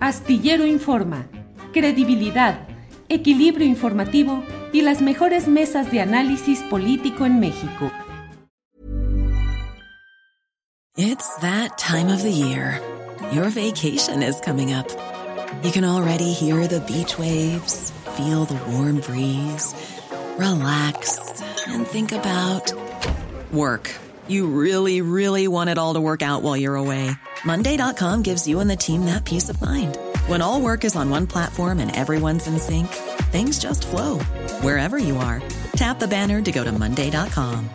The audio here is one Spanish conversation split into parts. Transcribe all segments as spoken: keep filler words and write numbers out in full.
Astillero Informa, credibilidad, equilibrio informativo y las mejores mesas de análisis político en México. It's that time of the year. Your vacation is coming up. You can already hear the beach waves, feel the warm breeze, relax, and think about work. You really, really want it all to work out while you're away. Monday dot com gives you and the team that peace of mind. When all work is on one platform and everyone's in sync, things just flow. Wherever you are, tap the banner to go to Monday dot com.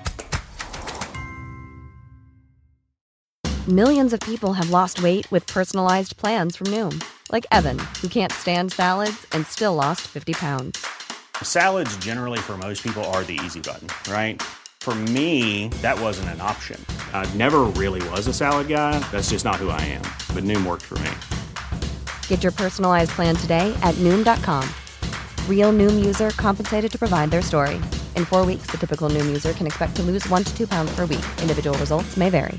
Millions of people have lost weight with personalized plans from Noom. Like Evan, who can't stand salads and still lost fifty pounds. Salads generally for most people are the easy button, right? For me, that wasn't an option. I never really was a salad guy. That's just not who I am. But Noom worked for me. Get your personalized plan today at Noom dot com. Real Noom user compensated to provide their story. In four weeks, the typical Noom user can expect to lose one to two pounds per week. Individual results may vary.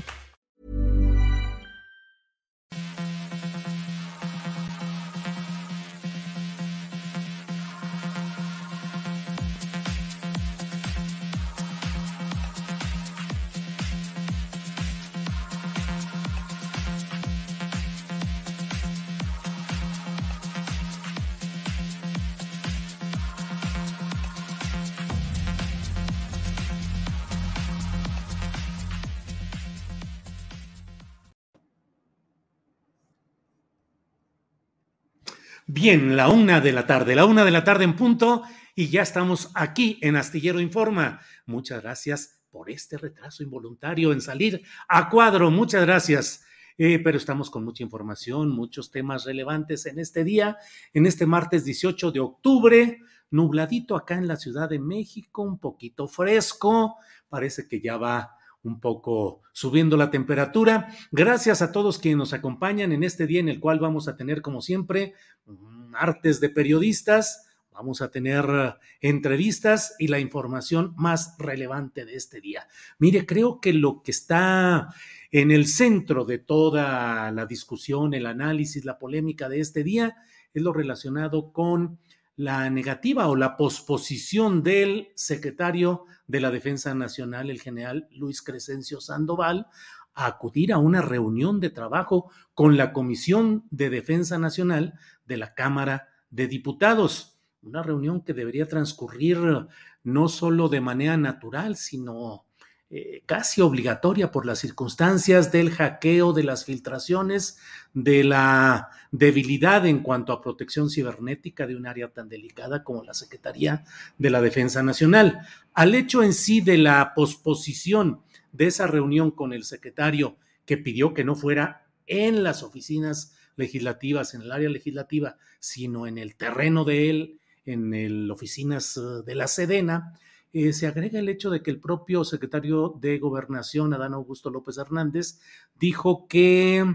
Bien, la una de la tarde, la una de la tarde en punto, y ya estamos aquí en Astillero Informa. Muchas gracias por este retraso involuntario en salir a cuadro, muchas gracias. Eh, pero estamos con mucha información, muchos temas relevantes en este día, en este martes dieciocho de octubre, nubladito acá en la Ciudad de México, un poquito fresco, parece que ya va un poco subiendo la temperatura. Gracias a todos quienes nos acompañan en este día en el cual vamos a tener, como siempre, martes de periodistas, vamos a tener entrevistas y la información más relevante de este día. Mire, creo que lo que está en el centro de toda la discusión, el análisis, la polémica de este día es lo relacionado con la negativa o la posposición del secretario de la Defensa Nacional, el general Luis Crescencio Sandoval, a acudir a una reunión de trabajo con la Comisión de Defensa Nacional de la Cámara de Diputados. Una reunión que debería transcurrir no solo de manera natural, sino eh, casi obligatoria por las circunstancias del hackeo, de las filtraciones, de la debilidad en cuanto a protección cibernética de un área tan delicada como la Secretaría de la Defensa Nacional. Al hecho en sí de la posposición de esa reunión con el secretario, que pidió que no fuera en las oficinas legislativas, en el área legislativa, sino en el terreno de él, en las oficinas de la Sedena, eh, se agrega el hecho de que el propio secretario de Gobernación, Adán Augusto López Hernández, dijo que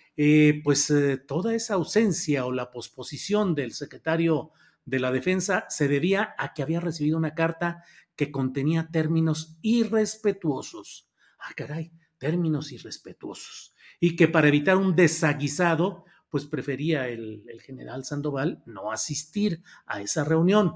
eh, pues eh, toda esa ausencia o la posposición del secretario de la Defensa se debía a que había recibido una carta que contenía términos irrespetuosos. Ah, caray, términos irrespetuosos. Y que para evitar un desaguisado, pues prefería el, el general Sandoval no asistir a esa reunión.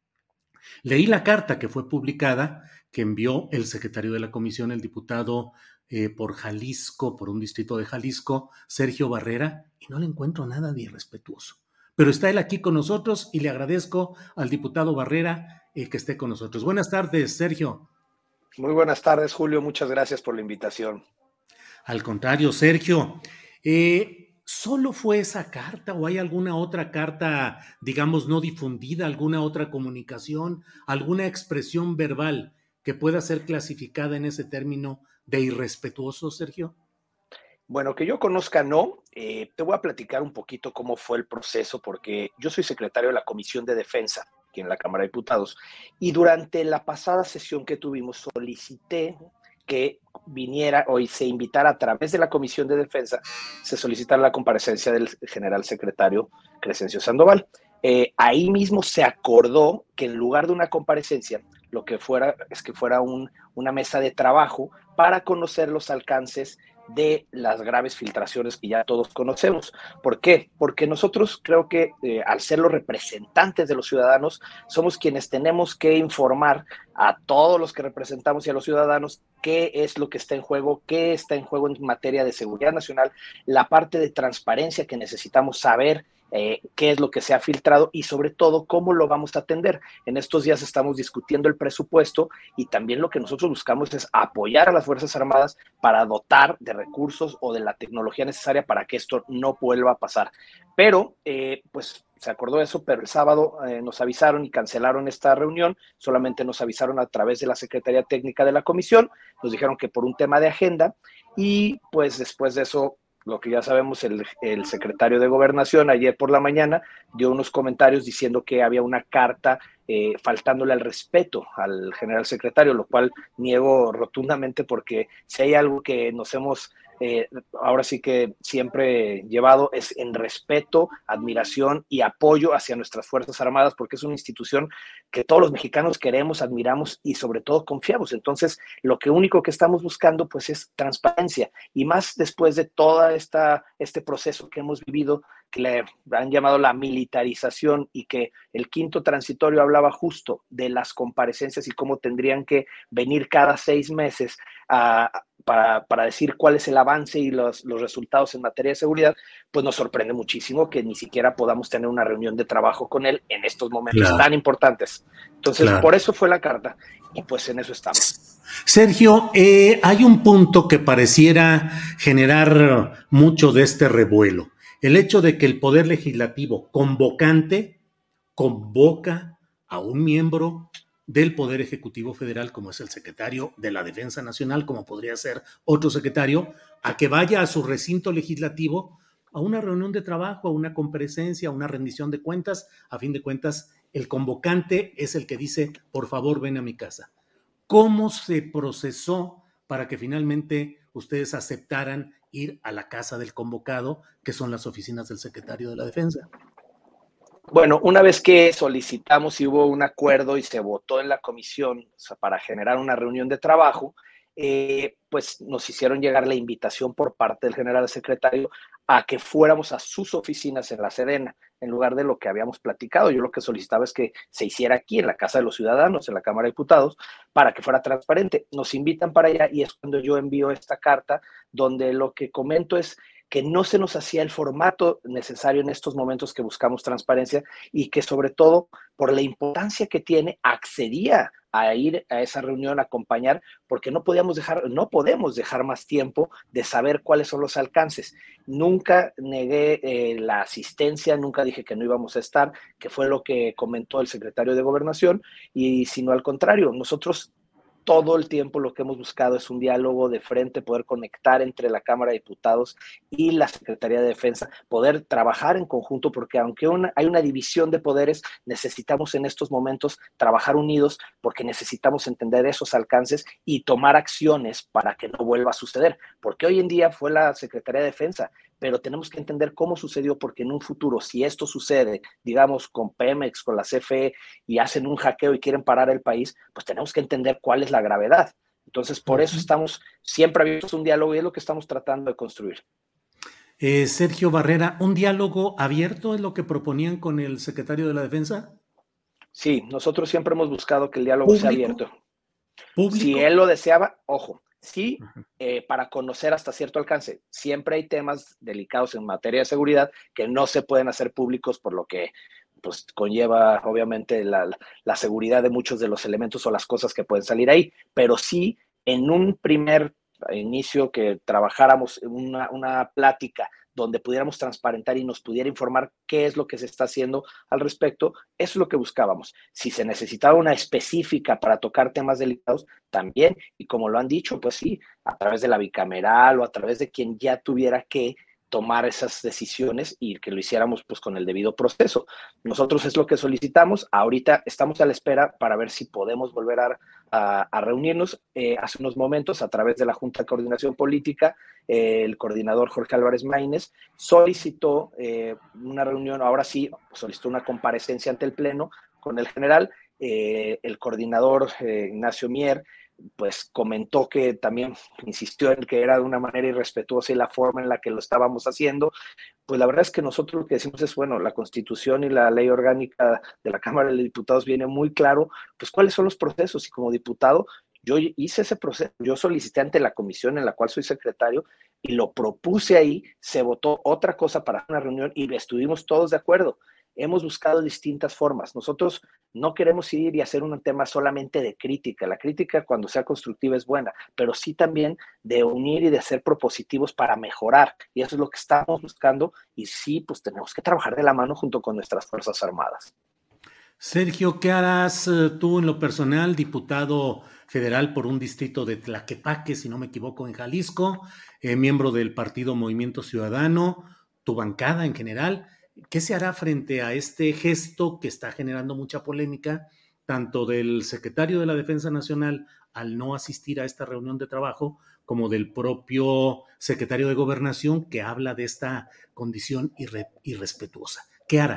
Leí la carta que fue publicada, que envió el secretario de la comisión, el diputado eh, por Jalisco, por un distrito de Jalisco, Sergio Barrera, y no le encuentro nada de irrespetuoso. Pero está él aquí con nosotros y le agradezco al diputado Barrera eh, que esté con nosotros. Buenas tardes, Sergio. Muy buenas tardes, Julio. Muchas gracias por la invitación. Al contrario, Sergio. Eh, ¿Solo fue esa carta o hay alguna otra carta, digamos, no difundida, alguna otra comunicación, alguna expresión verbal que pueda ser clasificada en ese término de irrespetuoso, Sergio? Bueno, que yo conozca, no. Eh, te voy a platicar un poquito cómo fue el proceso, porque yo soy secretario de la Comisión de Defensa aquí en la Cámara de Diputados, y durante la pasada sesión que tuvimos solicité que viniera o se invitara a través de la Comisión de Defensa, se solicitara la comparecencia del general secretario Crescencio Sandoval. Eh, ahí mismo se acordó que en lugar de una comparecencia, lo que fuera es que fuera un, una mesa de trabajo para conocer los alcances de las graves filtraciones que ya todos conocemos. ¿Por qué? Porque nosotros creo que eh, al ser los representantes de los ciudadanos, somos quienes tenemos que informar a todos los que representamos y a los ciudadanos qué es lo que está en juego, qué está en juego en materia de seguridad nacional, la parte de transparencia que necesitamos saber, Eh, qué es lo que se ha filtrado y sobre todo cómo lo vamos a atender. En estos días estamos discutiendo el presupuesto y también lo que nosotros buscamos es apoyar a las Fuerzas Armadas para dotar de recursos o de la tecnología necesaria para que esto no vuelva a pasar. Pero, eh, pues, se acordó eso, pero el sábado eh, nos avisaron y cancelaron esta reunión, solamente nos avisaron a través de la Secretaría Técnica de la Comisión, nos dijeron que por un tema de agenda y pues después de eso, lo que ya sabemos, el, el secretario de Gobernación ayer por la mañana dio unos comentarios diciendo que había una carta eh, faltándole al respeto al general secretario, lo cual niego rotundamente porque si hay algo que nos hemos eh, ahora sí que siempre llevado es en respeto, admiración y apoyo hacia nuestras Fuerzas Armadas, porque es una institución que todos los mexicanos queremos, admiramos y sobre todo confiamos. Entonces, lo que único que estamos buscando pues es transparencia y más después de toda esta este proceso que hemos vivido, que le han llamado la militarización y que el quinto transitorio hablaba justo de las comparecencias y cómo tendrían que venir cada seis meses a, para, para decir cuál es el avance y los, los resultados en materia de seguridad, pues nos sorprende muchísimo que ni siquiera podamos tener una reunión de trabajo con él en estos momentos claro. tan importantes. Entonces, claro. por eso fue la carta y pues en eso estamos. Sergio, eh, hay un punto que pareciera generar mucho de este revuelo. El hecho de que el Poder Legislativo convocante convoca a un miembro del Poder Ejecutivo Federal, como es el secretario de la Defensa Nacional, como podría ser otro secretario, a que vaya a su recinto legislativo a una reunión de trabajo, a una comparecencia, a una rendición de cuentas. A fin de cuentas, el convocante es el que dice, por favor, ven a mi casa. ¿Cómo se procesó para que finalmente ustedes aceptaran ir a la casa del convocado, que son las oficinas del secretario de la Defensa? Bueno, una vez que solicitamos y hubo un acuerdo y se votó en la comisión, o sea, para generar una reunión de trabajo, eh, pues nos hicieron llegar la invitación por parte del general secretario a que fuéramos a sus oficinas en la Sedena, en lugar de lo que habíamos platicado. Yo lo que solicitaba es que se hiciera aquí, en la Casa de los Ciudadanos, en la Cámara de Diputados, para que fuera transparente. Nos invitan para allá y es cuando yo envío esta carta, donde lo que comento es que no se nos hacía el formato necesario en estos momentos que buscamos transparencia y que sobre todo por la importancia que tiene accedía a ir a esa reunión, a acompañar, porque no podíamos dejar, no podemos dejar más tiempo de saber cuáles son los alcances. Nunca negué eh, la asistencia, nunca dije que no íbamos a estar, que fue lo que comentó el secretario de Gobernación, y sino al contrario, nosotros todo el tiempo lo que hemos buscado es un diálogo de frente, poder conectar entre la Cámara de Diputados y la Secretaría de Defensa, poder trabajar en conjunto, porque aunque una, hay una división de poderes, necesitamos en estos momentos trabajar unidos, porque necesitamos entender esos alcances y tomar acciones para que no vuelva a suceder, porque hoy en día fue la Secretaría de Defensa, pero tenemos que entender cómo sucedió, porque en un futuro, si esto sucede, digamos, con Pemex, con la C F E, y hacen un hackeo y quieren parar el país, pues tenemos que entender cuál es la gravedad. Entonces, por eso estamos siempre abiertos a un diálogo y es lo que estamos tratando de construir. Eh, Sergio Barrera, ¿un diálogo abierto es lo que proponían con el secretario de la Defensa? Sí, nosotros siempre hemos buscado que el diálogo ¿Público? sea abierto. ¿Público? Si él lo deseaba, ojo, sí, eh, para conocer hasta cierto alcance. Siempre hay temas delicados en materia de seguridad que no se pueden hacer públicos, por lo que pues, conlleva obviamente la, la seguridad de muchos de los elementos o las cosas que pueden salir ahí. Pero sí, en un primer inicio que trabajáramos una, una plática donde pudiéramos transparentar y nos pudiera informar qué es lo que se está haciendo al respecto, eso es lo que buscábamos. Si se necesitaba una específica para tocar temas delicados, también, y como lo han dicho, pues sí, a través de la bicameral o a través de quien ya tuviera que tomar esas decisiones y que lo hiciéramos pues con el debido proceso. Nosotros es lo que solicitamos. Ahorita estamos a la espera para ver si podemos volver a, a, a reunirnos. Eh, hace unos momentos, a través de la Junta de Coordinación Política, eh, el coordinador Jorge Álvarez Maínez solicitó eh, una reunión, ahora sí, solicitó una comparecencia ante el Pleno con el general. Eh, el coordinador eh, Ignacio Mier pues comentó que también insistió en que era de una manera irrespetuosa y la forma en la que lo estábamos haciendo. Pues la verdad es que nosotros lo que decimos es, bueno, la Constitución y la ley orgánica de la Cámara de Diputados viene muy claro, pues cuáles son los procesos, y como diputado yo hice ese proceso, yo solicité ante la comisión en la cual soy secretario y lo propuse ahí, se votó otra cosa para una reunión y estuvimos todos de acuerdo. Hemos buscado distintas formas. Nosotros no queremos ir y hacer un tema solamente de crítica. La crítica, cuando sea constructiva, es buena, pero sí también de unir y de ser propositivos para mejorar. Y eso es lo que estamos buscando. Y sí, pues tenemos que trabajar de la mano junto con nuestras Fuerzas Armadas. Sergio, ¿qué harás eh, tú en lo personal, diputado federal por un distrito de Tlaquepaque, si no me equivoco, en Jalisco, eh, miembro del partido Movimiento Ciudadano, tu bancada en general? ¿Qué se hará frente a este gesto que está generando mucha polémica, tanto del secretario de la Defensa Nacional al no asistir a esta reunión de trabajo, como del propio secretario de Gobernación que habla de esta condición irre- irrespetuosa? ¿Qué harán?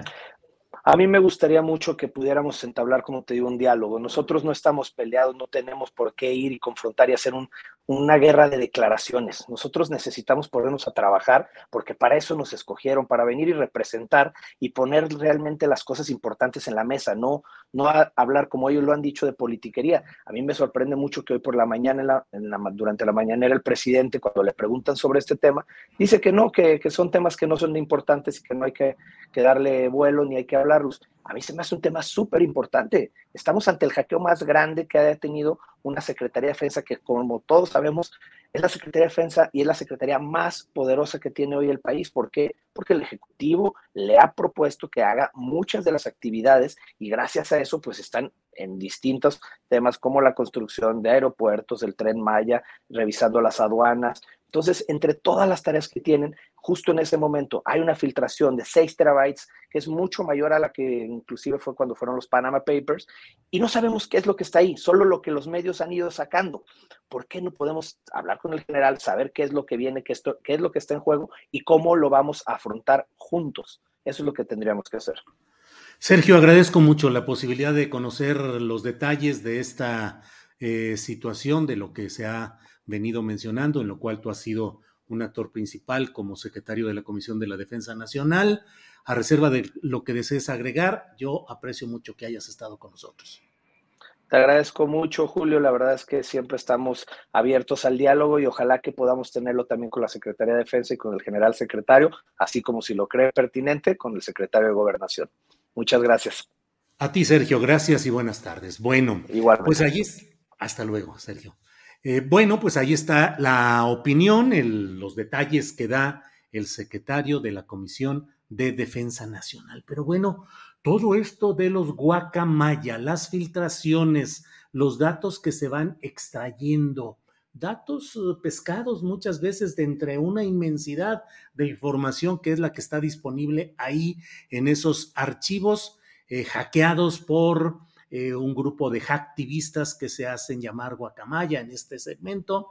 A mí me gustaría mucho que pudiéramos entablar, como te digo, un diálogo. Nosotros no estamos peleados, no tenemos por qué ir y confrontar y hacer un, una guerra de declaraciones. Nosotros necesitamos ponernos a trabajar porque para eso nos escogieron, para venir y representar y poner realmente las cosas importantes en la mesa, no, no a hablar como ellos lo han dicho de politiquería. A mí me sorprende mucho que hoy por la mañana, en la, en la, durante la mañanera, el presidente, cuando le preguntan sobre este tema, dice que no, que, que son temas que no son importantes y que no hay que, que darle vuelo ni hay que hablar. A mí se me hace un tema súper importante. Estamos ante el hackeo más grande que haya tenido una Secretaría de Defensa, que como todos sabemos es la Secretaría de Defensa y es la Secretaría más poderosa que tiene hoy el país. ¿Por qué? Porque el Ejecutivo le ha propuesto que haga muchas de las actividades y gracias a eso pues están en distintos temas como la construcción de aeropuertos, el Tren Maya, revisando las aduanas. Entonces, entre todas las tareas que tienen, justo en ese momento hay una filtración de seis terabytes, que es mucho mayor a la que inclusive fue cuando fueron los Panama Papers, y no sabemos qué es lo que está ahí, solo lo que los medios han ido sacando. ¿Por qué no podemos hablar con el general, saber qué es lo que viene, qué, esto, qué es lo que está en juego y cómo lo vamos a afrontar juntos? Eso es lo que tendríamos que hacer. Sergio, agradezco mucho la posibilidad de conocer los detalles de esta eh, situación, de lo que se ha venido mencionando, en lo cual tú has sido un actor principal como secretario de la Comisión de la Defensa Nacional. A reserva de lo que desees agregar, yo aprecio mucho que hayas estado con nosotros. Te agradezco mucho, Julio. La verdad es que siempre estamos abiertos al diálogo y ojalá que podamos tenerlo también con la Secretaría de Defensa y con el general secretario, así como si lo cree pertinente, con el secretario de Gobernación. Muchas gracias. A ti, Sergio, gracias y buenas tardes. Bueno, Igualmente. Pues allí, hasta luego, Sergio. Eh, bueno, pues ahí está la opinión, el, los detalles que da el secretario de la Comisión de Defensa Nacional. Pero bueno, todo esto de los guacamaya, las filtraciones, los datos que se van extrayendo, datos uh, pescados muchas veces de entre una inmensidad de información que es la que está disponible ahí en esos archivos eh, hackeados por eh, un grupo de hacktivistas que se hacen llamar guacamaya en este segmento.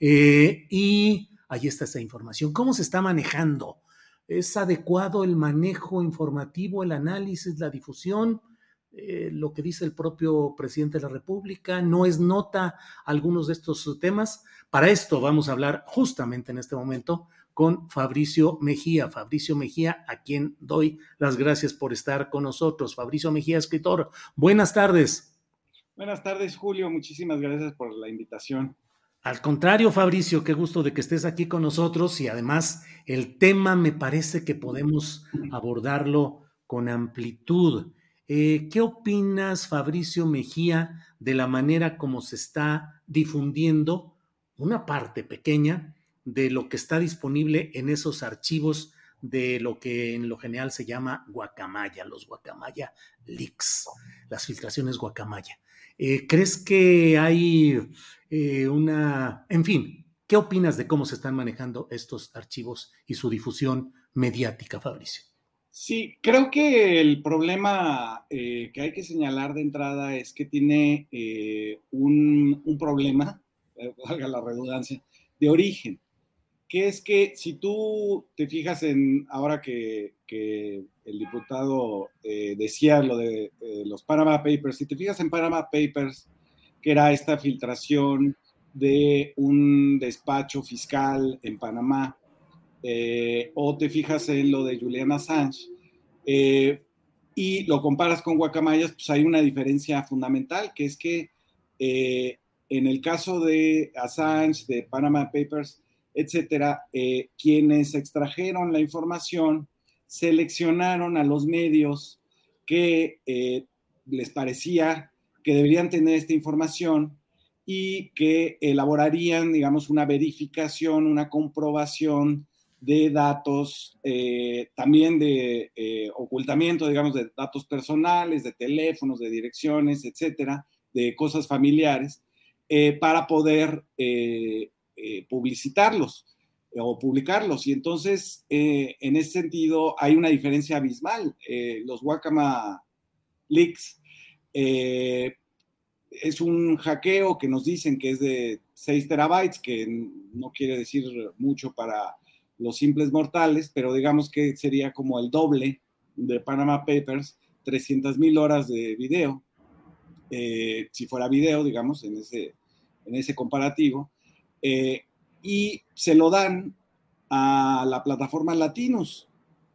Eh, y ahí está esa información. ¿Cómo se está manejando? ¿Es adecuado el manejo informativo, el análisis, la difusión? Eh, lo que dice el propio presidente de la República, no es nota algunos de estos temas. Para esto vamos a hablar justamente en este momento con Fabricio Mejía. Fabricio Mejía, a quien doy las gracias por estar con nosotros. Fabricio Mejía, escritor. Buenas tardes. Buenas tardes, Julio. Muchísimas gracias por la invitación. Al contrario, Fabricio, qué gusto de que estés aquí con nosotros y además el tema me parece que podemos abordarlo con amplitud. Eh, ¿Qué opinas, Fabricio Mejía, de la manera como se está difundiendo una parte pequeña de lo que está disponible en esos archivos de lo que en lo general se llama guacamaya, los guacamaya leaks, las filtraciones guacamaya? Eh, ¿Crees que hay eh, una... En fin, ¿qué opinas de cómo se están manejando estos archivos y su difusión mediática, Fabricio? Sí, creo que el problema eh, que hay que señalar de entrada es que tiene eh, un, un problema, eh, valga la redundancia, de origen, que es que si tú te fijas en, ahora que, que el diputado eh, decía lo de eh, los Panama Papers, si te fijas en Panama Papers, que era esta filtración de un despacho fiscal en Panamá, eh, o te fijas en lo de Julian Assange, eh, y lo comparas con Guacamayas, pues hay una diferencia fundamental, que es que eh, en el caso de Assange, de Panama Papers, etcétera, eh, quienes extrajeron la información seleccionaron a los medios que eh, les parecía que deberían tener esta información y que elaborarían, digamos, una verificación, una comprobación de datos, eh, también de eh, ocultamiento, digamos, de datos personales, de teléfonos, de direcciones, etcétera, de cosas familiares, eh, para poder eh, eh, publicitarlos eh, o publicarlos. Y entonces, eh, en ese sentido, hay una diferencia abismal. Eh, los Guacama Leaks eh, es un hackeo que nos dicen que es de seis terabytes, que no quiere decir mucho para los simples mortales, pero digamos que sería como el doble de Panama Papers, trescientas mil horas de video, eh, si fuera video, digamos, en ese, en ese comparativo, eh, y se lo dan a la plataforma Latinus,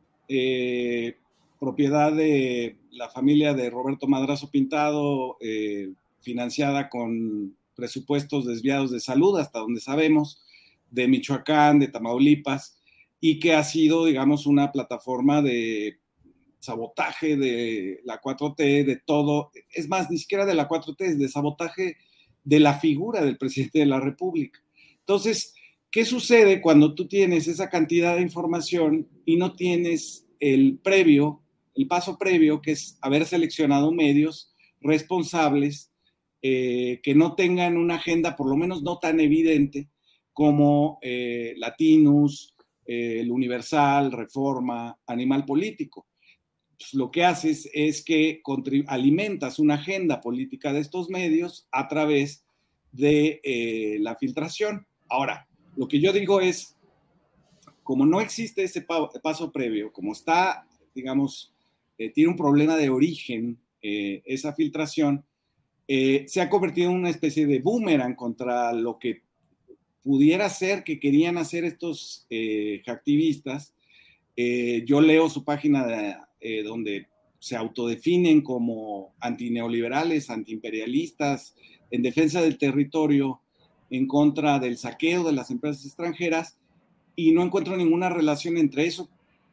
eh, propiedad de la familia de Roberto Madrazo Pintado, eh, financiada con presupuestos desviados de salud, hasta donde sabemos, de Michoacán, de Tamaulipas, y que ha sido, digamos, una plataforma de sabotaje de la cuatro T, de todo, es más, ni siquiera de la cuatro T, es de sabotaje de la figura del presidente de la República. Entonces, ¿qué sucede cuando tú tienes esa cantidad de información y no tienes el previo, el paso previo, que es haber seleccionado medios responsables eh, que no tengan una agenda, por lo menos no tan evidente, como eh, Latinus, eh, el Universal, Reforma, Animal Político? Pues lo que haces es que alimentas una agenda política de estos medios a través de eh, la filtración. Ahora, lo que yo digo es, como no existe ese pa paso previo, como está, digamos, eh, tiene un problema de origen eh, esa filtración, eh, se ha convertido en una especie de boomerang contra lo que pudiera ser que querían hacer estos eh, hacktivistas. Eh, yo leo su página de, eh, donde se autodefinen como antineoliberales, antiimperialistas, en defensa del territorio, en contra del saqueo de las empresas extranjeras, y no encuentro ninguna relación entre eso,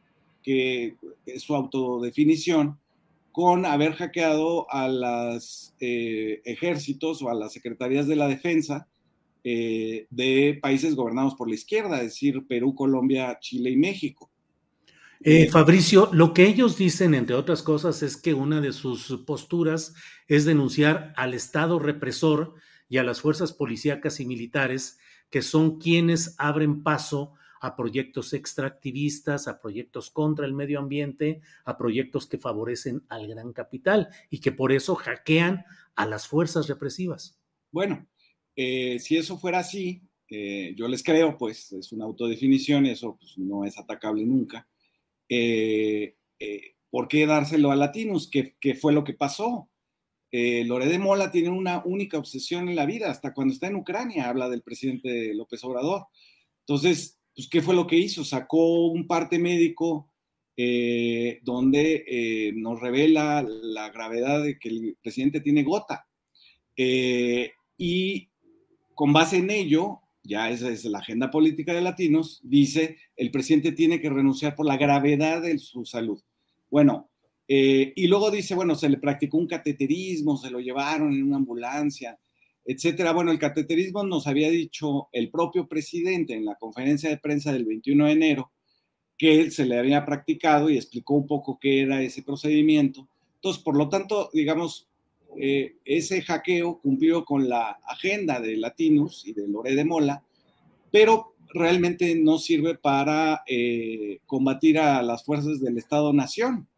que es su autodefinición, con haber hackeado a los eh, ejércitos o a las secretarías de la defensa eh, de países gobernados por la izquierda, es decir, Perú, Colombia, Chile y México. Eh, Fabricio, lo que ellos dicen, entre otras cosas, es que una de sus posturas es denunciar al Estado represor y a las fuerzas policíacas y militares, que son quienes abren paso a proyectos extractivistas, a proyectos contra el medio ambiente, a proyectos que favorecen al gran capital y que por eso hackean a las fuerzas represivas. Bueno, eh, si eso fuera así, eh, yo les creo, pues es una autodefinición y eso pues, no es atacable nunca. Eh, eh, ¿Por qué dárselo a Latinus? ¿Qué, qué fue lo que pasó? Eh, Loret de Mola tiene una única obsesión en la vida, hasta cuando está en Ucrania habla del presidente López Obrador. Entonces, pues, ¿qué fue lo que hizo? Sacó un parte médico eh, donde eh, nos revela la gravedad de que el presidente tiene gota. Eh, y con base en ello, ya esa es la agenda política de Latinos, dice el presidente tiene que renunciar por la gravedad de su salud. Bueno, eh, y luego dice, bueno, se le practicó un cateterismo, se lo llevaron en una ambulancia, etcétera. Bueno, el cateterismo nos había dicho el propio presidente en la conferencia de prensa del veintiuno de enero que él se le había practicado y explicó un poco qué era ese procedimiento. Entonces, por lo tanto, digamos, eh, ese hackeo cumplió con la agenda de Latinus y de Loret de Mola, pero realmente no sirve para eh, combatir a las fuerzas del Estado-Nación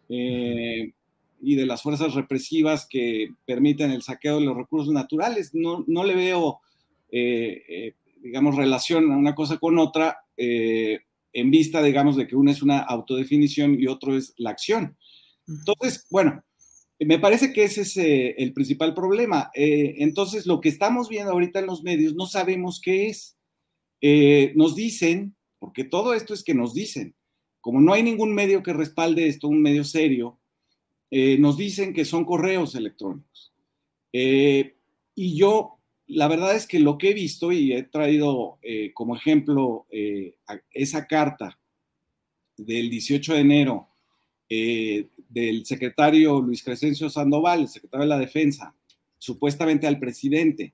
eh, y de las fuerzas represivas que permiten el saqueo de los recursos naturales. No, no le veo, eh, eh, digamos, relación a una cosa con otra eh, en vista, digamos, de que una es una autodefinición y otro es la acción. Entonces, bueno, Me parece que ese es eh, el principal problema. Eh, entonces, lo que estamos viendo ahorita en los medios no sabemos qué es. Eh, nos dicen, porque todo esto es que nos dicen, como no hay ningún medio que respalde esto, un medio serio, eh, nos dicen que son correos electrónicos. Eh, y yo, la verdad es que lo que he visto, y he traído eh, como ejemplo eh, esa carta del dieciocho de enero eh, del secretario Luis Crescencio Sandoval, el secretario de la Defensa, supuestamente al presidente,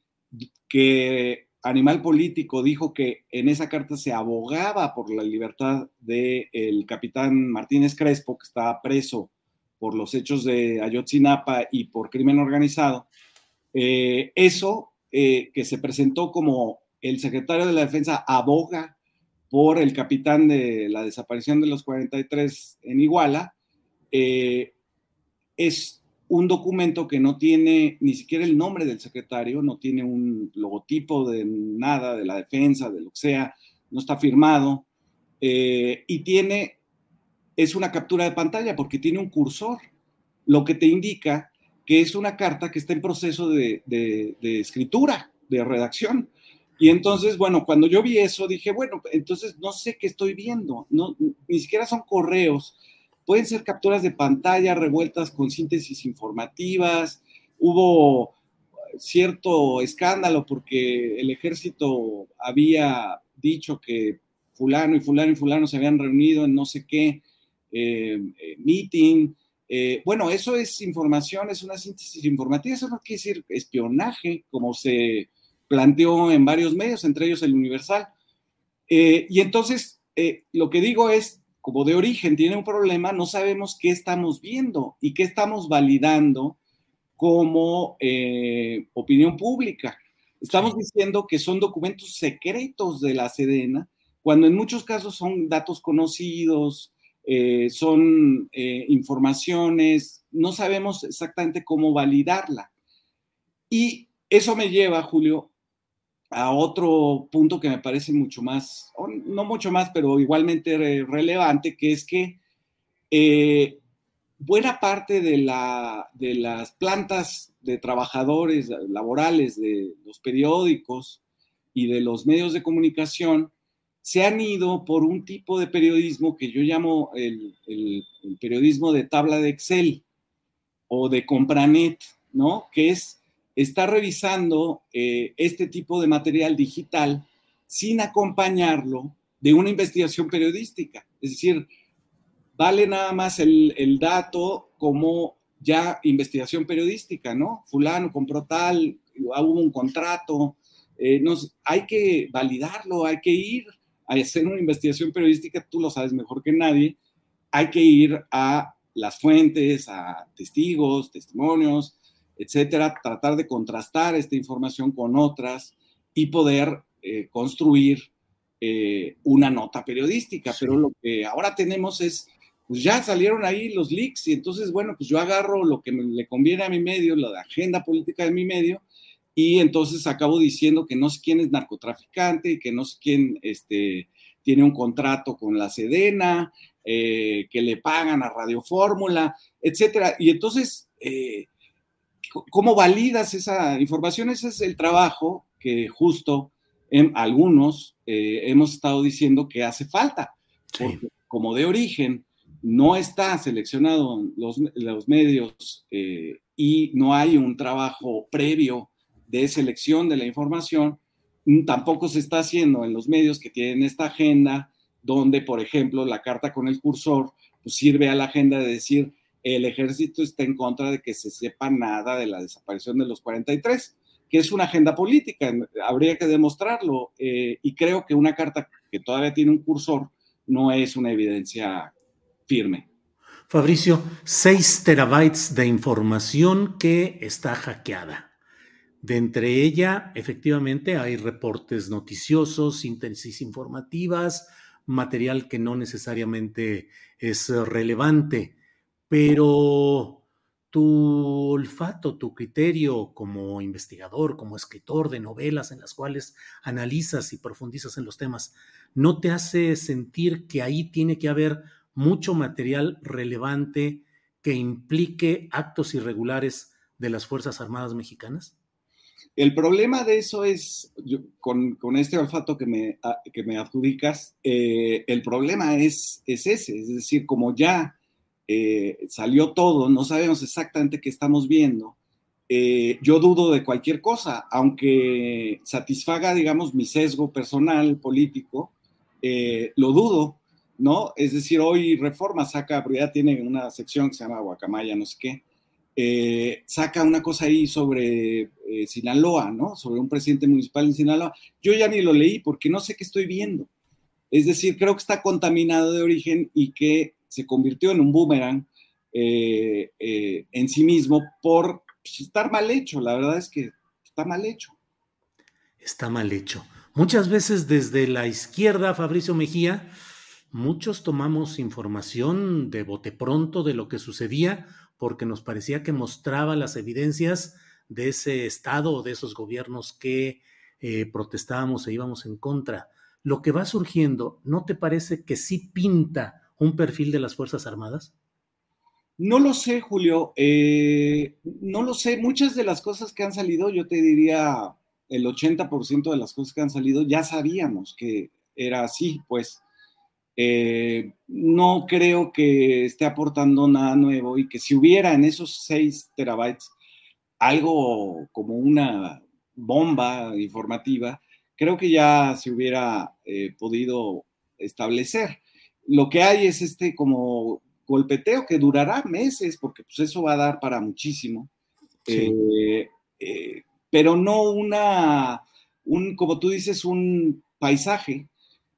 que Animal Político dijo que en esa carta se abogaba por la libertad del capitán Martínez Crespo, que estaba preso por los hechos de Ayotzinapa y por crimen organizado. Eh, eso eh, que se presentó como el secretario de la Defensa aboga por el capitán de la desaparición de los cuarenta y tres en Iguala, eh, es un documento que no tiene ni siquiera el nombre del secretario, no tiene un logotipo de nada, de la defensa, de lo que sea, no está firmado, eh, y tiene, es una captura de pantalla porque tiene un cursor, lo que te indica que es una carta que está en proceso de, de, de escritura, de redacción. Y entonces, bueno, cuando yo vi eso, dije, bueno, entonces no sé qué estoy viendo, no, ni siquiera son correos, pueden ser capturas de pantalla revueltas con síntesis informativas. Hubo cierto escándalo porque el ejército había dicho que fulano y fulano y fulano se habían reunido en no sé qué eh, eh, meeting. Eh, bueno, eso es información, es una síntesis informativa, eso no quiere decir espionaje, como se planteó en varios medios, entre ellos el Universal. Eh, y entonces, eh, lo que digo es, como de origen tiene un problema, no sabemos qué estamos viendo y qué estamos validando como eh, opinión pública. Estamos sí. diciendo que son documentos secretos de la Sedena, cuando en muchos casos son datos conocidos, eh, son eh, informaciones, no sabemos exactamente cómo validarla. Y eso me lleva, Julio, a otro punto que me parece mucho más, no mucho más, pero igualmente re- relevante, que es que eh, buena parte de, la, de las plantas de trabajadores laborales de los periódicos y de los medios de comunicación se han ido por un tipo de periodismo que yo llamo el, el, el periodismo de tabla de Excel o de Compranet, ¿no? Que es está revisando eh, este tipo de material digital sin acompañarlo de una investigación periodística. Es decir, vale nada más el, el dato como ya investigación periodística, ¿no? Fulano compró tal, hubo un contrato, eh, nos, hay que validarlo, hay que ir a hacer una investigación periodística, tú lo sabes mejor que nadie, hay que ir a las fuentes, a testigos, testimonios, etcétera, tratar de contrastar esta información con otras y poder eh, construir eh, una nota periodística. Sí. Pero lo que ahora tenemos es, pues ya salieron ahí los leaks y entonces, bueno, pues yo agarro lo que me, le conviene a mi medio, la agenda política de mi medio, y entonces acabo diciendo que no sé quién es narcotraficante y que no sé quién este, tiene un contrato con la Sedena, eh, que le pagan a Radio Fórmula, etcétera. Y entonces... Eh, ¿cómo validas esa información? Ese es el trabajo que justo en algunos eh, hemos estado diciendo que hace falta, porque sí. Como de origen no está seleccionado los, los medios eh, y no hay un trabajo previo de selección de la información, tampoco se está haciendo en los medios que tienen esta agenda, donde, por ejemplo, la carta con el cursor pues, sirve a la agenda de decir el ejército está en contra de que se sepa nada de la desaparición de los cuarenta y tres, que es una agenda política, habría que demostrarlo, eh, y creo que una carta que todavía tiene un cursor no es una evidencia firme. Fabricio, seis terabytes de información que está hackeada. De entre ella, efectivamente, hay reportes noticiosos, síntesis informativas, material que no necesariamente es relevante. Pero tu olfato, tu criterio como investigador, como escritor de novelas en las cuales analizas y profundizas en los temas, ¿no te hace sentir que ahí tiene que haber mucho material relevante que implique actos irregulares de las Fuerzas Armadas mexicanas? El problema de eso es, yo, con, con este olfato que me, que me adjudicas, eh, el problema es, es ese, es decir, como ya eh, salió todo, no sabemos exactamente qué estamos viendo, eh, yo dudo de cualquier cosa, aunque satisfaga, digamos, mi sesgo personal, político, eh, lo dudo, ¿no? Es decir, hoy Reforma saca, pero ya tiene una sección que se llama Guacamaya, no sé qué, Eh, saca una cosa ahí sobre eh, Sinaloa, ¿no? Sobre un presidente municipal en Sinaloa. Yo ya ni lo leí porque no sé qué estoy viendo. Es decir, creo que está contaminado de origen y que se convirtió en un boomerang eh, eh, en sí mismo por pues, estar mal hecho. La verdad es que está mal hecho. Está mal hecho. Muchas veces desde la izquierda, Fabricio Mejía, muchos tomamos información de bote pronto de lo que sucedía porque nos parecía que mostraba las evidencias de ese estado o de esos gobiernos que eh, protestábamos e íbamos en contra. Lo que va surgiendo, ¿no te parece que sí pinta un perfil de las Fuerzas Armadas? No lo sé, Julio. Eh, no lo sé. Muchas de las cosas que han salido, yo te diría el ochenta por ciento de las cosas que han salido, ya sabíamos que era así, pues. Eh, no creo que esté aportando nada nuevo y que si hubiera en esos seis terabytes algo como una bomba informativa, creo que ya se hubiera eh, podido establecer. Lo que hay es este como golpeteo que durará meses, porque pues eso va a dar para muchísimo, sí. eh, eh, pero no una, un, como tú dices, un paisaje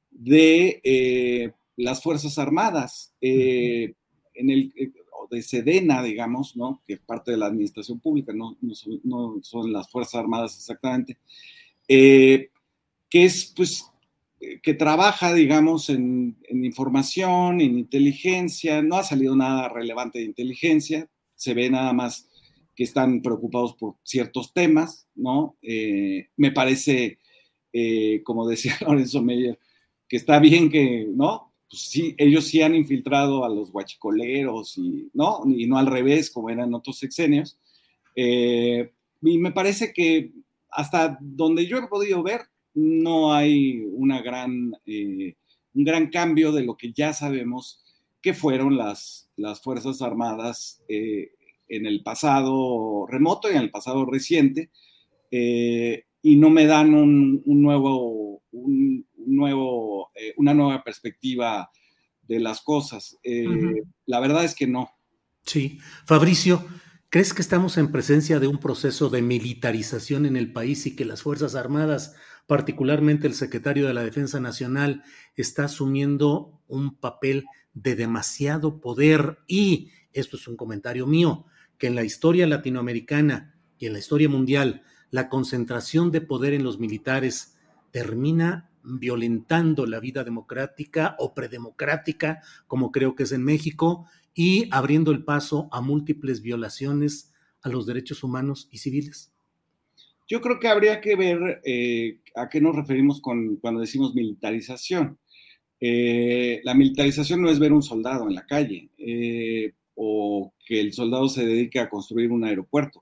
de eh, las Fuerzas Armadas, eh, en el, eh, de Sedena, digamos, ¿no? Que es parte de la administración pública, no, no, son, no son las Fuerzas Armadas exactamente, eh, que es, pues, que trabaja, digamos, en, en información, en inteligencia. No ha salido nada relevante de inteligencia, se ve nada más que están preocupados por ciertos temas, ¿no? Eh, me parece, eh, como decía Lorenzo Meyer, que está bien que, ¿no? Pues sí, ellos sí han infiltrado a los guachicoleros y, ¿no? Y no al revés, como eran otros sexenios. Eh, y me parece que hasta donde yo he podido ver, no hay una gran, eh, un gran cambio de lo que ya sabemos que fueron las, las Fuerzas Armadas eh, en el pasado remoto y en el pasado reciente, eh, y no me dan un, un nuevo, un, un nuevo eh, una nueva perspectiva de las cosas. Eh, uh-huh. La verdad es que no. Sí. Fabricio, ¿crees que estamos en presencia de un proceso de militarización en el país y que las Fuerzas Armadas, particularmente el secretario de la Defensa Nacional, está asumiendo un papel de demasiado poder? Y, esto es un comentario mío, que en la historia latinoamericana y en la historia mundial, la concentración de poder en los militares termina violentando la vida democrática o predemocrática, como creo que es en México, y abriendo el paso a múltiples violaciones a los derechos humanos y civiles. Yo creo que habría que ver eh, a qué nos referimos con, cuando decimos militarización. Eh, la militarización no es ver un soldado en la calle eh, o que el soldado se dedique a construir un aeropuerto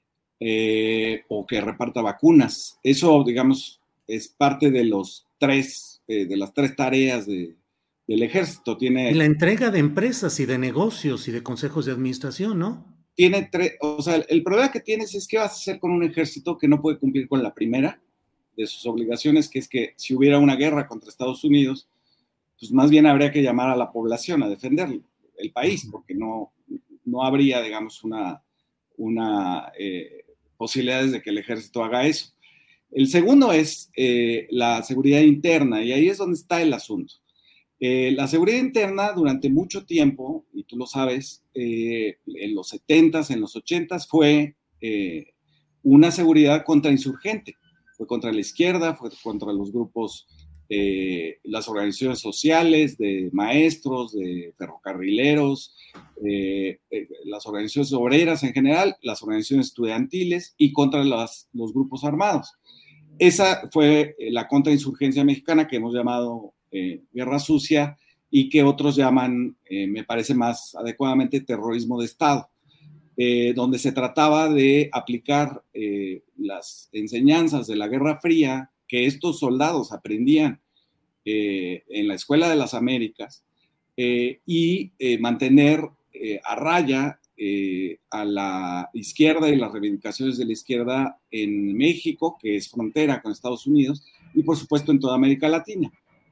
eh, o que reparta vacunas. Eso, digamos, es parte de los tres, eh, de las tres tareas de, del ejército. Tiene, y la entrega de empresas y de negocios y de consejos de administración, ¿no? Tiene tres, o sea, el problema que tienes es qué vas a hacer con un ejército que no puede cumplir con la primera de sus obligaciones, que es que si hubiera una guerra contra Estados Unidos, pues más bien habría que llamar a la población a defender el país, porque no, no habría, digamos, una, una eh, posibilidades de que el ejército haga eso. El segundo es eh, la seguridad interna, y ahí es donde está el asunto. Eh, la seguridad interna durante mucho tiempo, y tú lo sabes, eh, en los setentas, en los ochentas, fue eh, una seguridad contrainsurgente. Fue contra la izquierda, fue contra los grupos, eh, las organizaciones sociales, de maestros, de ferrocarrileros, eh, eh, las organizaciones obreras en general, las organizaciones estudiantiles y contra las, los grupos armados. Esa fue la contrainsurgencia mexicana que hemos llamado eh, Guerra Sucia y que otros llaman, eh, me parece más adecuadamente, terrorismo de Estado, eh, donde se trataba de aplicar eh, las enseñanzas de la Guerra Fría que estos soldados aprendían eh, en la Escuela de las Américas eh, y eh, mantener eh, a raya eh, a la izquierda y las reivindicaciones de la izquierda en México, que es frontera con Estados Unidos, y por supuesto en toda América Latina.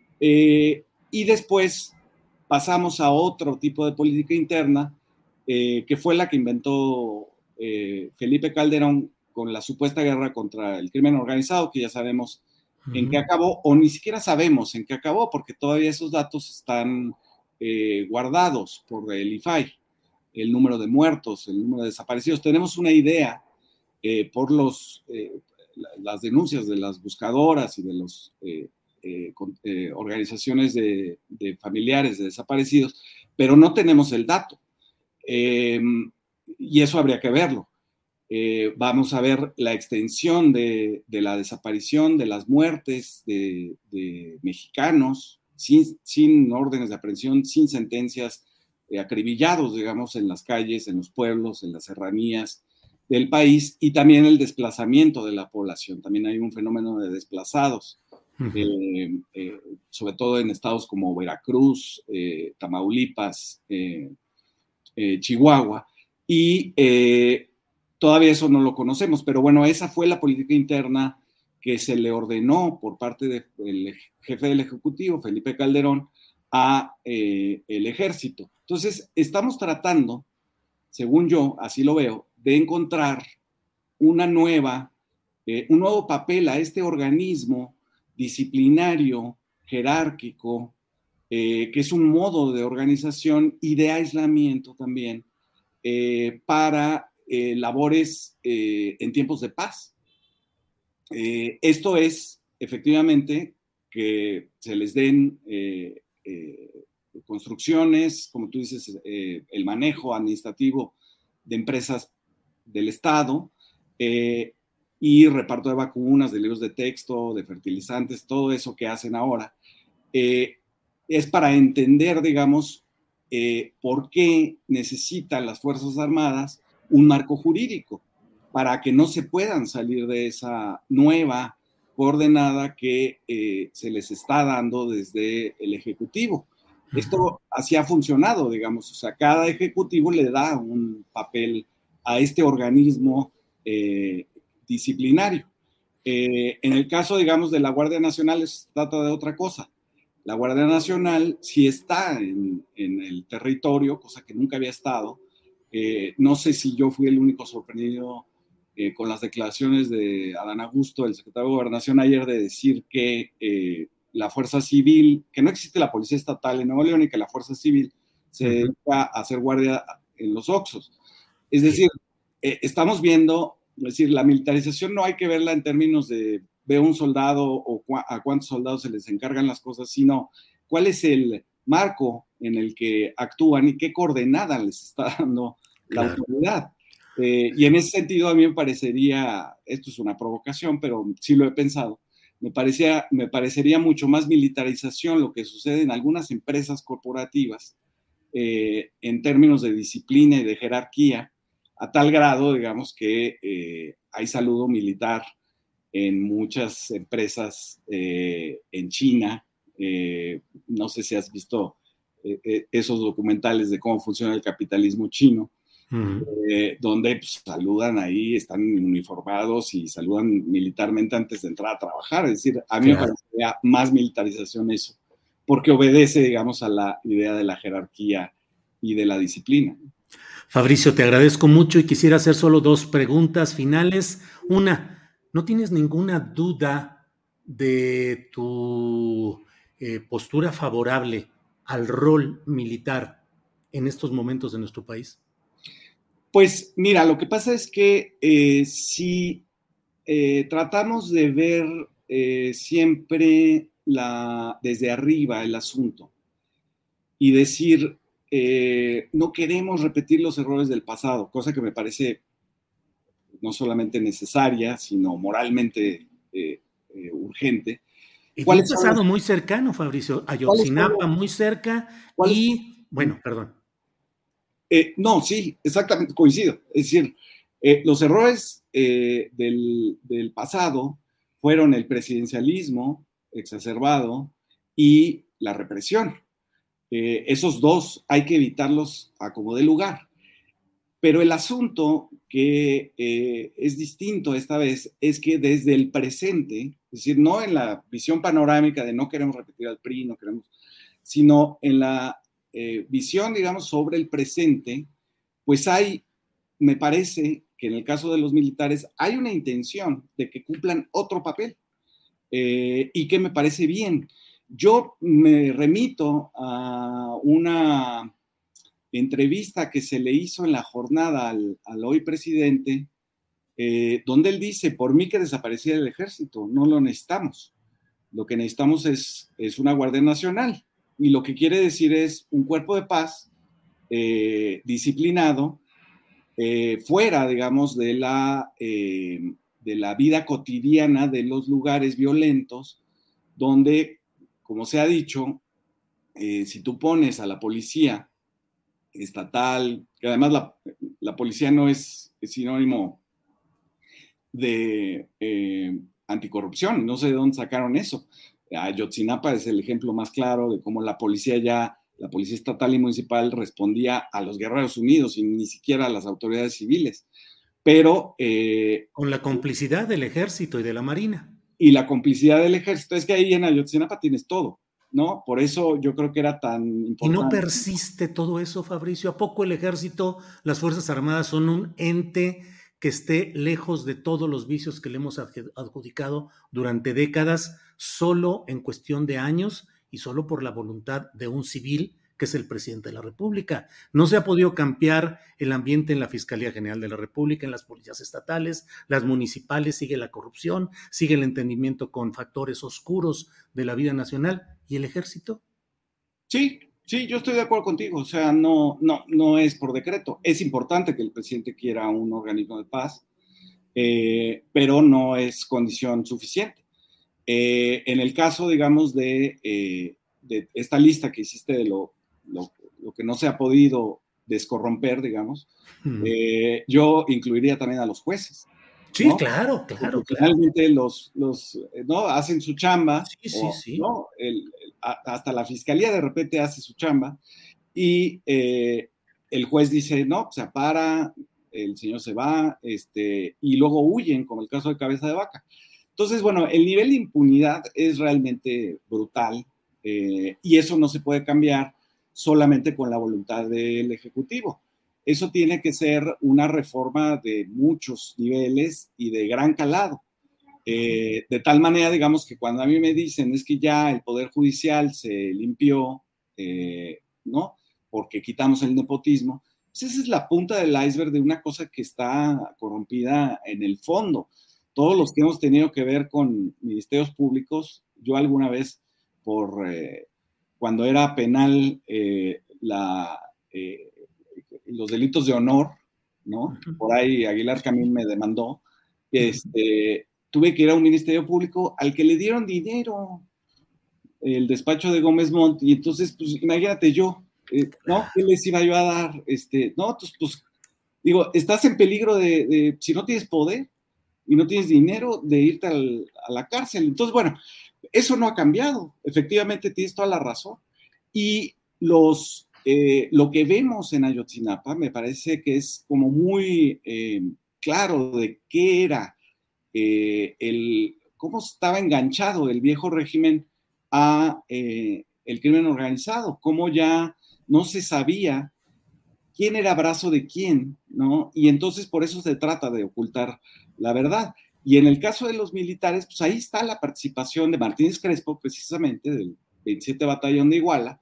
Eh, y después pasamos a otro tipo de política interna, eh, que fue la que inventó eh, Felipe Calderón con la supuesta guerra contra el crimen organizado, que ya sabemos uh-huh. en qué acabó, o ni siquiera sabemos en qué acabó, porque todavía esos datos están eh, guardados por el I F A I, el número de muertos, el número de desaparecidos. Tenemos una idea eh, por los, eh, las denuncias de las buscadoras y de las eh, eh, eh, organizaciones de, de familiares de desaparecidos, pero no tenemos el dato. Eh, y eso habría que verlo. Eh, vamos a ver la extensión de, de la desaparición, de las muertes de, de mexicanos sin, sin órdenes de aprehensión, sin sentencias, eh, acribillados, digamos, en las calles, en los pueblos, en las serranías del país, y también el desplazamiento de la población. También hay un fenómeno de desplazados, uh-huh. eh, eh, sobre todo en estados como Veracruz, eh, Tamaulipas, eh, eh, Chihuahua, y eh, todavía eso no lo conocemos, pero bueno, esa fue la política interna que se le ordenó por parte del jefe del Ejecutivo, Felipe Calderón, a eh, el ejército. Entonces, estamos tratando, según yo, así lo veo, de encontrar una nueva, eh, un nuevo papel a este organismo disciplinario, jerárquico, eh, que es un modo de organización y de aislamiento también, eh, para Eh, labores eh, en tiempos de paz. Eh, esto es, efectivamente, que se les den eh, eh, construcciones, como tú dices, eh, el manejo administrativo de empresas del Estado eh, y reparto de vacunas, de libros de texto, de fertilizantes, todo eso que hacen ahora. Eh, es para entender, digamos, eh, por qué necesitan las Fuerzas Armadas un marco jurídico para que no se puedan salir de esa nueva coordenada que eh, se les está dando desde el Ejecutivo. Uh-huh. Esto así ha funcionado, digamos, o sea, cada ejecutivo le da un papel a este organismo eh, disciplinario. Eh, en el caso, digamos, de la Guardia Nacional, se trata de otra cosa. La Guardia Nacional sí está en, en el territorio, cosa que nunca había estado. Eh, no sé si yo fui el único sorprendido eh, con las declaraciones de Adán Augusto, el secretario de Gobernación, ayer, de decir que eh, la Fuerza Civil, que no existe la Policía Estatal en Nuevo León y que la Fuerza Civil se uh-huh. dedica a hacer guardia en los Oxxos. Es decir, eh, estamos viendo, es decir, la militarización no hay que verla en términos de ve un soldado o cu- a cuántos soldados se les encargan las cosas, sino cuál es el marco en el que actúan y qué coordenada les está dando la claro. autoridad. Eh, y en ese sentido a mí me parecería, esto es una provocación, pero sí lo he pensado, me, parecía, me parecería mucho más militarización lo que sucede en algunas empresas corporativas eh, en términos de disciplina y de jerarquía, a tal grado, digamos, que eh, hay saludo militar en muchas empresas eh, en China. Eh, no sé si has visto eh, esos documentales de cómo funciona el capitalismo chino, uh-huh. eh, donde pues, saludan ahí, están uniformados y saludan militarmente antes de entrar a trabajar. Es decir, a mí claro. me parecería más militarización eso, porque obedece, digamos, a la idea de la jerarquía y de la disciplina. Fabricio, te agradezco mucho y quisiera hacer solo dos preguntas finales. Una, ¿no tienes ninguna duda de tu eh, postura favorable al rol militar en estos momentos de nuestro país? Pues mira, lo que pasa es que eh, si eh, tratamos de ver eh, siempre la, desde arriba el asunto y decir, eh, no queremos repetir los errores del pasado, cosa que me parece no solamente necesaria, sino moralmente eh, eh, urgente, Y de un pasado los... muy cercano, Fabricio, Ayotzinapa muy cerca y, bueno, perdón. Eh, no, sí, exactamente, coincido. Es decir, eh, los errores eh, del, del pasado fueron el presidencialismo exacerbado y la represión. Eh, esos dos hay que evitarlos a como dé lugar. Pero el asunto que eh, es distinto esta vez es que desde el presente, es decir, no en la visión panorámica de no queremos repetir al P R I, no queremos, sino en la eh, visión, digamos, sobre el presente, pues hay, me parece que en el caso de los militares hay una intención de que cumplan otro papel eh, y que me parece bien. Yo me remito a una entrevista que se le hizo en la jornada al, al hoy presidente, eh, donde él dice, por mí que desapareciera el ejército, no lo necesitamos. Lo que necesitamos es, es una Guardia Nacional. Y lo que quiere decir es un cuerpo de paz eh, disciplinado, eh, fuera, digamos, de la, eh, de la vida cotidiana de los lugares violentos, donde, como se ha dicho, eh, si tú pones a la policía estatal, que además la, la policía no es, es sinónimo de eh, anticorrupción, no sé de dónde sacaron eso. Ayotzinapa es el ejemplo más claro de cómo la policía ya, la policía estatal y municipal respondía a los Guerreros Unidos y ni siquiera a las autoridades civiles. Pero... Eh, con la complicidad del ejército y de la marina. Y la complicidad del ejército, es que ahí en Ayotzinapa tienes todo, ¿no? Por eso yo creo que era tan importante. ¿Y no persiste todo eso, Fabricio? ¿A poco el ejército, las Fuerzas Armadas son un ente que esté lejos de todos los vicios que le hemos adjudicado durante décadas, solo en cuestión de años y solo por la voluntad de un civil que es el presidente de la República? No se ha podido cambiar el ambiente en la Fiscalía General de la República, en las policías estatales, las municipales, sigue la corrupción, sigue el entendimiento con factores oscuros de la vida nacional. ¿Y el ejército? Sí, sí, yo estoy de acuerdo contigo. O sea, no, no, no es por decreto. Es importante que el presidente quiera un organismo de paz, eh, pero no es condición suficiente. Eh, en el caso, digamos, de, eh, de esta lista que hiciste de lo, lo, lo que no se ha podido descorromper, digamos, hmm. eh, yo incluiría también a los jueces. Sí, ¿no? claro, claro, Porque claro. Finalmente los, los ¿no? hacen su chamba. Sí, sí, o, sí. ¿no? el, el, a, hasta la fiscalía de repente hace su chamba y eh, el juez dice, no, se para, el señor se va, este, y luego huyen, como el caso de Cabeza de Vaca. Entonces, bueno, el nivel de impunidad es realmente brutal eh, y eso no se puede cambiar solamente con la voluntad del Ejecutivo. Eso tiene que ser una reforma de muchos niveles y de gran calado. Eh, de tal manera, digamos, que cuando a mí me dicen es que ya el Poder Judicial se limpió, eh, ¿no? Porque quitamos el nepotismo, pues esa es la punta del iceberg de una cosa que está corrompida en el fondo. Todos los que hemos tenido que ver con ministerios públicos, yo alguna vez, por eh, cuando era penal eh, la... Eh, los delitos de honor, ¿no? Por ahí Aguilar Camín me demandó, este, tuve que ir a un ministerio público al que le dieron dinero, el despacho de Gómez Montt, y entonces, pues, imagínate yo, eh, ¿no? ¿Qué les iba yo a dar? Este, no, pues, pues, digo, estás en peligro de, de, si no tienes poder y no tienes dinero, de irte al, a la cárcel. Entonces, bueno, eso no ha cambiado, efectivamente tienes toda la razón. Y los... Eh, lo que vemos en Ayotzinapa me parece que es como muy eh, claro de qué era eh, el, cómo estaba enganchado el viejo régimen a eh, el crimen organizado, cómo ya no se sabía quién era brazo de quién, ¿no? Y entonces por eso se trata de ocultar la verdad. Y en el caso de los militares, pues ahí está la participación de Martínez Crespo, precisamente del veintisiete Batallón de Iguala,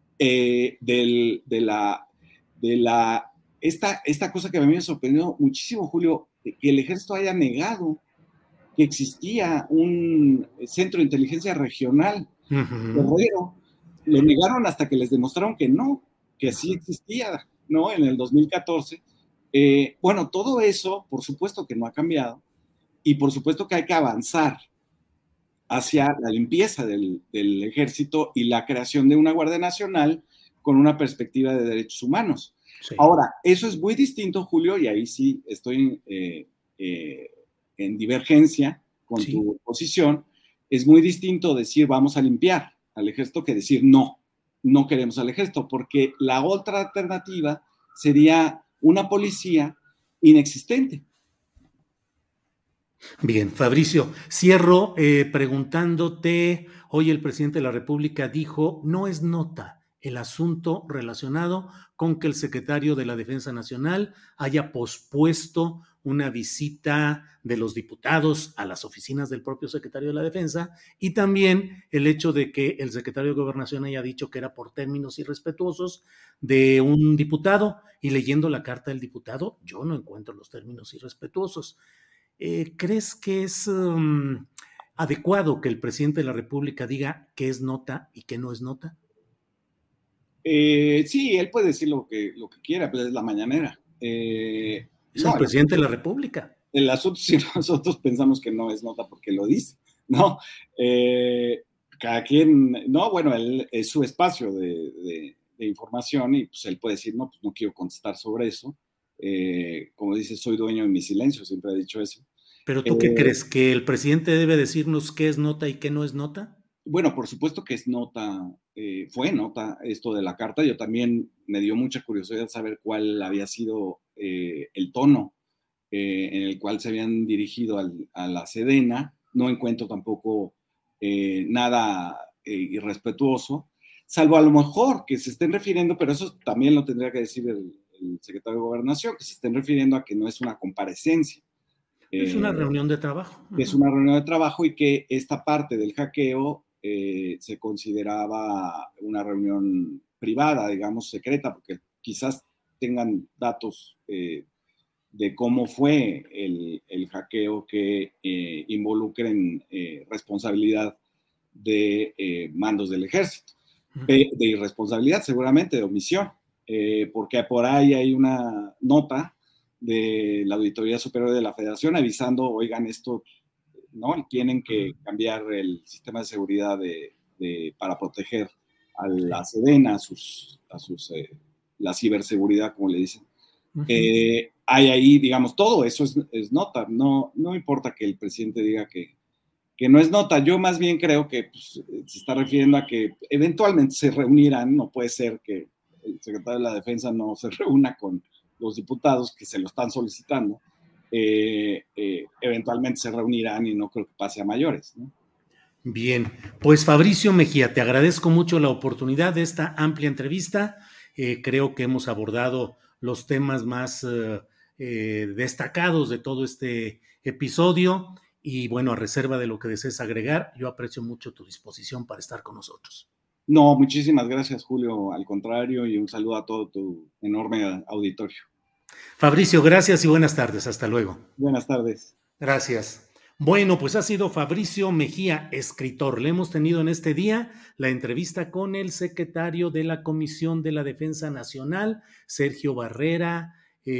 Eh, del, de la, de la esta, esta cosa que a mí me sorprendió muchísimo, Julio, que el ejército haya negado que existía un centro de inteligencia regional. Uh-huh. Lo negaron hasta que les demostraron que no, que sí existía, ¿no? En el dos mil catorce. Eh, bueno, todo eso, por supuesto que no ha cambiado, y por supuesto que hay que avanzar hacia la limpieza del, del ejército y la creación de una Guardia Nacional con una perspectiva de derechos humanos. Sí. Ahora, eso es muy distinto, Julio, y ahí sí estoy eh, eh, en divergencia con sí. tu posición. Es muy distinto decir vamos a limpiar al ejército que decir no, no queremos al ejército, porque la otra alternativa sería una policía inexistente. Bien, Fabricio, cierro eh, preguntándote, hoy el presidente de la República dijo, no es nota el asunto relacionado con que el secretario de la Defensa Nacional haya pospuesto una visita de los diputados a las oficinas del propio secretario de la Defensa y también el hecho de que el secretario de Gobernación haya dicho que era por términos irrespetuosos de un diputado y leyendo la carta del diputado yo no encuentro los términos irrespetuosos. Eh, ¿Crees que es um, adecuado que el presidente de la República diga qué es nota y qué no es nota? Eh, sí, él puede decir lo que, lo que quiera, pero es la mañanera. Eh, es no, el presidente el, de la República. El asunto, si nosotros pensamos que no es nota porque lo dice, ¿no? Eh, cada quien, no, bueno, él, es su espacio de, de, de información y pues él puede decir, no, pues no quiero contestar sobre eso. Eh, como dice, soy dueño de mi silencio, siempre he dicho eso. ¿Pero tú eh, qué crees? ¿Que el presidente debe decirnos qué es nota y qué no es nota? Bueno, por supuesto que es nota, eh, fue nota esto de la carta. Yo también me dio mucha curiosidad saber cuál había sido eh, el tono eh, en el cual se habían dirigido al, a la Sedena. No encuentro tampoco eh, nada eh, irrespetuoso, salvo a lo mejor que se estén refiriendo, pero eso también lo tendría que decir el, el secretario de Gobernación, que se estén refiriendo a que no es una comparecencia. Es una eh, reunión de trabajo. Uh-huh. Es una reunión de trabajo y que esta parte del hackeo eh, se consideraba una reunión privada, digamos, secreta, porque quizás tengan datos eh, de cómo fue el, el hackeo que eh, involucren eh, responsabilidad de eh, mandos del ejército, uh-huh. de, de irresponsabilidad seguramente, de omisión, eh, porque por ahí hay una nota de la Auditoría Superior de la Federación avisando, oigan, esto, ¿no? Tienen que cambiar el sistema de seguridad de, de, para proteger a la Sedena, a sus, a sus eh, la ciberseguridad, como le dicen. Uh-huh. Eh, hay ahí, digamos, todo eso es, es nota. No, no importa que el presidente diga que, que no es nota. Yo más bien creo que pues, se está refiriendo a que eventualmente se reunirán. No puede ser que el secretario de la Defensa no se reúna con los diputados que se lo están solicitando, eh, eh, eventualmente se reunirán y no creo que pase a mayores, ¿no? Bien, pues Fabricio Mejía, te agradezco mucho la oportunidad de esta amplia entrevista. Eh, creo que hemos abordado los temas más eh, eh, destacados de todo este episodio y bueno, a reserva de lo que desees agregar, yo aprecio mucho tu disposición para estar con nosotros. No, muchísimas gracias, Julio. Al contrario, y un saludo a todo tu enorme auditorio. Fabricio, gracias y buenas tardes. Hasta luego. Buenas tardes. Gracias. Bueno, pues ha sido Fabricio Mejía, escritor. Le hemos tenido en este día la entrevista con el secretario de la Comisión de la Defensa Nacional, Sergio Barrera,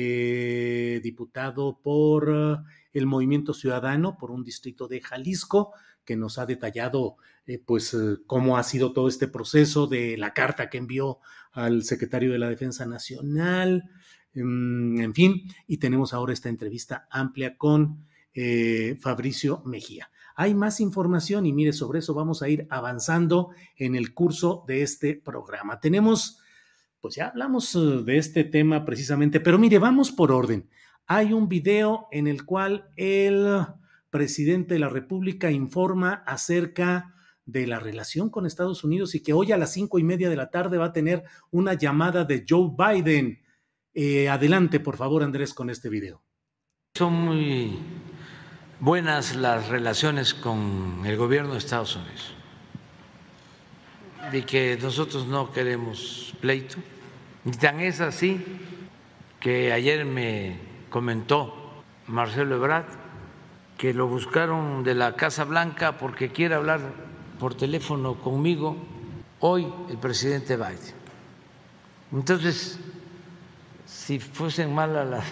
eh, diputado por uh, el Movimiento Ciudadano, por un distrito de Jalisco, que nos ha detallado eh, pues eh, cómo ha sido todo este proceso de la carta que envió al secretario de la Defensa Nacional, eh, en fin, y tenemos ahora esta entrevista amplia con eh, Fabricio Mejía. Hay más información y mire, sobre eso vamos a ir avanzando en el curso de este programa. Tenemos, pues ya hablamos uh, de este tema precisamente, pero mire, vamos por orden. Hay un video en el cual el presidente de la República informa acerca de la relación con Estados Unidos y que hoy a las cinco y media de la tarde va a tener una llamada de Joe Biden. Eh, adelante, por favor, Andrés, con este video. Son muy buenas las relaciones con el gobierno de Estados Unidos y que nosotros no queremos pleito. Y tan es así que ayer me comentó Marcelo Ebrard que lo buscaron de la Casa Blanca porque quiere hablar por teléfono conmigo hoy el presidente Biden. Entonces, si fuesen malas las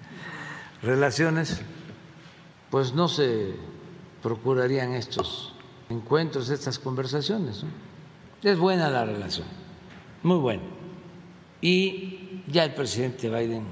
relaciones, pues no se procurarían estos encuentros, estas conversaciones, ¿no? Es buena la relación, muy buena. Y ya el presidente Biden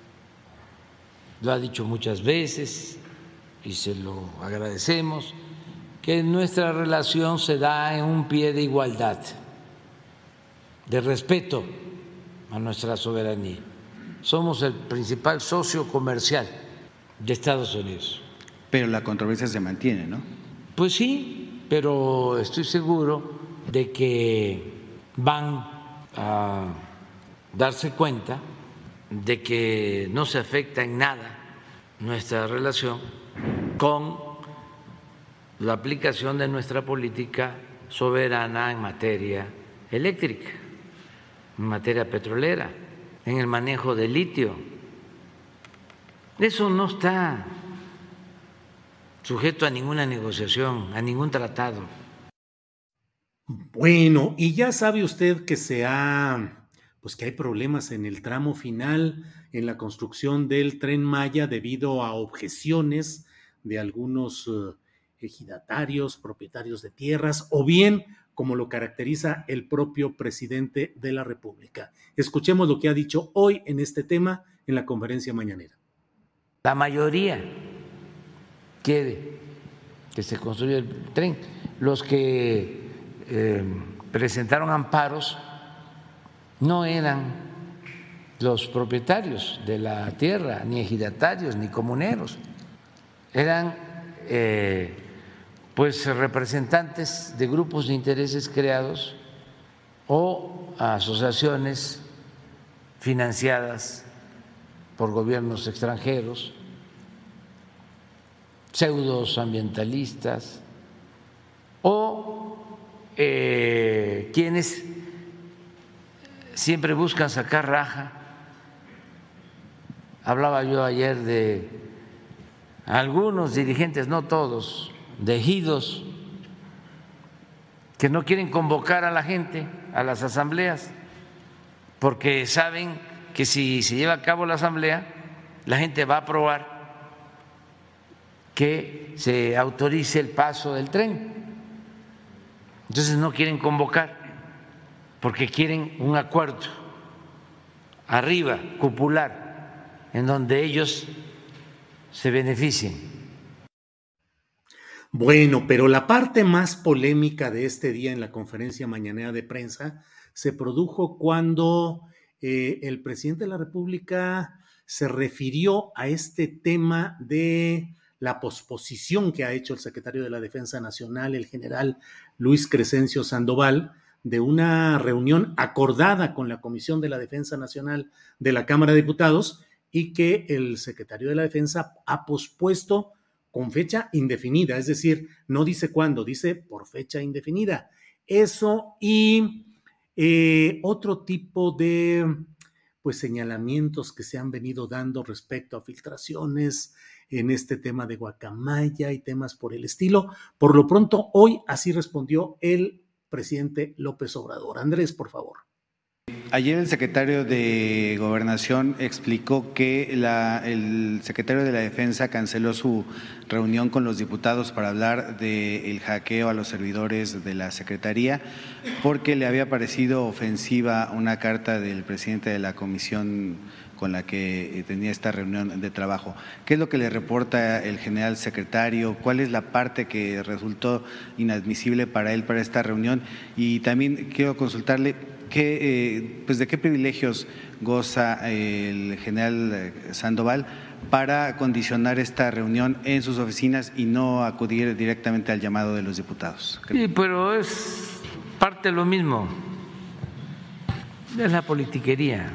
lo ha dicho muchas veces y se lo agradecemos, que nuestra relación se da en un pie de igualdad, de respeto a nuestra soberanía. Somos el principal socio comercial de Estados Unidos. Pero la controversia se mantiene, ¿no? Pues sí, pero estoy seguro de que van a darse cuenta de que no se afecta en nada nuestra relación con la aplicación de nuestra política soberana en materia eléctrica, en materia petrolera, en el manejo de litio. Eso no está sujeto a ninguna negociación, a ningún tratado. Bueno, y ya sabe usted que se ha, pues que hay problemas en el tramo final en la construcción del Tren Maya debido a objeciones de algunos uh, ejidatarios, propietarios de tierras, o bien como lo caracteriza el propio presidente de la República. Escuchemos lo que ha dicho hoy en este tema en la conferencia mañanera. La mayoría quiere que se construya el tren. Los que eh, presentaron amparos no eran los propietarios de la tierra, ni ejidatarios, ni comuneros. Eran eh, pues representantes de grupos de intereses creados o asociaciones financiadas por gobiernos extranjeros, pseudos ambientalistas o eh, quienes siempre buscan sacar raja. Hablaba yo ayer de algunos dirigentes, no todos, de ejidos que no quieren convocar a la gente a las asambleas porque saben que si se lleva a cabo la asamblea, la gente va a aprobar que se autorice el paso del tren. Entonces no quieren convocar porque quieren un acuerdo arriba, cupular, en donde ellos se beneficien. Bueno, pero la parte más polémica de este día en la conferencia mañanera de prensa se produjo cuando eh, el presidente de la República se refirió a este tema de la posposición que ha hecho el secretario de la Defensa Nacional, el general Luis Crescencio Sandoval, de una reunión acordada con la Comisión de la Defensa Nacional de la Cámara de Diputados y que el secretario de la Defensa ha pospuesto con fecha indefinida, es decir, no dice cuándo, dice por fecha indefinida. Eso y eh, otro tipo de pues señalamientos que se han venido dando respecto a filtraciones en este tema de Guacamaya y temas por el estilo. Por lo pronto, hoy así respondió el presidente López Obrador. Andrés, por favor. Ayer el secretario de Gobernación explicó que la, el secretario de la Defensa canceló su reunión con los diputados para hablar del hackeo a los servidores de la Secretaría porque le había parecido ofensiva una carta del presidente de la comisión con la que tenía esta reunión de trabajo. ¿Qué es lo que le reporta el general secretario? ¿Cuál es la parte que resultó inadmisible para él para esta reunión? Y también quiero consultarle qué, eh, pues de qué privilegios goza el general Sandoval para condicionar esta reunión en sus oficinas y no acudir directamente al llamado de los diputados. Sí, pero es parte de lo mismo, es la politiquería.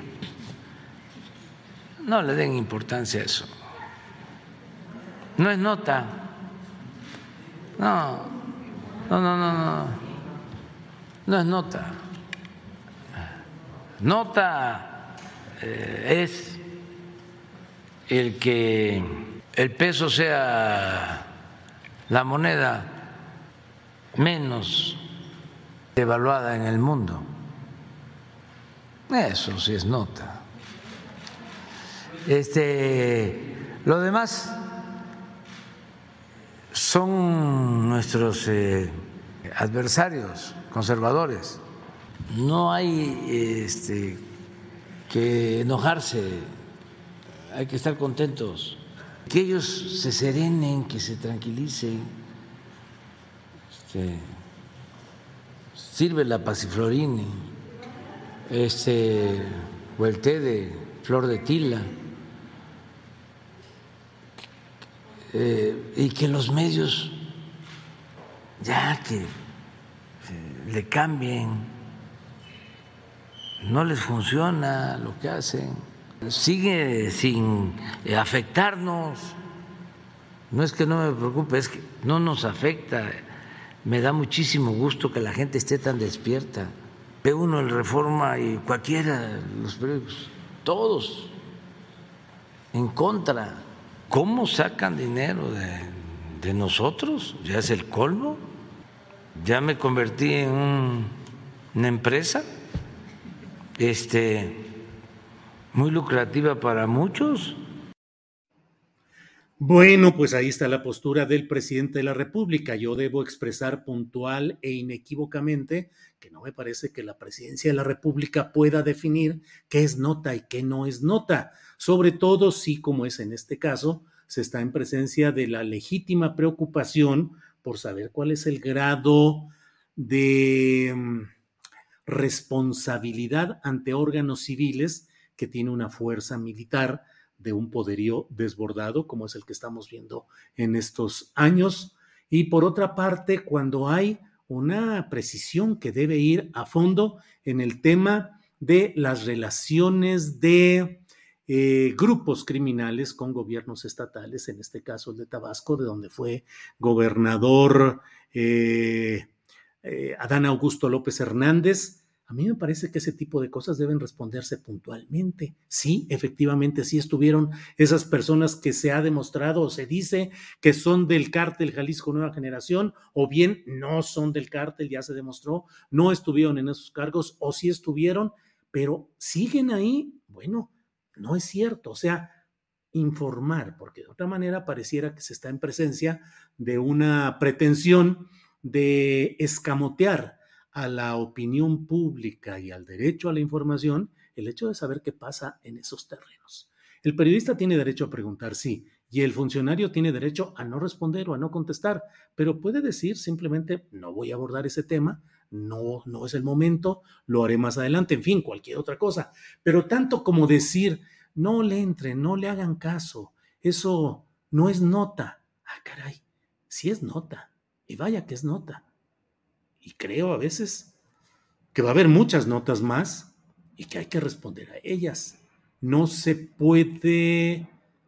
No le den importancia a eso. No es nota. No, no, no, no, no. No es nota. Nota eh, es el que el peso sea la moneda menos devaluada en el mundo. Eso sí es nota. Este, lo demás son nuestros eh, adversarios conservadores. No hay este, que enojarse, hay que estar contentos, que ellos se serenen, que se tranquilicen. Este, sirve la pasiflorina, este, o el té de flor de tila, eh, y que los medios ya que eh, le cambien. No les funciona lo que hacen, sigue sin afectarnos. No es que no me preocupe, es que no nos afecta. Me da muchísimo gusto que la gente esté tan despierta. Ve uno en Reforma y cualquiera, los periódicos, todos en contra. ¿Cómo sacan dinero de, de nosotros? Ya es el colmo. Ya me convertí en un, una empresa este, muy lucrativa para muchos. Bueno, pues ahí está la postura del presidente de la República. Yo debo expresar puntual e inequívocamente que no me parece que la presidencia de la República pueda definir qué es nota y qué no es nota, sobre todo si, como es en este caso, se está en presencia de la legítima preocupación por saber cuál es el grado de responsabilidad ante órganos civiles que tiene una fuerza militar de un poderío desbordado, como es el que estamos viendo en estos años. Y por otra parte, cuando hay una precisión que debe ir a fondo en el tema de las relaciones de eh, grupos criminales con gobiernos estatales, en este caso el de Tabasco, de donde fue gobernador eh, eh, Adán Augusto López Hernández. A mí me parece que ese tipo de cosas deben responderse puntualmente. Sí, efectivamente, sí estuvieron esas personas que se ha demostrado o se dice que son del cártel Jalisco Nueva Generación, o bien no son del cártel, ya se demostró, no estuvieron en esos cargos, o sí estuvieron, pero siguen ahí. Bueno, no es cierto. O sea, informar, porque de otra manera pareciera que se está en presencia de una pretensión de escamotear a la opinión pública y al derecho a la información el hecho de saber qué pasa en esos terrenos. El periodista tiene derecho a preguntar, sí, y el funcionario tiene derecho a no responder o a no contestar, pero puede decir simplemente, no voy a abordar ese tema, no, no es el momento, lo haré más adelante, en fin, cualquier otra cosa. Pero tanto como decir, no le entren, no le hagan caso, eso no es nota. Ah, caray, sí es nota, y vaya que es nota. Y creo a veces que va a haber muchas notas más y que hay que responder a ellas. No se puede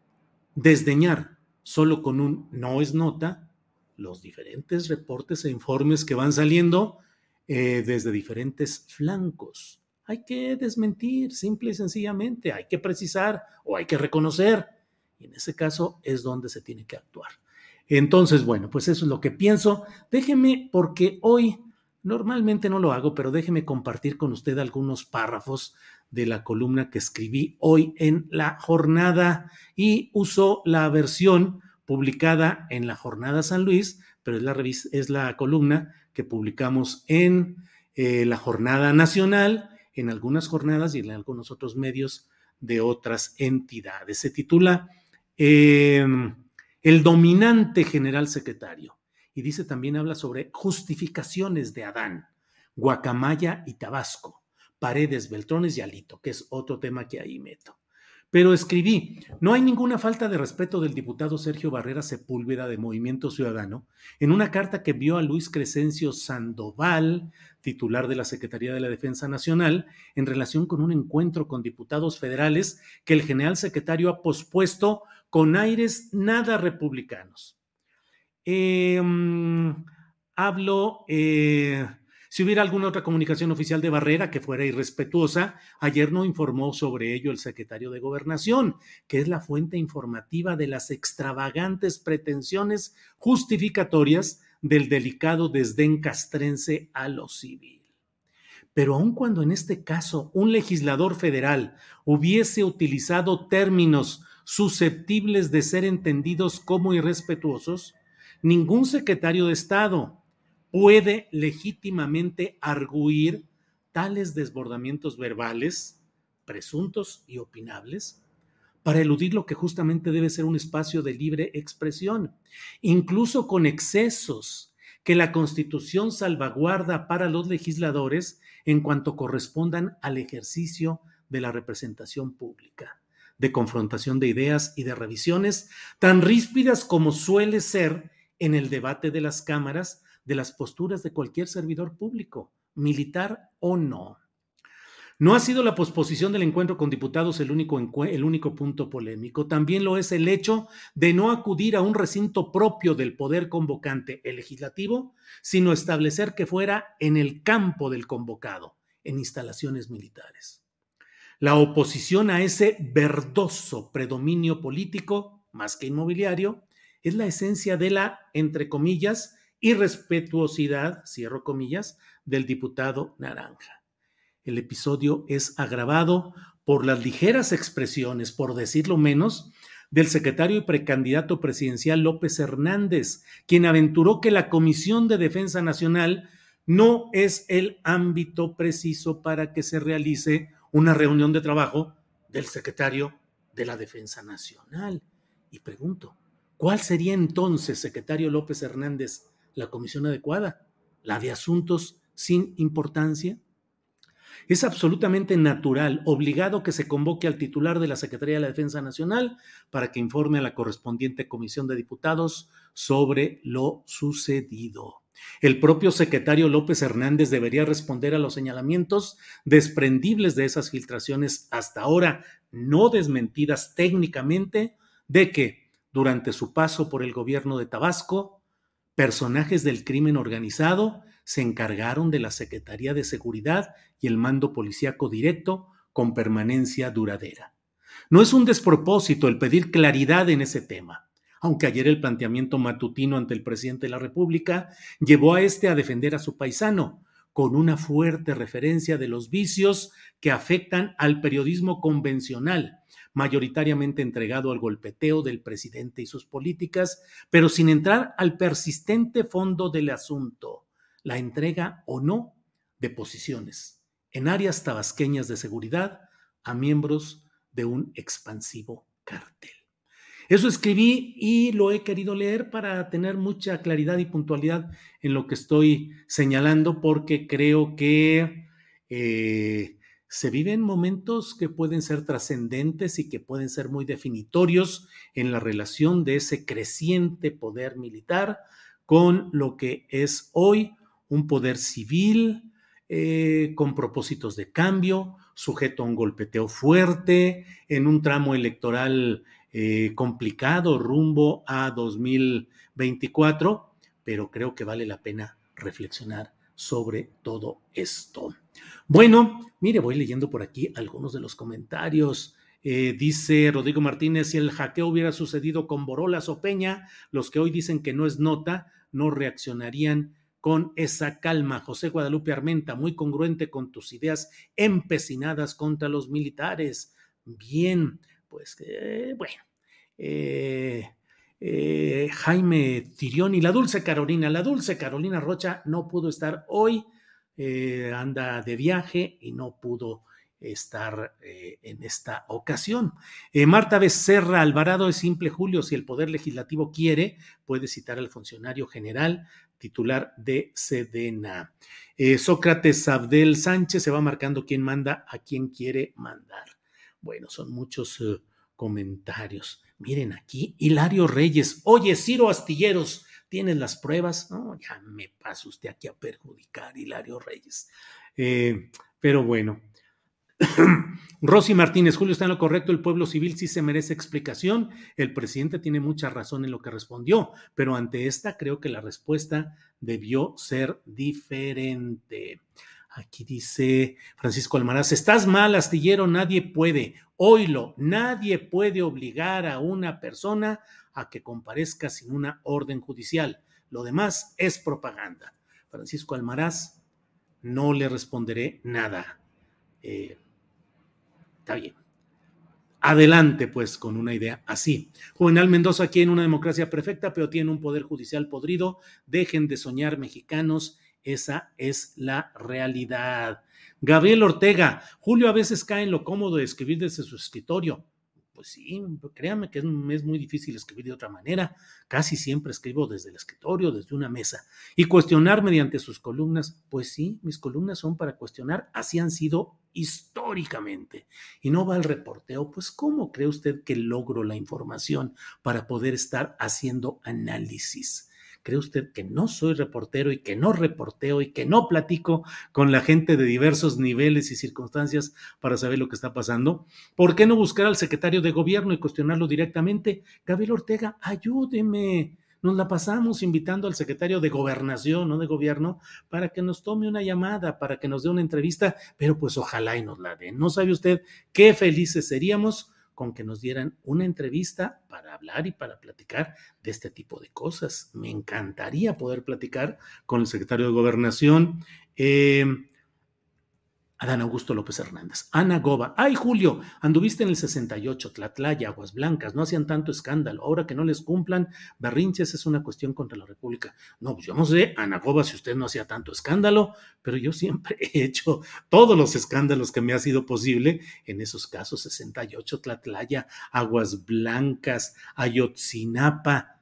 desdeñar solo con un no es nota los diferentes reportes e informes que van saliendo eh, desde diferentes flancos. Hay que desmentir simple y sencillamente, hay que precisar o hay que reconocer. Y en ese caso es donde se tiene que actuar. Entonces, bueno, pues eso es lo que pienso. Déjeme, porque hoy normalmente no lo hago, pero déjeme compartir con usted algunos párrafos de la columna que escribí hoy en La Jornada, y uso la versión publicada en La Jornada San Luis, pero es la, revis- es la columna que publicamos en eh, La Jornada Nacional, en algunas jornadas y en algunos otros medios de otras entidades. Se titula eh, El dominante general secretario. Y dice, también habla sobre justificaciones de Adán, Guacamaya y Tabasco, Paredes, Beltrones y Alito, que es otro tema que ahí meto. Pero escribí, no hay ninguna falta de respeto del diputado Sergio Barrera Sepúlveda de Movimiento Ciudadano en una carta que envió a Luis Crescencio Sandoval, titular de la Secretaría de la Defensa Nacional, en relación con un encuentro con diputados federales que el general secretario ha pospuesto con aires nada republicanos. Eh, um, hablo, eh, si hubiera alguna otra comunicación oficial de Barrera que fuera irrespetuosa, ayer no informó sobre ello el secretario de Gobernación, que es la fuente informativa de las extravagantes pretensiones justificatorias del delicado desdén castrense a lo civil. Pero aun cuando en este caso un legislador federal hubiese utilizado términos susceptibles de ser entendidos como irrespetuosos, ningún secretario de Estado puede legítimamente arguir tales desbordamientos verbales, presuntos y opinables, para eludir lo que justamente debe ser un espacio de libre expresión, incluso con excesos que la Constitución salvaguarda para los legisladores en cuanto correspondan al ejercicio de la representación pública, de confrontación de ideas y de revisiones tan ríspidas como suele ser en el debate de las cámaras de las posturas de cualquier servidor público, militar o no. No ha sido la posposición del encuentro con diputados el único, el único punto polémico. También lo es el hecho de no acudir a un recinto propio del poder convocante, el legislativo, sino establecer que fuera en el campo del convocado, en instalaciones militares. La oposición a ese verdoso predominio político, más que inmobiliario, es la esencia de la, entre comillas, irrespetuosidad, cierro comillas, del diputado Naranja. El episodio es agravado por las ligeras expresiones, por decirlo menos, del secretario y precandidato presidencial López Hernández, quien aventuró que la Comisión de Defensa Nacional no es el ámbito preciso para que se realice una reunión de trabajo del secretario de la Defensa Nacional. Y pregunto, ¿cuál sería entonces, secretario López Hernández, la comisión adecuada? ¿La de asuntos sin importancia? Es absolutamente natural, obligado que se convoque al titular de la Secretaría de la Defensa Nacional para que informe a la correspondiente comisión de diputados sobre lo sucedido. El propio secretario López Hernández debería responder a los señalamientos desprendibles de esas filtraciones hasta ahora no desmentidas técnicamente de que durante su paso por el gobierno de Tabasco, personajes del crimen organizado se encargaron de la Secretaría de Seguridad y el mando policíaco directo con permanencia duradera. No es un despropósito el pedir claridad en ese tema, aunque ayer el planteamiento matutino ante el presidente de la República llevó a este a defender a su paisano, con una fuerte referencia de los vicios que afectan al periodismo convencional, mayoritariamente entregado al golpeteo del presidente y sus políticas, pero sin entrar al persistente fondo del asunto, la entrega o no de posiciones en áreas tabasqueñas de seguridad a miembros de un expansivo cártel. Eso escribí y lo he querido leer para tener mucha claridad y puntualidad en lo que estoy señalando, porque creo que eh, se viven momentos que pueden ser trascendentes y que pueden ser muy definitorios en la relación de ese creciente poder militar con lo que es hoy un poder civil eh, con propósitos de cambio, sujeto a un golpeteo fuerte, en un tramo electoral eh, complicado rumbo a dos mil veinticuatro, pero creo que vale la pena reflexionar sobre todo esto. Bueno, mire, voy leyendo por aquí algunos de los comentarios. Eh, dice Rodrigo Martínez, si el hackeo hubiera sucedido con Borolas o Peña, los que hoy dicen que no es nota, no reaccionarían con esa calma. José Guadalupe Armenta, muy congruente con tus ideas empecinadas contra los militares. Bien, pues eh, bueno. Eh, eh, Jaime Tirión y la Dulce Carolina. La Dulce Carolina Rocha no pudo estar hoy, eh, anda de viaje y no pudo estar eh, en esta ocasión. Eh, Marta Becerra Alvarado es simple, Julio, si el Poder Legislativo quiere, puede citar al funcionario general titular de Sedena. Eh, Sócrates Abdel Sánchez se va marcando quién manda a quién quiere mandar. Bueno, son muchos uh, comentarios. Miren aquí, Hilario Reyes. Oye, Ciro Astilleros, ¿tienes las pruebas? No, ya me pasa usted aquí a perjudicar, Hilario Reyes. Eh, pero bueno. Rosy Martínez, Julio está en lo correcto, el pueblo civil sí se merece explicación, el presidente tiene mucha razón en lo que respondió, pero ante esta creo que la respuesta debió ser diferente. Aquí dice Francisco Almaraz, estás mal, Astillero, nadie puede, oílo, nadie puede obligar a una persona a que comparezca sin una orden judicial, lo demás es propaganda. Francisco Almaraz, no le responderé nada. Eh, Está bien. adelante pues con una idea así. Juvenal Mendoza, aquí en una democracia perfecta, pero tiene un poder judicial podrido. Dejen de soñar, mexicanos, esa es la realidad. Gabriel Ortega, Julio a veces cae en lo cómodo de escribir desde su escritorio. Pues sí, créanme que es, es muy difícil escribir de otra manera. Casi siempre escribo desde el escritorio, desde una mesa. Y cuestionar mediante sus columnas, pues sí, mis columnas son para cuestionar, así han sido históricamente. Y no va al reporteo, pues ¿cómo cree usted que logro la información para poder estar haciendo análisis? ¿Cree usted que no soy reportero y que no reporteo y que no platico con la gente de diversos niveles y circunstancias para saber lo que está pasando? ¿Por qué no buscar al secretario de gobierno y cuestionarlo directamente? Gabriel Ortega, ayúdeme. Nos la pasamos invitando al secretario de gobernación, no de gobierno, para que nos tome una llamada, para que nos dé una entrevista, pero pues ojalá y nos la den. ¿No sabe usted qué felices seríamos con que nos dieran una entrevista para hablar y para platicar de este tipo de cosas? Me encantaría poder platicar con el secretario de Gobernación, eh, Adán Augusto López Hernández. Ana Goba, ay Julio, anduviste en el sesenta y ocho, Tlatlaya, Aguas Blancas, no hacían tanto escándalo, ahora que no les cumplan berrinches es una cuestión contra la República. No, pues yo no sé, Ana Goba, si usted no hacía tanto escándalo, pero yo siempre he hecho todos los escándalos que me ha sido posible en esos casos, sesenta y ocho, Tlatlaya, Aguas Blancas, Ayotzinapa.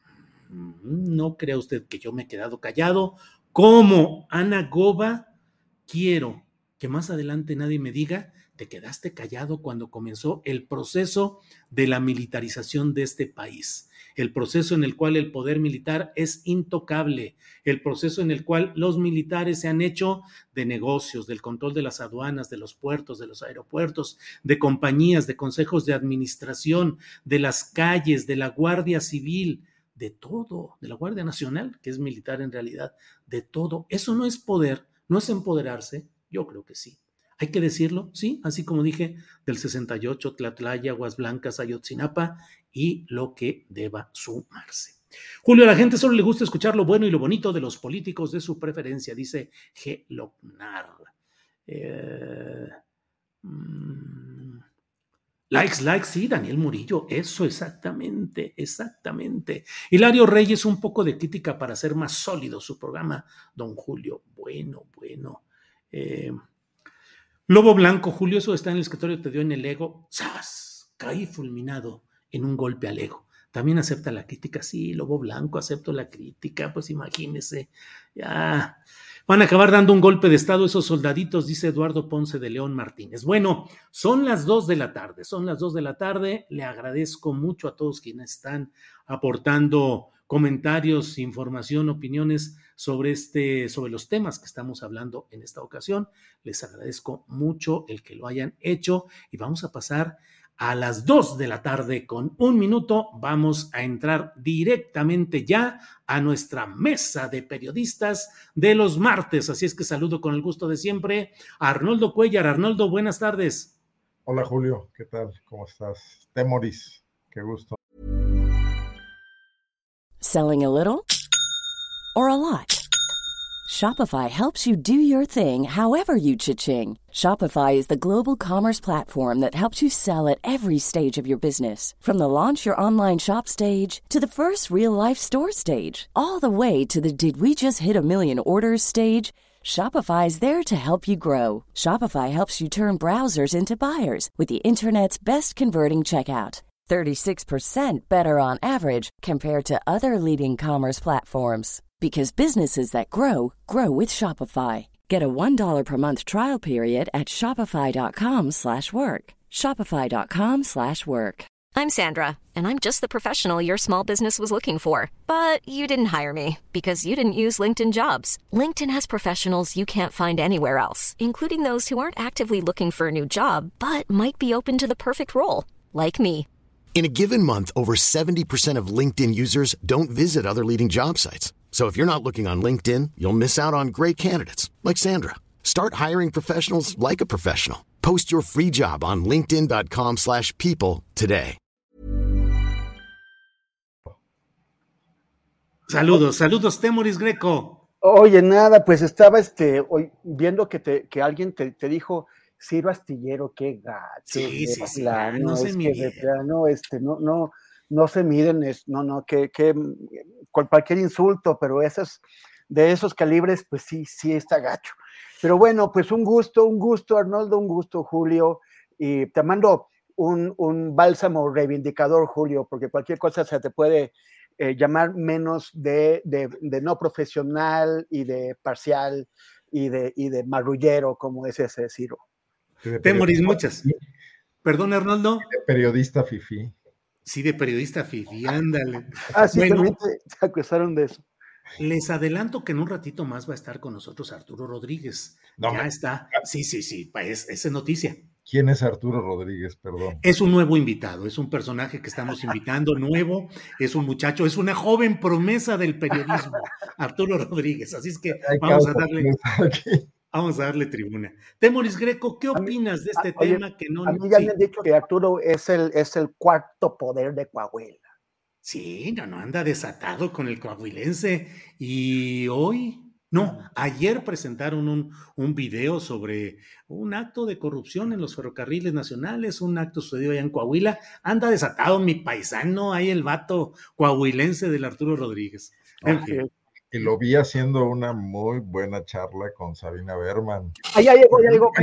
No crea usted que yo me he quedado callado. Como Ana Goba, quiero que más adelante nadie me diga, te quedaste callado cuando comenzó el proceso de la militarización de este país, el proceso en el cual el poder militar es intocable, el proceso en el cual los militares se han hecho de negocios, del control de las aduanas, de los puertos, de los aeropuertos, de compañías, de consejos de administración, de las calles, de la Guardia Civil, de todo, de la Guardia Nacional, que es militar en realidad, de todo. Eso no es poder, no es empoderarse. Yo creo que sí. Hay que decirlo, sí, así como dije, del sesenta y ocho, Tlatlaya, Aguas Blancas, Ayotzinapa y lo que deba sumarse. Julio, a la gente solo le gusta escuchar lo bueno y lo bonito de los políticos de su preferencia, dice G. Locnar. Eh, mmm, likes, likes, sí, Daniel Murillo, eso exactamente, exactamente. Hilario Reyes, un poco de crítica para hacer más sólido su programa, don Julio. Bueno, bueno. Eh, Lobo Blanco, Julio, eso está en el escritorio, te dio en el ego. ¡Sas! Caí fulminado en un golpe al ego. También acepta la crítica. Sí, Lobo Blanco, acepto la crítica. Pues imagínese, ya van a acabar dando un golpe de estado esos soldaditos, dice Eduardo Ponce de León Martínez. Bueno, son las dos de la tarde, son las dos de la tarde. Le agradezco mucho a todos quienes están aportando comentarios, información, opiniones sobre este, sobre los temas que estamos hablando en esta ocasión. Les agradezco mucho el que lo hayan hecho y vamos a pasar a las dos de la tarde con un minuto. Vamos a entrar directamente ya a nuestra mesa de periodistas de los martes. Así es que saludo con el gusto de siempre a Arnoldo Cuellar. Arnoldo, buenas tardes. Hola Julio, ¿qué tal? ¿Cómo estás? Temoris, qué gusto. Selling a little or a lot? Shopify helps you do your thing however you cha-ching. Shopify is the global commerce platform that helps you sell at every stage of your business. From the launch your online shop stage to the first real-life store stage, all the way to the did we just hit a million orders stage. Shopify is there to help you grow. Shopify helps you turn browsers into buyers with the internet's best converting checkout. thirty-six percent better on average compared to other leading commerce platforms. Because businesses that grow, grow with Shopify. Get a one dollar per month trial period at shopify.com slash work. Shopify.com slash work. I'm Sandra, and I'm just the professional your small business was looking for. But you didn't hire me because you didn't use LinkedIn Jobs. LinkedIn has professionals you can't find anywhere else, including those who aren't actively looking for a new job, but might be open to the perfect role, like me. In a given month, over seventy percent of LinkedIn users don't visit other leading job sites. So if you're not looking on LinkedIn, you'll miss out on great candidates like Sandra. Start hiring professionals like a professional. Post your free job on linkedin.com slash people today. Saludos, saludos, Temoris Greco. Oye, nada, pues estaba este, hoy, viendo que, te, que alguien te, te dijo, Ciro Astillero, qué gacho. Sí, de sí, sí, plano, ya no se es que de midieron. plano, este, no, no, no se miden, es, no, no, que, que con cualquier insulto, pero esos, de esos calibres, pues sí, sí está gacho. Pero bueno, pues un gusto, un gusto, Arnoldo, un gusto, Julio, y te mando un, un bálsamo reivindicador, Julio, porque cualquier cosa se te puede eh, llamar menos de, de, de no profesional y de parcial y de, y de marrullero, como es ese Ciro. Temoris, muchas. Perdón, Arnoldo. De periodista fifí. Sí, de periodista fifí, ándale. Ah, sí, bueno, también te, te acusaron de eso. Les adelanto que en un ratito más va a estar con nosotros Arturo Rodríguez. No, ya me... está. Sí, sí, sí, es, esa es noticia. ¿Quién es Arturo Rodríguez? Perdón. Es un nuevo invitado, es un personaje que estamos invitando nuevo, es un muchacho, es una joven promesa del periodismo, Arturo Rodríguez. Así es que vamos a darle, vamos a darle tribuna. Temoris Greco, ¿qué opinas de este Oye, tema que no? A mí ya sí. me han dicho que Arturo es el, es el cuarto poder de Coahuila. Sí, no, no, anda desatado con el coahuilense. Y hoy, no, ayer presentaron un, un video sobre un acto de corrupción en los ferrocarriles nacionales, un acto sucedido allá en Coahuila. Anda desatado mi paisano, ahí el vato coahuilense del Arturo Rodríguez. En No, fin. Y lo vi haciendo una muy buena charla con Sabina Berman. Ah, ya llegó, ya llegó.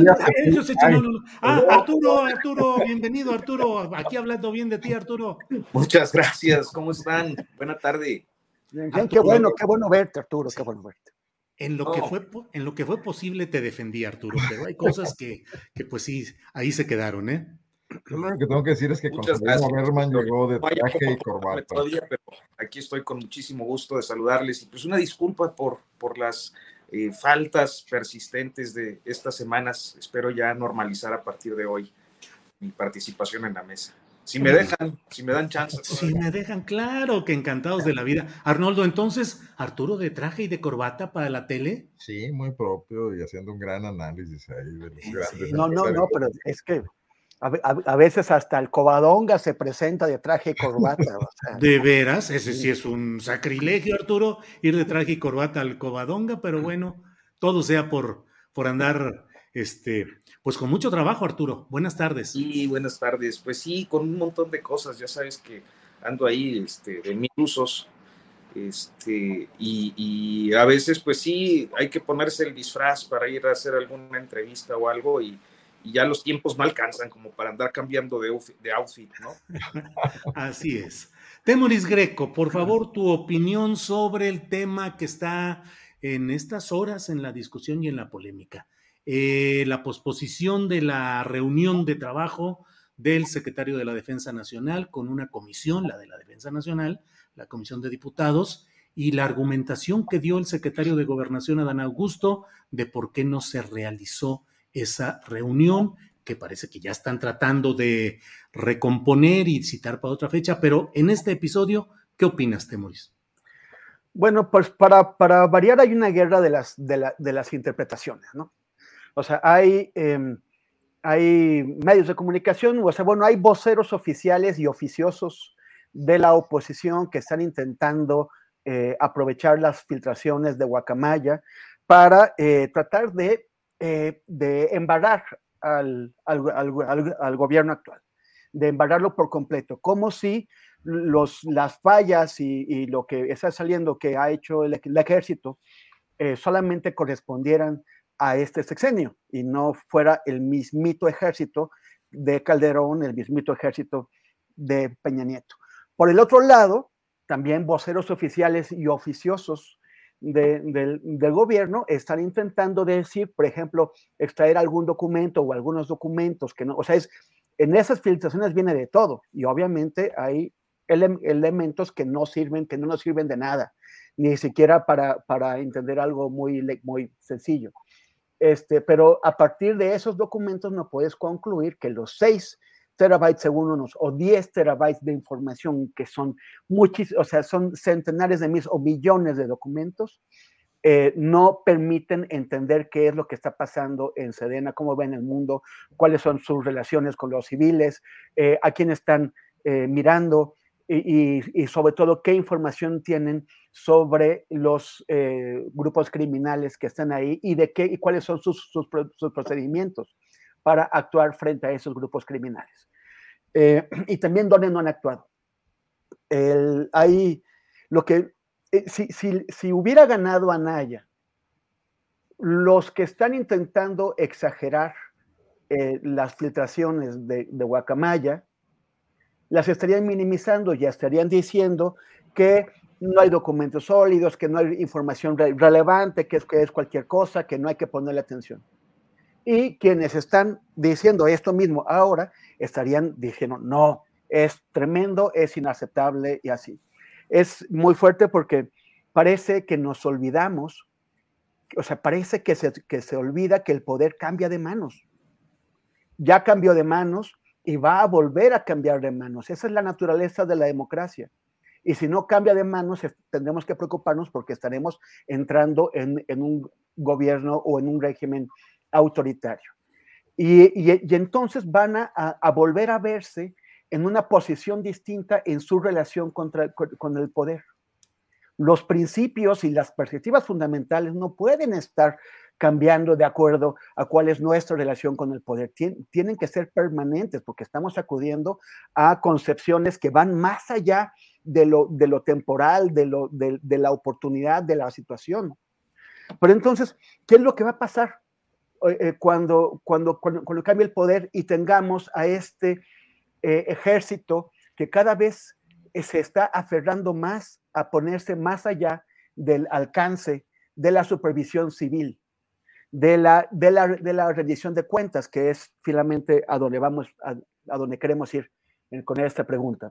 No, no, no. Ah, Arturo, Arturo, bienvenido, Arturo. Aquí hablando bien de ti, Arturo. Muchas gracias, ¿cómo están? Buena tarde. Bien, bien, qué bueno, qué bueno verte, Arturo, qué bueno verte. En lo, No. que fue, en lo que fue posible te defendí, Arturo, pero hay cosas que, que pues sí, ahí se quedaron, ¿eh? Yo lo único que tengo que decir es que Muchas con Sabina Berman gracias. llegó de No haya traje y como corbata. todavía, pero aquí estoy con muchísimo gusto de saludarles y pues una disculpa por, por las eh, faltas persistentes de estas semanas. Espero ya normalizar a partir de hoy mi participación en la mesa. Si me dejan, si me dan chance. Si me dejan, claro, que encantados de la vida. Arnoldo, entonces, Arturo de traje y de corbata para la tele. Sí, muy propio y haciendo un gran análisis ahí de los grandes. No, no, no, pero es que a, a, a veces hasta el Covadonga se presenta de traje y corbata. O sea. De veras, ese sí es un sacrilegio, Arturo, ir de traje y corbata al Covadonga, pero bueno, todo sea por, por andar, este, pues con mucho trabajo, Arturo. Buenas tardes. Sí, buenas tardes. Pues sí, con un montón de cosas. Ya sabes que ando ahí este, de mil usos. Este, y, y a veces, pues sí, hay que ponerse el disfraz para ir a hacer alguna entrevista o algo, y, y ya los tiempos no alcanzan como para andar cambiando de, de outfit, ¿no? Así es. Temoris Greco, por favor, tu opinión sobre el tema que está en estas horas en la discusión y en la polémica. Eh, la posposición de la reunión de trabajo del secretario de la Defensa Nacional con una comisión, la de la Defensa Nacional, la Comisión de Diputados, y la argumentación que dio el secretario de Gobernación, Adán Augusto, de por qué no se realizó esa reunión, que parece que ya están tratando de recomponer y citar para otra fecha, pero en este episodio, ¿qué opinas, Temoris? Bueno, pues para, para variar hay una guerra de las, de, la, de las interpretaciones, ¿no? O sea, hay, eh, hay medios de comunicación, o sea, bueno, hay voceros oficiales y oficiosos de la oposición que están intentando eh, aprovechar las filtraciones de Guacamaya para eh, tratar de, eh, de embarrar al, al, al, al gobierno actual, de embarrarlo por completo, como si los, las fallas y, y lo que está saliendo que ha hecho el, el ejército eh, solamente correspondieran a este sexenio y no fuera el mismito ejército de Calderón, el mismito ejército de Peña Nieto. Por el otro lado, también voceros oficiales y oficiosos de, de, del gobierno están intentando decir, por ejemplo, extraer algún documento o algunos documentos que no, o sea, es, en esas filtraciones viene de todo y obviamente hay ele elementos que no sirven, que no nos sirven de nada, ni siquiera para, para entender algo muy, muy sencillo. Este, pero a partir de esos documentos no puedes concluir que los seis terabytes según unos o diez terabytes de información que son muchísimos, o sea, son centenares de miles o millones de documentos, eh, no permiten entender qué es lo que está pasando en Sedena, cómo ven el mundo, cuáles son sus relaciones con los civiles, eh, a quién están eh, mirando y, y, y sobre todo qué información tienen sobre los eh, grupos criminales que están ahí y de qué y cuáles son sus, sus, sus procedimientos. para actuar frente a esos grupos criminales. Eh, y también dónde no han actuado. El, hay lo que, eh, si, si, si hubiera ganado Anaya, los que están intentando exagerar eh, las filtraciones de, de Guacamaya, las estarían minimizando, ya estarían diciendo que no hay documentos sólidos, que no hay información re relevante, que es, que es cualquier cosa, que no hay que ponerle atención. Y quienes están diciendo esto mismo ahora, estarían diciendo, no, es tremendo, es inaceptable y así. Es muy fuerte porque parece que nos olvidamos, o sea, parece que se, que se olvida que el poder cambia de manos. Ya cambió de manos y va a volver a cambiar de manos. Esa es la naturaleza de la democracia. Y si no cambia de manos, tendremos que preocuparnos porque estaremos entrando en, en un gobierno o en un régimen autoritario. Y, y, y entonces van a, a volver a verse en una posición distinta en su relación contra, con, con el poder. Los principios y las perspectivas fundamentales no pueden estar cambiando de acuerdo a cuál es nuestra relación con el poder. Tien, tienen que ser permanentes porque estamos acudiendo a concepciones que van más allá de lo, de lo temporal, de, lo, de, de la oportunidad, de la situación. Pero entonces, ¿qué es lo que va a pasar eh, cuando, cuando, cuando, cuando cambie el poder y tengamos a este eh, ejército que cada vez se está aferrando más a ponerse más allá del alcance de la supervisión civil, de la, de la, de la rendición de cuentas, que es finalmente a donde vamos, a, a donde queremos ir con esta pregunta?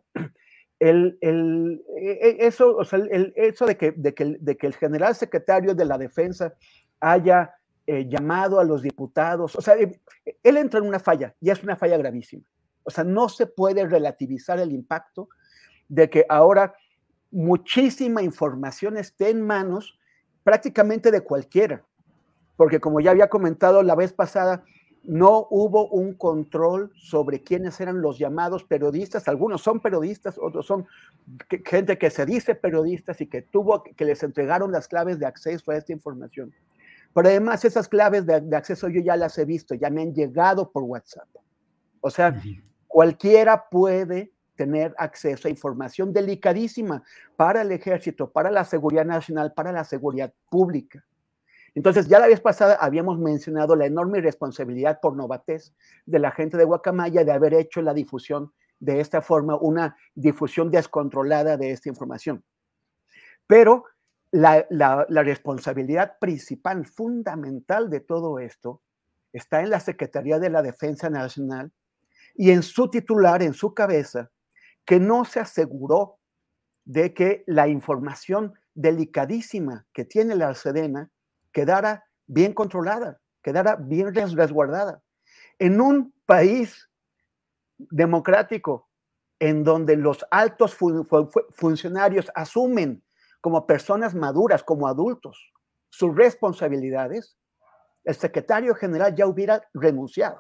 El, el, eso, o sea, el, eso de que, de, que, de que el general secretario de la Defensa haya eh, llamado a los diputados, o sea, él entra en una falla, y es una falla gravísima. O sea, no se puede relativizar el impacto de que ahora muchísima información esté en manos prácticamente de cualquiera, porque como ya había comentado la vez pasada, no hubo un control sobre quiénes eran los llamados periodistas. Algunos son periodistas, otros son gente que se dice periodistas y que tuvo que les entregaron las claves de acceso a esta información. Pero además esas claves de, de acceso yo ya las he visto, ya me han llegado por WhatsApp. O sea, uh-huh. Cualquiera puede tener acceso a información delicadísima para el ejército, para la seguridad nacional, para la seguridad pública. Entonces, ya la vez pasada habíamos mencionado la enorme irresponsabilidad por novatez de la gente de Guacamaya de haber hecho la difusión de esta forma, una difusión descontrolada de esta información. Pero la, la, la responsabilidad principal, fundamental de todo esto, está en la Secretaría de la Defensa Nacional y en su titular, en su cabeza, que no se aseguró de que la información delicadísima que tiene la Sedena quedara bien controlada, quedara bien resguardada. En un país democrático en donde los altos fun funcionarios asumen como personas maduras, como adultos, sus responsabilidades, el secretario general ya hubiera renunciado.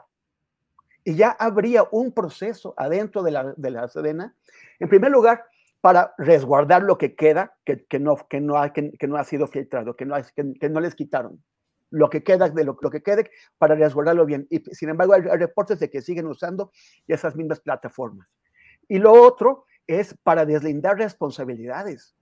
Y ya habría un proceso adentro de la, de la Sedena, en primer lugar, para resguardar lo que queda, que, que, no, que, no, ha, que, que no ha sido filtrado, que no, que, que no les quitaron. Lo que queda, de lo, lo que quede, para resguardarlo bien. Y sin embargo, hay, hay reportes de que siguen usando esas mismas plataformas. Y lo otro es para deslindar responsabilidades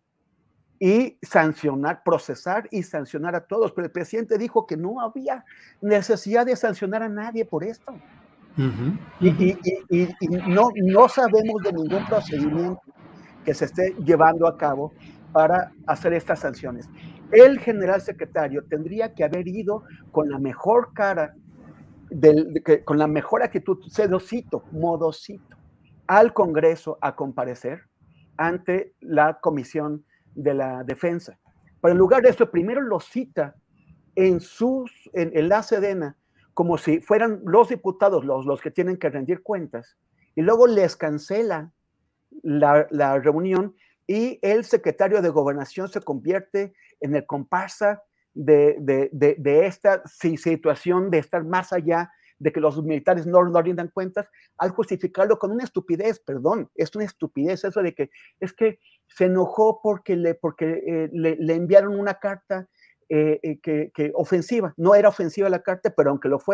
y sancionar, procesar y sancionar a todos. Pero el presidente dijo que no había necesidad de sancionar a nadie por esto. Uh-huh, uh-huh. Y, y, y, y no, no sabemos de ningún procedimiento que se esté llevando a cabo para hacer estas sanciones. El general secretario tendría que haber ido con la mejor cara, del, de que, con la mejor actitud, sedocito, modosito, al Congreso a comparecer ante la Comisión de la Defensa. Pero en lugar de eso, primero lo cita en, sus, en, en la Sedena como si fueran los diputados los, los que tienen que rendir cuentas, y luego les cancela la, la reunión y el secretario de Gobernación se convierte en el comparsa de, de, de, de esta situación de estar más allá de que los militares no, no rindan cuentas, al justificarlo con una estupidez, perdón, es una estupidez eso de que es que se enojó porque le, porque, eh, le, le enviaron una carta eh, eh, que, que ofensiva. No era ofensiva la carta, pero aunque lo fuera,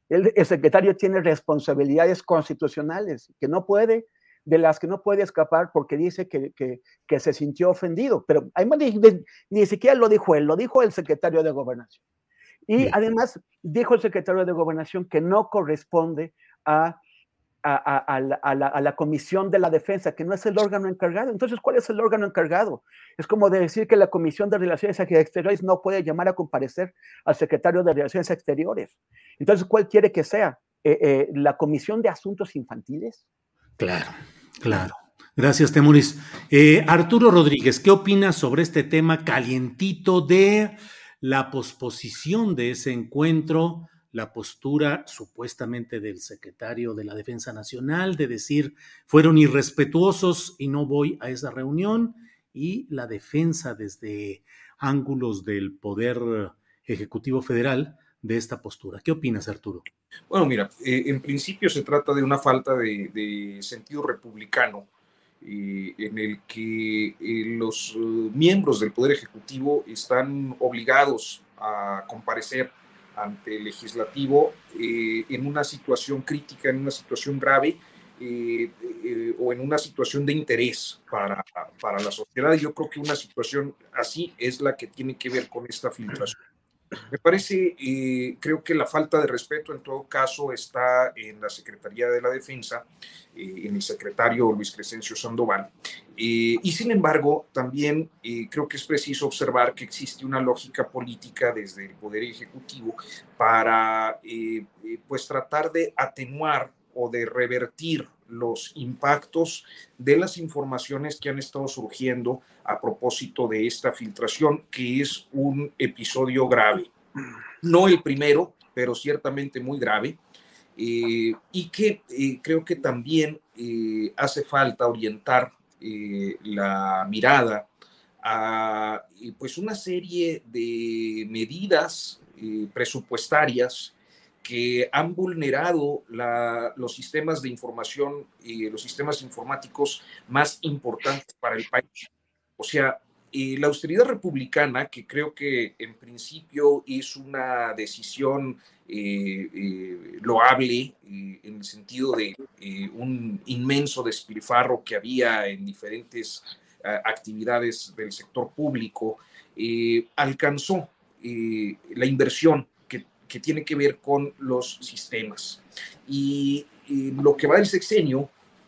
El, el secretario tiene responsabilidades constitucionales que no puede, de las que no puede escapar porque dice que, que, que se sintió ofendido. Pero además ni, ni, ni siquiera lo dijo él, lo dijo el secretario de Gobernación. Y Bien. además dijo el secretario de Gobernación que no corresponde a, a, a, a, la, a, la, a la Comisión de la Defensa, que no es el órgano encargado. Entonces, ¿cuál es el órgano encargado? Es como decir que la Comisión de Relaciones Exteriores no puede llamar a comparecer al secretario de Relaciones Exteriores. Entonces, ¿cuál quiere que sea? Eh, eh, ¿La Comisión de Asuntos Infantiles? Claro, claro. Gracias, Temoris. Eh, Arturo Rodríguez, ¿qué opinas sobre este tema calientito de la posposición de ese encuentro, la postura supuestamente del secretario de la Defensa Nacional de decir fueron irrespetuosos y no voy a esa reunión, y la defensa desde ángulos del Poder Ejecutivo Federal de esta postura? ¿Qué opinas, Arturo? Bueno, mira, eh, en principio se trata de una falta de, de sentido republicano eh, en el que eh, los uh, miembros del Poder Ejecutivo están obligados a comparecer ante el Legislativo eh, en una situación crítica, en una situación grave eh, eh, o en una situación de interés para, para la sociedad. Yo creo que una situación así es la que tiene que ver con esta filtración. Me parece, eh, creo que la falta de respeto en todo caso está en la Secretaría de la Defensa, eh, en el secretario Luis Crescencio Sandoval, eh, y sin embargo también eh, creo que es preciso observar que existe una lógica política desde el Poder Ejecutivo para eh, eh, pues tratar de atenuar o de revertir los impactos de las informaciones que han estado surgiendo a propósito de esta filtración, que es un episodio grave. No el primero, pero ciertamente muy grave, eh, y que eh, creo que también eh, hace falta orientar eh, la mirada a eh, pues una serie de medidas eh, presupuestarias que han vulnerado la, los sistemas de información y eh, los sistemas informáticos más importantes para el país. O sea, eh, la austeridad republicana, que creo que en principio es una decisión eh, eh, loable eh, en el sentido de eh, un inmenso despilfarro que había en diferentes uh, actividades del sector público, eh, alcanzó eh, la inversión que tiene que ver con los sistemas. Y, y lo que va del sexenio,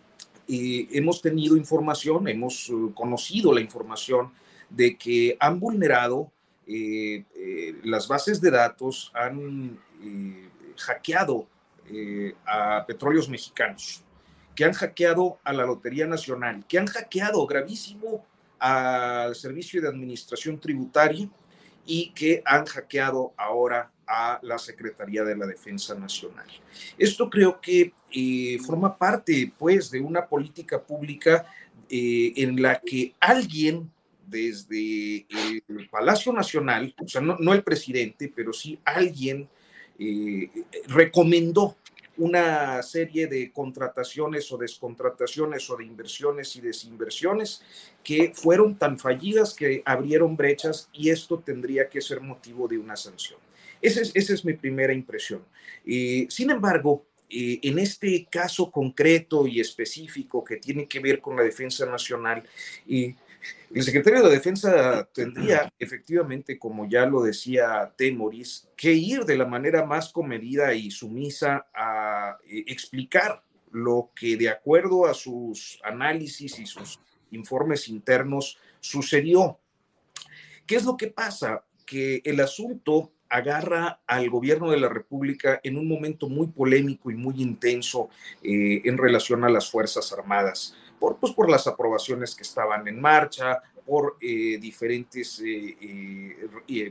eh, hemos tenido información, hemos uh, conocido la información de que han vulnerado eh, eh, las bases de datos, han eh, hackeado eh, a Petróleos Mexicanos, que han hackeado a la Lotería Nacional, que han hackeado gravísimo al Servicio de Administración Tributaria y que han hackeado ahora a la Secretaría de la Defensa Nacional. Esto creo que eh, forma parte, pues, de una política pública eh, en la que alguien desde el Palacio Nacional, o sea, no, no el presidente, pero sí alguien eh, recomendó una serie de contrataciones o descontrataciones o de inversiones y desinversiones que fueron tan fallidas que abrieron brechas, y esto tendría que ser motivo de una sanción. Esa es, esa es mi primera impresión. Eh, sin embargo, eh, en este caso concreto y específico que tiene que ver con la defensa nacional, eh, el secretario de la Defensa tendría efectivamente, como ya lo decía Temoris, que ir de la manera más comedida y sumisa a eh, explicar lo que, de acuerdo a sus análisis y sus informes internos, sucedió. ¿Qué es lo que pasa? Que el asunto agarra al gobierno de la República en un momento muy polémico y muy intenso eh, en relación a las Fuerzas Armadas, por, pues, por las aprobaciones que estaban en marcha, por eh, diferentes eh, eh, eh,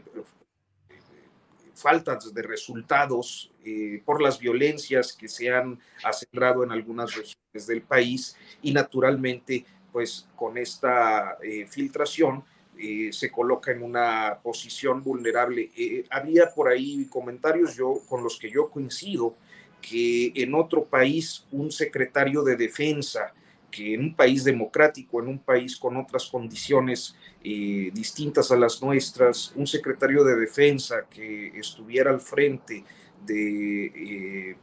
faltas de resultados, eh, por las violencias que se han acendrado en algunas regiones del país, y naturalmente, pues con esta eh, filtración, Eh, se coloca en una posición vulnerable. Eh, había por ahí comentarios yo, con los que yo coincido, que en otro país un secretario de defensa, que en un país democrático, en un país con otras condiciones eh, distintas a las nuestras, un secretario de defensa que estuviera al frente de eh,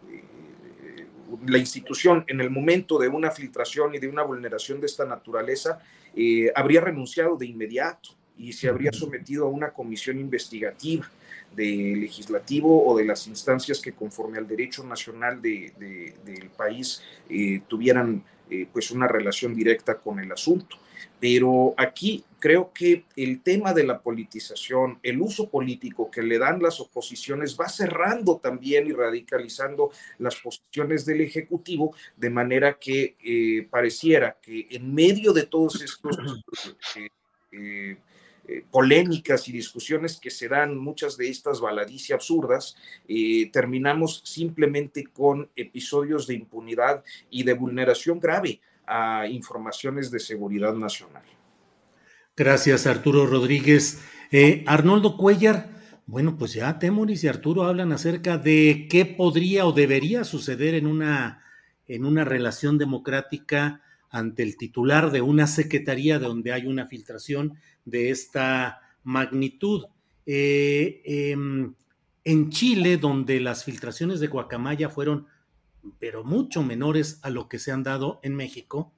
la institución en el momento de una filtración y de una vulneración de esta naturaleza, eh, habría renunciado de inmediato y se habría sometido a una comisión investigativa del legislativo o de las instancias que conforme al derecho nacional de, de, del país eh, tuvieran eh, pues una relación directa con el asunto. Pero aquí creo que el tema de la politización, el uso político que le dan las oposiciones va cerrando también y radicalizando las posiciones del Ejecutivo, de manera que eh, pareciera que en medio de todos estos eh, eh, eh, polémicas y discusiones que se dan, muchas de estas baladís y absurdas, eh, terminamos simplemente con episodios de impunidad y de vulneración grave a informaciones de seguridad nacional. Gracias, Arturo Rodríguez. Eh, Arnoldo Cuellar, bueno, pues ya Temoris y Arturo hablan acerca de qué podría o debería suceder en una, en una relación democrática ante el titular de una secretaría donde hay una filtración de esta magnitud. Eh, eh, en Chile, donde las filtraciones de Guacamaya fueron pero mucho menores a lo que se han dado en México,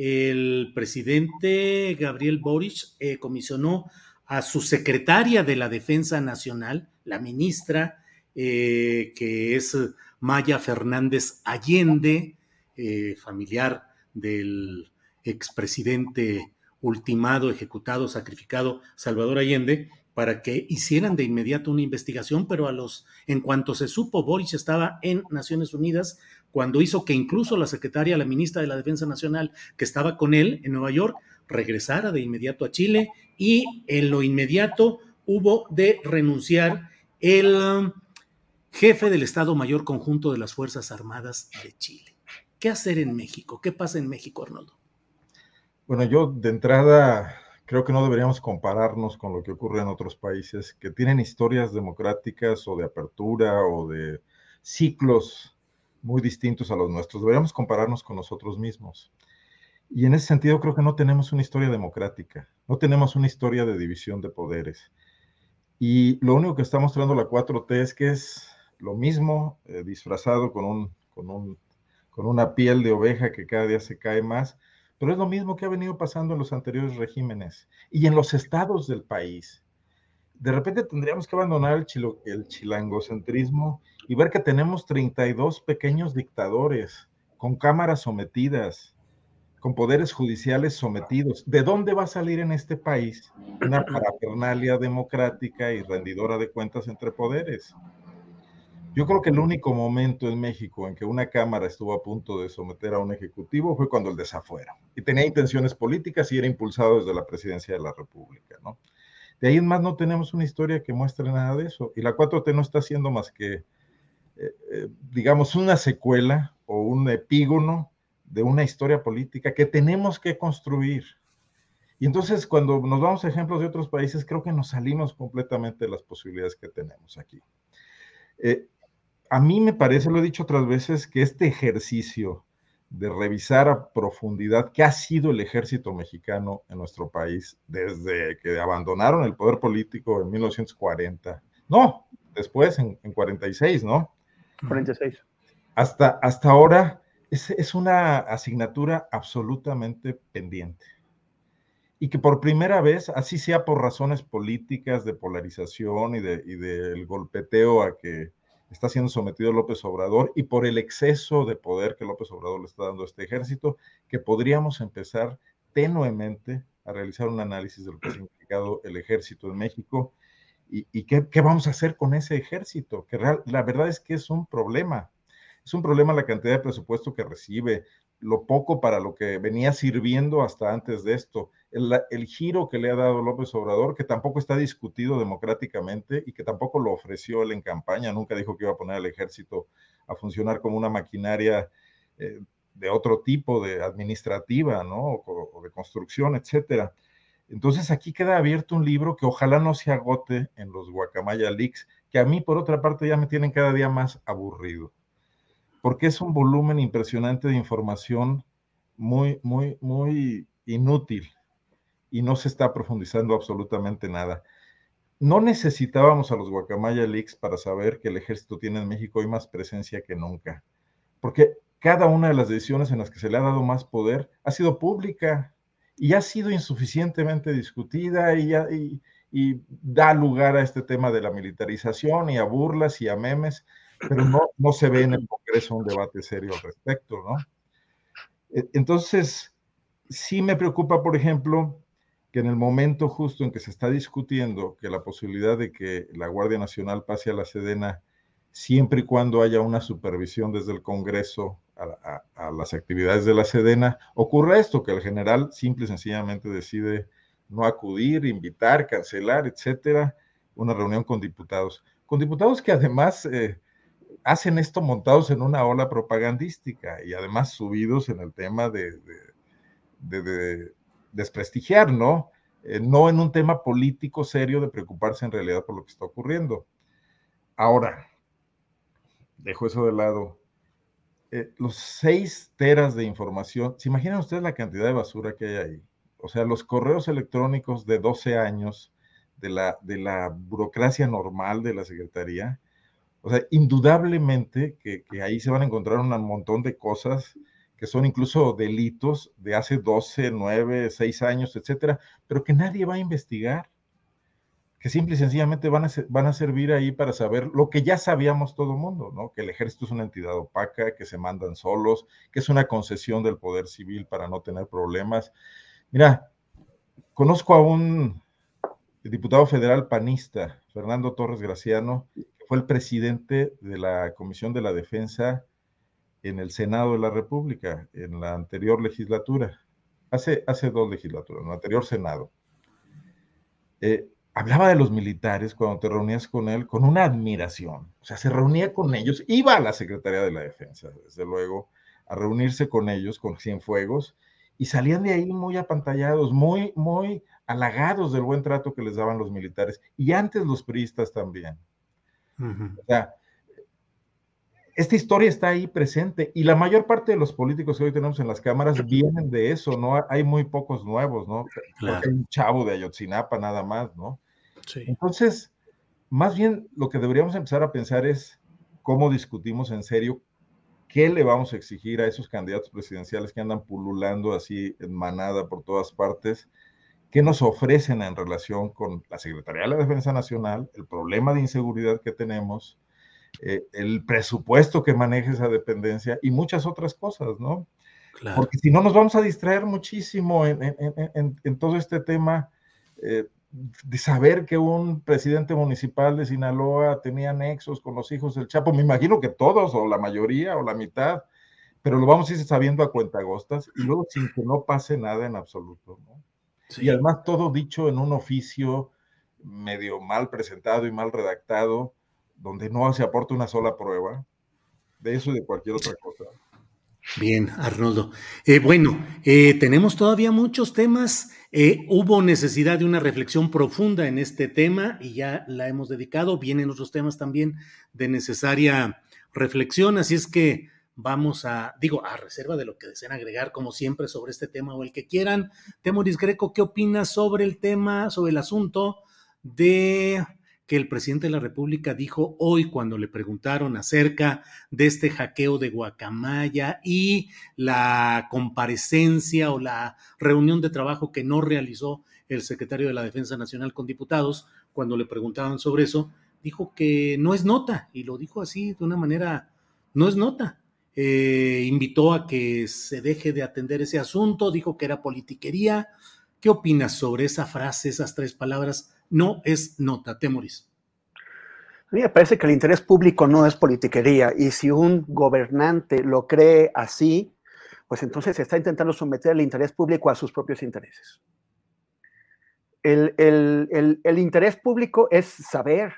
el presidente Gabriel Boric eh, comisionó a su secretaria de la Defensa Nacional, la ministra, eh, que es Maya Fernández Allende, eh, familiar del expresidente ultimado, ejecutado, sacrificado Salvador Allende, para que hicieran de inmediato una investigación, pero a los, en cuanto se supo, Boric estaba en Naciones Unidas, cuando hizo que incluso la secretaria, la ministra de la Defensa Nacional, que estaba con él en Nueva York, regresara de inmediato a Chile, y en lo inmediato hubo de renunciar el um, jefe del Estado Mayor Conjunto de las Fuerzas Armadas de Chile. ¿Qué hacer en México? ¿Qué pasa en México, Arnoldo? Bueno, yo de entrada creo que no deberíamos compararnos con lo que ocurre en otros países que tienen historias democráticas o de apertura o de ciclos muy distintos a los nuestros. Deberíamos compararnos con nosotros mismos. Y en ese sentido creo que no tenemos una historia democrática, no tenemos una historia de división de poderes. Y lo único que está mostrando la cuatro T es que es lo mismo, eh, disfrazado con, un, con, un, con una piel de oveja que cada día se cae más, pero es lo mismo que ha venido pasando en los anteriores regímenes y en los estados del país. De repente tendríamos que abandonar el, chilo, el chilangocentrismo y ver que tenemos treinta y dos pequeños dictadores con cámaras sometidas, con poderes judiciales sometidos. ¿De dónde va a salir en este país una parafernalia democrática y rendidora de cuentas entre poderes? Yo creo que el único momento en México en que una Cámara estuvo a punto de someter a un Ejecutivo fue cuando el desafuero. Y tenía intenciones políticas y era impulsado desde la Presidencia de la República, ¿no? De ahí en más no tenemos una historia que muestre nada de eso. Y la cuatro T no está haciendo más que, eh, eh, digamos, una secuela o un epígono de una historia política que tenemos que construir. Y entonces cuando nos vamos a ejemplos de otros países, creo que nos salimos completamente de las posibilidades que tenemos aquí. Eh, A mí me parece, lo he dicho otras veces, que este ejercicio de revisar a profundidad qué ha sido el ejército mexicano en nuestro país desde que abandonaron el poder político en mil novecientos cuarenta, no, después en, en cuarenta y seis, ¿no? cuarenta y seis. Hasta, hasta ahora es, es una asignatura absolutamente pendiente. Y que por primera vez, así sea por razones políticas de polarización y, de, y del golpeteo a que está siendo sometido López Obrador y por el exceso de poder que López Obrador le está dando a este ejército, que podríamos empezar tenuemente a realizar un análisis de lo que ha significado el ejército en México y, y qué, qué vamos a hacer con ese ejército, que real, la verdad es que es un problema. Es un problema la cantidad de presupuesto que recibe, lo poco para lo que venía sirviendo hasta antes de esto, el, el giro que le ha dado López Obrador, que tampoco está discutido democráticamente y que tampoco lo ofreció él en campaña, nunca dijo que iba a poner al ejército a funcionar como una maquinaria eh, de otro tipo, de administrativa, ¿no? O, o de construcción, etcétera. Entonces aquí queda abierto un libro que ojalá no se agote en los Guacamaya Leaks, que a mí por otra parte ya me tienen cada día más aburrido, porque es un volumen impresionante de información muy, muy, muy inútil y no se está profundizando absolutamente nada. no necesitábamos a los Guacamaya Leaks para saber que el ejército tiene en México hoy más presencia que nunca, porque cada una de las decisiones en las que se le ha dado más poder ha sido pública y ha sido insuficientemente discutida y, ya, y, y da lugar a este tema de la militarización y a burlas y a memes, pero no, no se ve en el Congreso un debate serio al respecto, ¿no? Entonces, sí me preocupa, por ejemplo, que en el momento justo en que se está discutiendo que la posibilidad de que la Guardia Nacional pase a la Sedena, siempre y cuando haya una supervisión desde el Congreso a, a, a las actividades de la Sedena, ocurre esto, que el general simple y sencillamente decide no acudir, invitar, cancelar, etcétera, una reunión con diputados. Con diputados que además eh, hacen esto montados en una ola propagandística y además subidos en el tema de, de, de, de desprestigiar, ¿no? Eh, no en un tema político serio de preocuparse en realidad por lo que está ocurriendo. Ahora, dejo eso de lado. Eh, los seis teras de información, ¿se imaginan ustedes la cantidad de basura que hay ahí? O sea, los correos electrónicos de doce años de la, de la burocracia normal de la Secretaría. O sea, indudablemente que, que ahí se van a encontrar un montón de cosas que son incluso delitos de hace doce, nueve, seis años, etcétera, pero que nadie va a investigar, que simple y sencillamente van a, ser, van a servir ahí para saber lo que ya sabíamos todo el mundo, ¿no? Que el ejército es una entidad opaca, que se mandan solos, que es una concesión del poder civil para no tener problemas. Mira, conozco a un diputado federal panista, Fernando Torres Graciano, que fue el presidente de la Comisión de la Defensa en el Senado de la República, en la anterior legislatura, hace, hace dos legislaturas, en el anterior Senado. Eh, hablaba de los militares cuando te reunías con él con una admiración, o sea, se reunía con ellos, iba a la Secretaría de la Defensa, desde luego, a reunirse con ellos, con Cienfuegos, y salían de ahí muy apantallados, muy, muy halagados del buen trato que les daban los militares, y antes los priistas también. Uh-huh. O sea, esta historia está ahí presente, y la mayor parte de los políticos que hoy tenemos en las cámaras vienen de eso, ¿no? Hay muy pocos nuevos, ¿no? Claro. Porque hay un chavo de Ayotzinapa nada más, ¿no? Sí. Entonces, más bien lo que deberíamos empezar a pensar es cómo discutimos en serio qué le vamos a exigir a esos candidatos presidenciales que andan pululando así en manada por todas partes, qué nos ofrecen en relación con la Secretaría de la Defensa Nacional, el problema de inseguridad que tenemos, Eh, el presupuesto que maneja esa dependencia y muchas otras cosas, ¿no? Claro. Porque si no nos vamos a distraer muchísimo en, en, en, en todo este tema eh, de saber que un presidente municipal de Sinaloa tenía nexos con los hijos del Chapo, me imagino que todos, o la mayoría, o la mitad, pero lo vamos a ir sabiendo a cuentagostas y luego sin que no pase nada en absoluto, ¿no? Sí. Y además todo dicho en un oficio medio mal presentado y mal redactado, donde no se aporta una sola prueba de eso y de cualquier otra cosa. Bien, Arnoldo. Eh, bueno, eh, tenemos todavía muchos temas. Eh, hubo necesidad de una reflexión profunda en este tema y ya la hemos dedicado. Vienen otros temas también de necesaria reflexión, así es que vamos a, digo, a reserva de lo que deseen agregar, como siempre, sobre este tema o el que quieran. Temoris Greco, ¿qué opinas sobre el tema, sobre el asunto de que el presidente de la República dijo hoy cuando le preguntaron acerca de este hackeo de Guacamaya y la comparecencia o la reunión de trabajo que no realizó el secretario de la Defensa Nacional con diputados, cuando le preguntaban sobre eso, dijo que no es nota, y lo dijo así de una manera, no es nota. Eh, invitó a que se deje de atender ese asunto, dijo que era politiquería. ¿Qué opinas sobre esa frase, esas tres palabras? No es nota, Temoris. A mí me parece que el interés público no es politiquería, y si un gobernante lo cree así, pues entonces está intentando someter el interés público a sus propios intereses. El, el, el, el interés público es saber,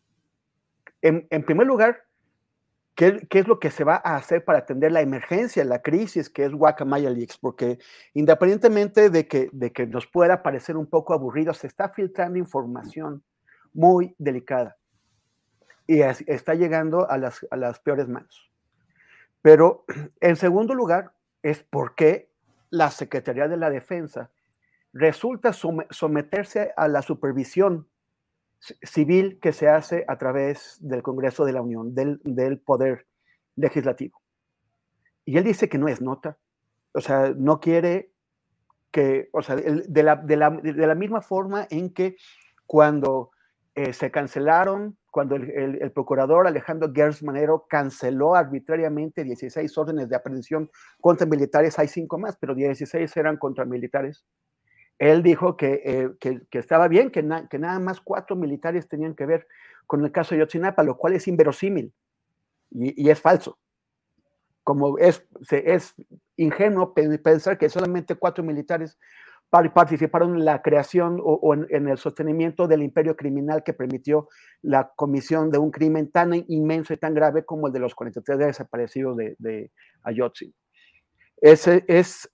en, en primer lugar, ¿Qué, ¿Qué es lo que se va a hacer para atender la emergencia, la crisis que es Guacamaya Leaks? Porque independientemente de que, de que nos pueda parecer un poco aburrido, se está filtrando información muy delicada y es, está llegando a las, a las peores manos. Pero en segundo lugar es por qué la Secretaría de la Defensa resulta som- someterse a la supervisión civil que se hace a través del Congreso de la Unión, del, del Poder Legislativo. Y él dice que no es nota, o sea, no quiere que, o sea, de la, de la, de la misma forma en que cuando eh, se cancelaron, cuando el, el, el procurador Alejandro Gertz Manero canceló arbitrariamente dieciséis órdenes de aprehensión contra militares, hay cinco más, pero dieciséis eran contra militares. Él dijo que, eh, que, que estaba bien, que, na, que nada más cuatro militares tenían que ver con el caso de Ayotzinapa, lo cual es inverosímil y, y es falso. Como es, es ingenuo pensar que solamente cuatro militares participaron en la creación o, o en, en el sostenimiento del imperio criminal que permitió la comisión de un crimen tan inmenso y tan grave como el de los cuarenta y tres desaparecidos de, de Ayotzinapa. Ese es...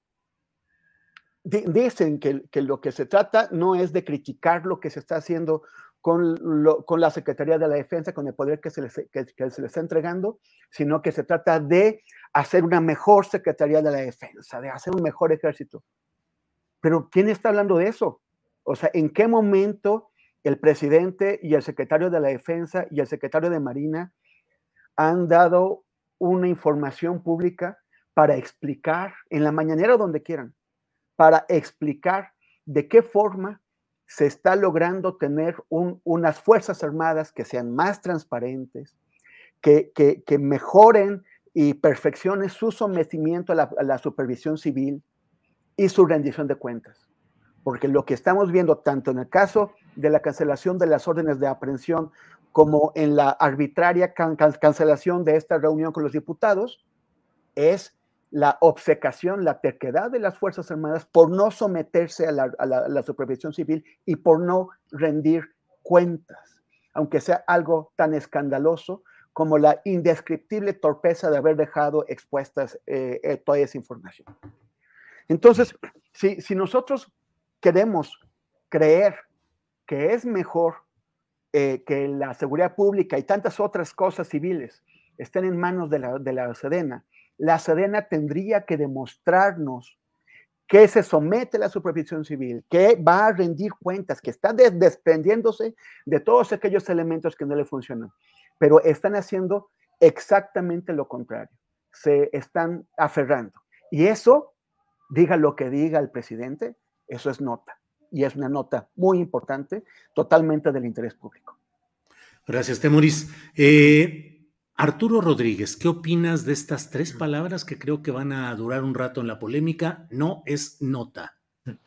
Dicen que, que lo que se trata no es de criticar lo que se está haciendo con, lo, con la Secretaría de la Defensa, con el poder que se, les, que, que se les está entregando, sino que se trata de hacer una mejor Secretaría de la Defensa, de hacer un mejor ejército. Pero ¿quién está hablando de eso? O sea, ¿en qué momento el presidente y el secretario de la Defensa y el secretario de Marina han dado una información pública para explicar, en la mañanera donde quieran, para explicar de qué forma se está logrando tener un, unas Fuerzas Armadas que sean más transparentes, que, que, que mejoren y perfeccionen su sometimiento a la, a la supervisión civil y su rendición de cuentas? Porque lo que estamos viendo tanto en el caso de la cancelación de las órdenes de aprehensión como en la arbitraria can, can, cancelación de esta reunión con los diputados es la obcecación, la terquedad de las Fuerzas Armadas por no someterse a la, a la, a la supervisión civil y por no rendir cuentas, aunque sea algo tan escandaloso como la indescriptible torpeza de haber dejado expuestas eh, eh, toda esa información. Entonces, si, si nosotros queremos creer que es mejor eh, que la seguridad pública y tantas otras cosas civiles estén en manos de la, de la Sedena, la Sedena tendría que demostrarnos que se somete a la supervisión civil, que va a rendir cuentas, que está des desprendiéndose de todos aquellos elementos que no le funcionan, pero están haciendo exactamente lo contrario, se están aferrando. Y eso, diga lo que diga el presidente, eso es nota, y es una nota muy importante, totalmente del interés público. Gracias, Temoris. Eh... Arturo Rodríguez, ¿qué opinas de estas tres palabras que creo que van a durar un rato en la polémica? No es nota.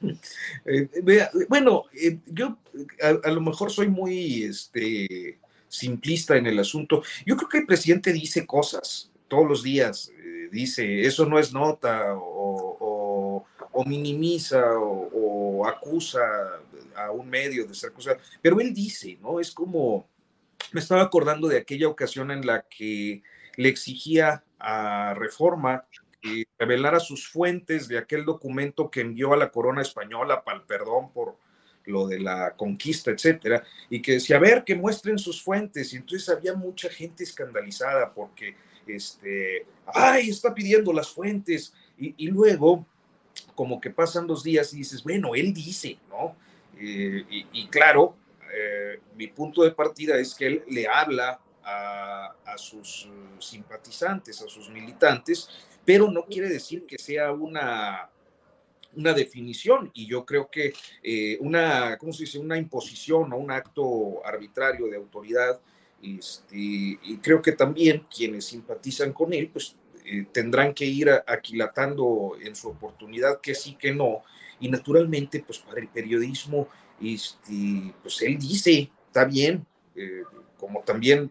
Eh, bueno, eh, yo a, a lo mejor soy muy este, simplista en el asunto. Yo creo que el presidente dice cosas todos los días, eh, dice, eso no es nota, o, o, o minimiza, o, o acusa a un medio de ser acusado, pero él dice, ¿no? Es como... Me estaba acordando de aquella ocasión en la que le exigía a Reforma que revelara sus fuentes de aquel documento que envió a la corona española para el perdón por lo de la conquista, etcétera, y que decía, a ver, que muestren sus fuentes. Y entonces había mucha gente escandalizada porque, este, ay, está pidiendo las fuentes. Y, y luego, como que pasan los días y dices, bueno, él dice, ¿no? Eh, y, y claro, Eh, mi punto de partida es que él le habla a, a sus uh, simpatizantes, a sus militantes, pero no quiere decir que sea una, una definición, y yo creo que eh, una, ¿cómo se dice? Una imposición o un acto arbitrario de autoridad, este, y creo que también quienes simpatizan con él, pues eh, tendrán que ir a, aquilatando en su oportunidad que sí, que no, y naturalmente, pues para el periodismo, Este, pues él dice, está bien, eh, como también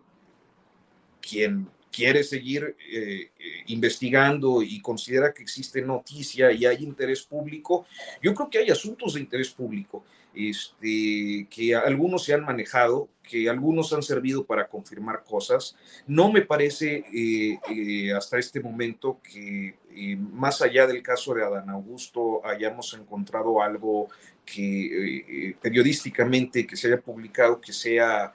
quien quiere seguir eh, eh, investigando y considera que existe noticia y hay interés público, yo creo que hay asuntos de interés público, este, que algunos se han manejado, que algunos han servido para confirmar cosas. No me parece eh, eh, hasta este momento que eh, más allá del caso de Adán Augusto hayamos encontrado algo que eh, periodísticamente que se haya publicado que sea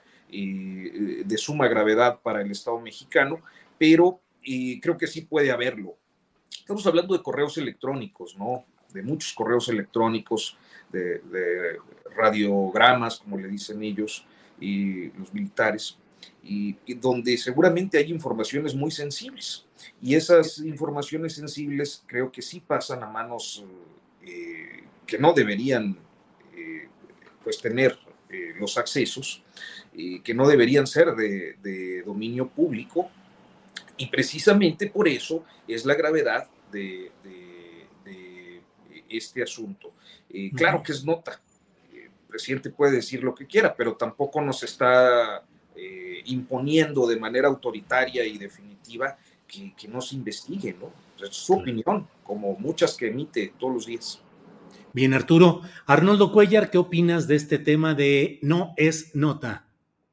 eh, de suma gravedad para el Estado mexicano, pero eh, creo que sí puede haberlo. Estamos hablando de correos electrónicos, ¿no? de muchos correos electrónicos, de, de radiogramas, como le dicen ellos, y los militares, y, y donde seguramente hay informaciones muy sensibles. Y esas informaciones sensibles creo que sí pasan a manos eh, que no deberían eh, pues tener eh, los accesos, eh, que no deberían ser de, de dominio público, y precisamente por eso es la gravedad de, de, de este asunto. Eh, claro que es nota, el presidente puede decir lo que quiera, pero tampoco nos está eh, imponiendo de manera autoritaria y definitiva que, que no se investigue, ¿no? Es su opinión, como muchas que emite todos los días. Bien, Arturo. Arnoldo Cuellar, ¿qué opinas de este tema de no es nota?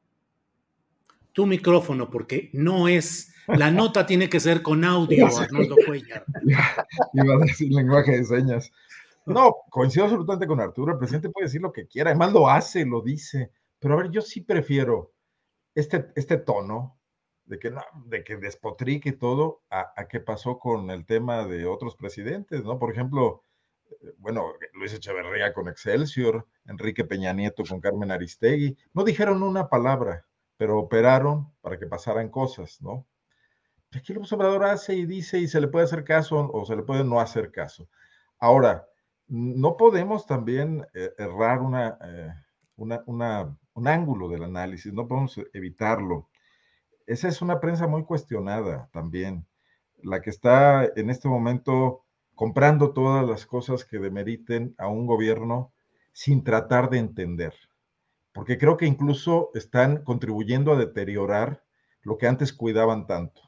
Tu micrófono, porque no es, la nota tiene que ser con audio, Arnoldo Cuellar. Iba a decir lenguaje de señas. No, coincido absolutamente con Arturo, el presidente puede decir lo que quiera, además lo hace, lo dice, pero a ver, yo sí prefiero este, este tono de que, no, de que despotrique y todo, a, a qué pasó con el tema de otros presidentes, ¿no? Por ejemplo, bueno, Luis Echeverría con Excelsior, Enrique Peña Nieto con Carmen Aristegui, no dijeron una palabra, pero operaron para que pasaran cosas, ¿no? Aquí López Obrador hace y dice y se le puede hacer caso o se le puede no hacer caso. Ahora, no podemos también eh, errar una, eh, una, una, un ángulo del análisis, no podemos evitarlo. Esa es una prensa muy cuestionada también, la que está en este momento comprando todas las cosas que demeriten a un gobierno sin tratar de entender, porque creo que incluso están contribuyendo a deteriorar lo que antes cuidaban tanto.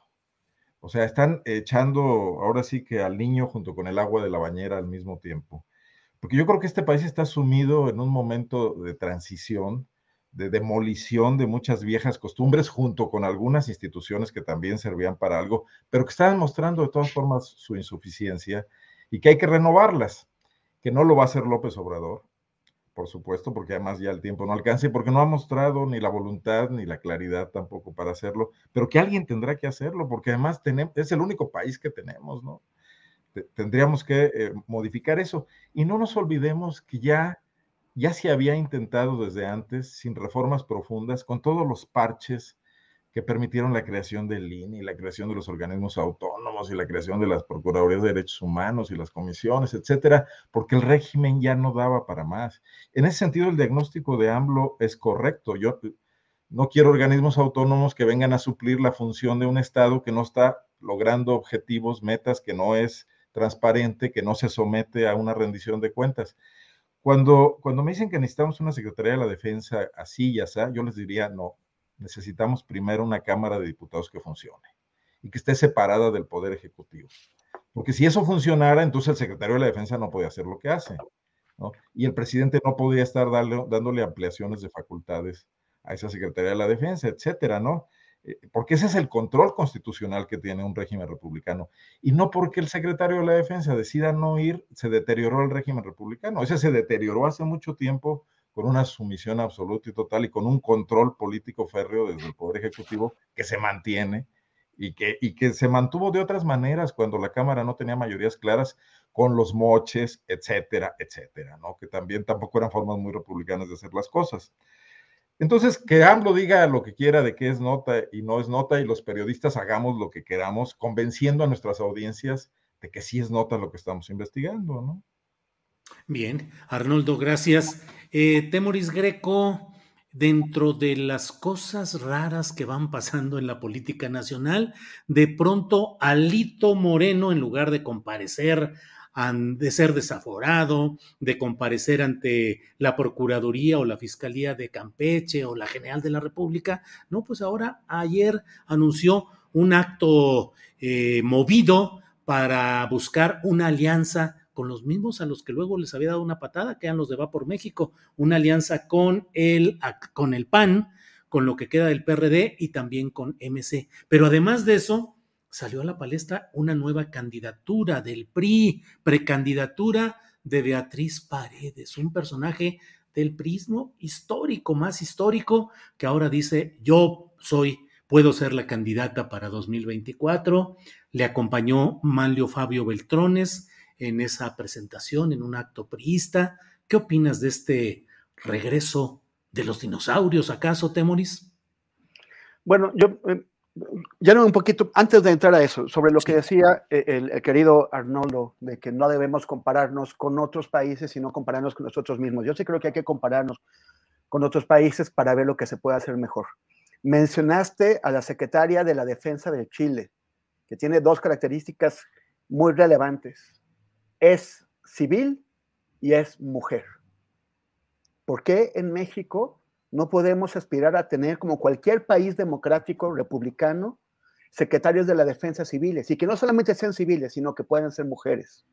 O sea, están echando ahora sí que al niño junto con el agua de la bañera al mismo tiempo. Porque yo creo que este país está sumido en un momento de transición, de demolición de muchas viejas costumbres, junto con algunas instituciones que también servían para algo, pero que estaban mostrando de todas formas su insuficiencia y que hay que renovarlas, que no lo va a hacer López Obrador, por supuesto, porque además ya el tiempo no alcanza y porque no ha mostrado ni la voluntad ni la claridad tampoco para hacerlo, pero que alguien tendrá que hacerlo, porque además tenemos, es el único país que tenemos, ¿no? Tendríamos que eh, modificar eso. Y no nos olvidemos que ya, ya se había intentado desde antes, sin reformas profundas, con todos los parches que permitieron la creación del I N E y la creación de los organismos autónomos y la creación de las Procuradurías de Derechos Humanos y las comisiones, etcétera, porque el régimen ya no daba para más. En ese sentido, el diagnóstico de AMLO es correcto. Yo no quiero organismos autónomos que vengan a suplir la función de un Estado que no está logrando objetivos, metas, que no es transparente, que no se somete a una rendición de cuentas. Cuando, cuando me dicen que necesitamos una Secretaría de la Defensa así y así, yo les diría no, necesitamos primero una Cámara de Diputados que funcione y que esté separada del Poder Ejecutivo. Porque si eso funcionara, entonces el secretario de la Defensa no podía hacer lo que hace, ¿no? Y el presidente no podía estar darle, dándole ampliaciones de facultades a esa Secretaría de la Defensa, etcétera, ¿no? Porque ese es el control constitucional que tiene un régimen republicano, y no porque el secretario de la Defensa decida no ir, se deterioró el régimen republicano. Ese se deterioró hace mucho tiempo con una sumisión absoluta y total y con un control político férreo desde el Poder Ejecutivo que se mantiene y que, y que se mantuvo de otras maneras cuando la Cámara no tenía mayorías claras, con los moches, etcétera, etcétera, ¿no? Que también tampoco eran formas muy republicanas de hacer las cosas. Entonces, que AMLO diga lo que quiera de qué es nota y no es nota, y los periodistas hagamos lo que queramos, convenciendo a nuestras audiencias de que sí es nota lo que estamos investigando, ¿no? Bien, Arnoldo, gracias. Eh, Temoris Greco, dentro de las cosas raras que van pasando en la política nacional, de pronto Alito Moreno, en lugar de comparecer, de ser desaforado, de comparecer ante la Procuraduría o la Fiscalía de Campeche o la General de la República, no, pues ahora ayer anunció un acto eh, movido para buscar una alianza con los mismos a los que luego les había dado una patada, que eran los de Va por México, una alianza con el, con el P A N, con lo que queda del P R D y también con M C. Pero además de eso, salió a la palestra una nueva candidatura del P R I, precandidatura de Beatriz Paredes, un personaje del prismo histórico, más histórico, que ahora dice, yo soy, puedo ser la candidata para dos mil veinticuatro. Le acompañó Manlio Fabio Beltrones, en esa presentación, en un acto priista. ¿Qué opinas de este regreso de los dinosaurios, acaso, Temoris? Bueno, yo eh, ya no un poquito, antes de entrar a eso, sobre lo que decía el, el querido Arnoldo, de que no debemos compararnos con otros países, sino compararnos con nosotros mismos. Yo sí creo que hay que compararnos con otros países para ver lo que se puede hacer mejor. Mencionaste a la secretaria de la Defensa de Chile, que tiene dos características muy relevantes. Es civil y es mujer. ¿Por qué en México no podemos aspirar a tener, como cualquier país democrático, republicano, secretarios de la defensa civiles? Y que no solamente sean civiles, sino que puedan ser mujeres.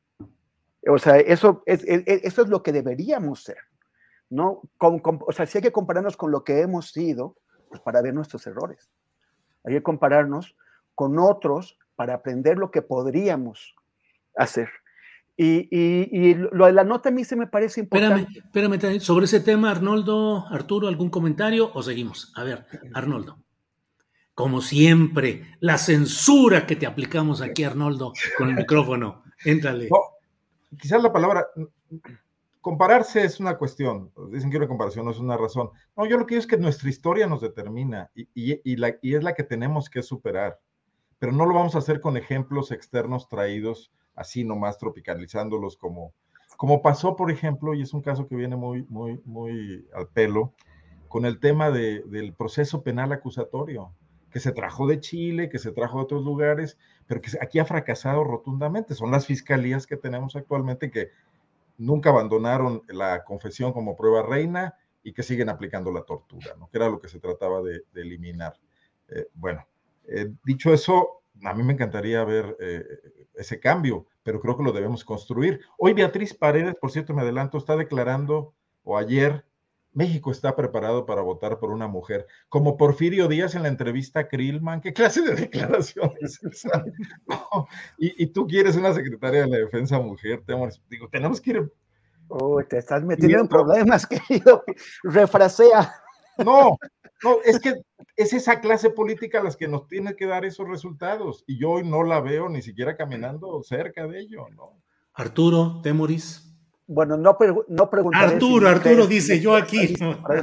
O sea, eso es, es, eso es lo que deberíamos ser, ¿no? Con, con, o sea, sí hay que compararnos con lo que hemos sido, pues para ver nuestros errores. Hay que compararnos con otros para aprender lo que podríamos hacer. Y, y, y lo de la nota a mí se me parece importante. Espérame, espérame, sobre ese tema, Arnoldo, Arturo, ¿algún comentario o seguimos? A ver, Arnoldo. Como siempre, la censura que te aplicamos aquí, Arnoldo, con el micrófono. Éntrale. No, quizás la palabra compararse es una cuestión. Dicen que una comparación no es una razón. No, yo lo que digo es que nuestra historia nos determina y, y, y, la, y es la que tenemos que superar. Pero no lo vamos a hacer con ejemplos externos traídos así nomás, tropicalizándolos como, como pasó, por ejemplo, y es un caso que viene muy, muy, muy al pelo, con el tema de, del proceso penal acusatorio, que se trajo de Chile, que se trajo de otros lugares, pero que aquí ha fracasado rotundamente. Son las fiscalías que tenemos actualmente que nunca abandonaron la confesión como prueba reina y que siguen aplicando la tortura, ¿no? Que era lo que se trataba de, de eliminar. Eh, bueno, eh, dicho eso, a mí me encantaría ver eh, ese cambio, pero creo que lo debemos construir. Hoy Beatriz Paredes, por cierto, me adelanto, está declarando, o ayer, México está preparado para votar por una mujer. Como Porfirio Díaz en la entrevista a Krillman, ¿qué clase de declaración es esa? No, y, y tú quieres una secretaria de la defensa mujer, tenemos, digo, tenemos que ir... Oh, te estás metiendo en problemas, querido. Refrasea. No, no, es que es esa clase política las que nos tiene que dar esos resultados, y yo hoy no la veo ni siquiera caminando cerca de ello, ¿no? Arturo, Temoris. Bueno, no, no preguntaré. Arturo, si Arturo dice yo aquí.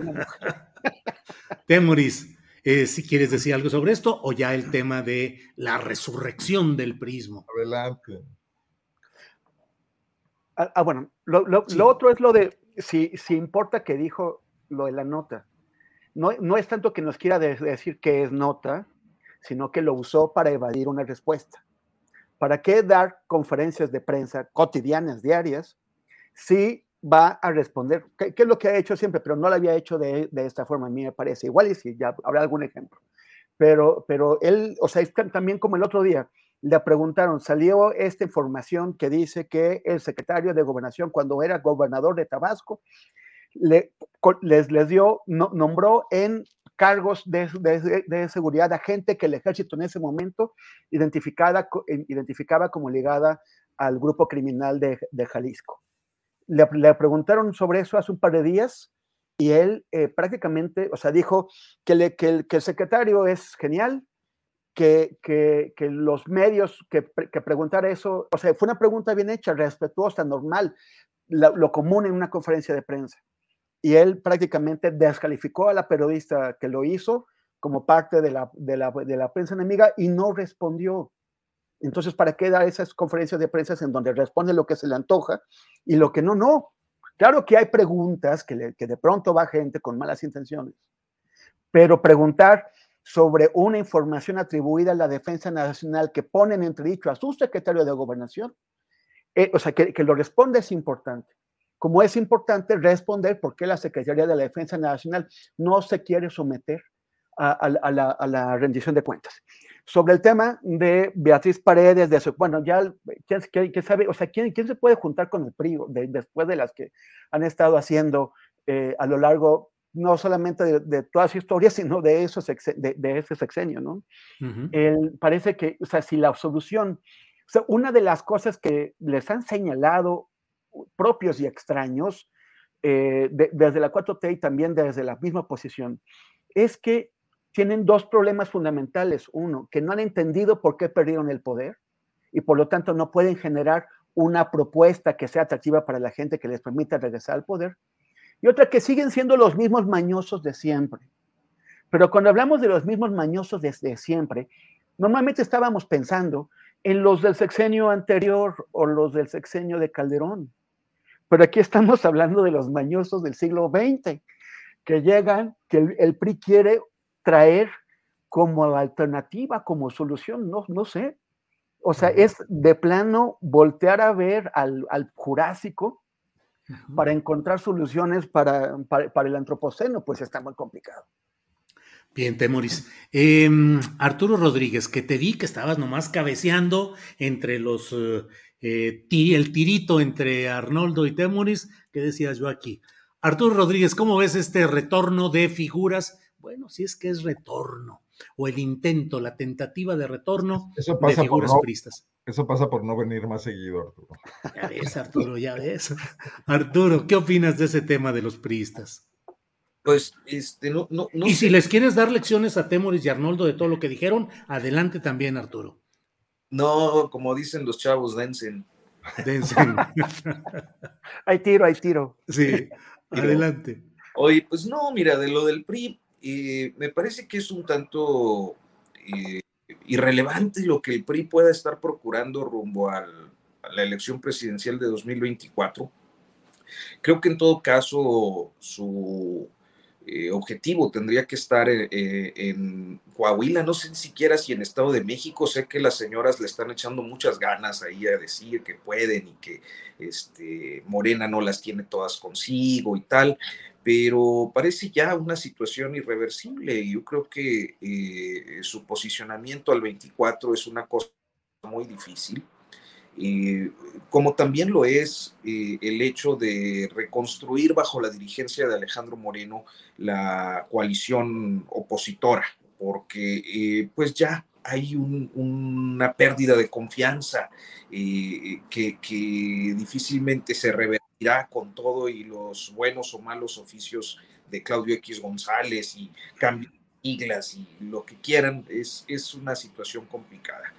Temoris, eh, si quieres decir algo sobre esto, o ya el tema de la resurrección del prismo. Adelante. Ah, ah bueno, lo, lo, sí. lo otro es lo de, si, si importa que dijo lo de la nota. No, no es tanto que nos quiera de, decir que es nota, sino que lo usó para evadir una respuesta. ¿Para qué dar conferencias de prensa cotidianas, diarias, si va a responder? ¿Qué, qué es lo que ha hecho siempre? Pero no lo había hecho de, de esta forma, a mí me parece. Igual y si ya habrá algún ejemplo. Pero, pero él, o sea, es también como el otro día, le preguntaron, salió esta información que dice que el secretario de Gobernación, cuando era gobernador de Tabasco, le, les, les dio, no, nombró en cargos de, de, de seguridad a gente que el ejército en ese momento identificada, identificaba como ligada al grupo criminal de, de Jalisco. Le, le preguntaron sobre eso hace un par de días y él eh, prácticamente, o sea, dijo que, le, que, el, que el secretario es genial, que, que, que los medios que, que preguntara eso, o sea, fue una pregunta bien hecha, respetuosa, normal, lo, lo común en una conferencia de prensa. Y él prácticamente descalificó a la periodista que lo hizo como parte de la, de la, de la prensa enemiga y no respondió. Entonces, ¿para qué dar esas conferencias de prensa en donde responde lo que se le antoja y lo que no, no? Claro que hay preguntas que, le, que de pronto va gente con malas intenciones, pero preguntar sobre una información atribuida a la Defensa Nacional que pone en entredicho a su secretario de Gobernación, eh, o sea, que, que lo responde es importante. Como es importante responder por qué la Secretaría de la Defensa Nacional no se quiere someter a, a, a, la, a la rendición de cuentas. Sobre el tema de Beatriz Paredes, de su, bueno, ya, ¿quién, quién, quién sabe? O sea, ¿quién, ¿quién se puede juntar con el P R I de, después de las que han estado haciendo eh, a lo largo, no solamente de, de toda su historia, sino de, esos, de, de ese sexenio, ¿no? Uh-huh. El, parece que, o sea, si la solución, o sea, una de las cosas que les han señalado propios y extraños, eh, de, desde la cuatro T y también desde la misma posición, es que tienen dos problemas fundamentales. Uno, que no han entendido por qué perdieron el poder y por lo tanto no pueden generar una propuesta que sea atractiva para la gente que les permita regresar al poder, y otra que siguen siendo los mismos mañosos de siempre. Pero cuando hablamos de los mismos mañosos desde siempre, normalmente estábamos pensando en los del sexenio anterior o los del sexenio de Calderón. Pero aquí estamos hablando de los mañosos del siglo veinte, que llegan, que el, el P R I quiere traer como alternativa, como solución, no, no sé. O sea, es de plano voltear a ver al, al Jurásico uh-huh. para encontrar soluciones para, para, para el Antropoceno, pues está muy complicado. Bien, Temoris. Eh, Arturo Rodríguez, que te vi que estabas nomás cabeceando entre los, eh, ti, el tirito entre Arnoldo y Temoris, ¿qué decías yo aquí? Arturo Rodríguez, ¿cómo ves este retorno de figuras? Bueno, si es que es retorno, o el intento, la tentativa de retorno eso pasa de figuras por no, pristas. Eso pasa por no venir más seguido, Arturo. Ya ves, Arturo, ya ves. Arturo, ¿qué opinas de ese tema de los priistas? Pues, este, no, no, no y sé. si les quieres dar lecciones a Temoris y Arnoldo de todo lo que dijeron, adelante también, Arturo. No, como dicen los chavos, densen. Densen. Hay tiro, hay tiro. Sí, tiro. Adelante. Oye, pues no, mira, de lo del P R I, eh, me parece que es un tanto eh, irrelevante lo que el P R I pueda estar procurando rumbo al, a la elección presidencial de dos mil veinticuatro. Creo que en todo caso su eh, objetivo tendría que estar eh, en Coahuila, no sé siquiera si en Estado de México. Sé que las señoras le están echando muchas ganas ahí a decir que pueden y que este, Morena no las tiene todas consigo y tal, pero parece ya una situación irreversible. Yo creo que eh, su posicionamiento al veinticuatro es una cosa muy difícil. Eh, como también lo es eh, el hecho de reconstruir bajo la dirigencia de Alejandro Moreno la coalición opositora, porque eh, pues ya hay un, una pérdida de confianza eh, que, que difícilmente se revertirá con todo y los buenos o malos oficios de Claudio X González y cambios de siglas y lo que quieran. Es, es una situación complicada.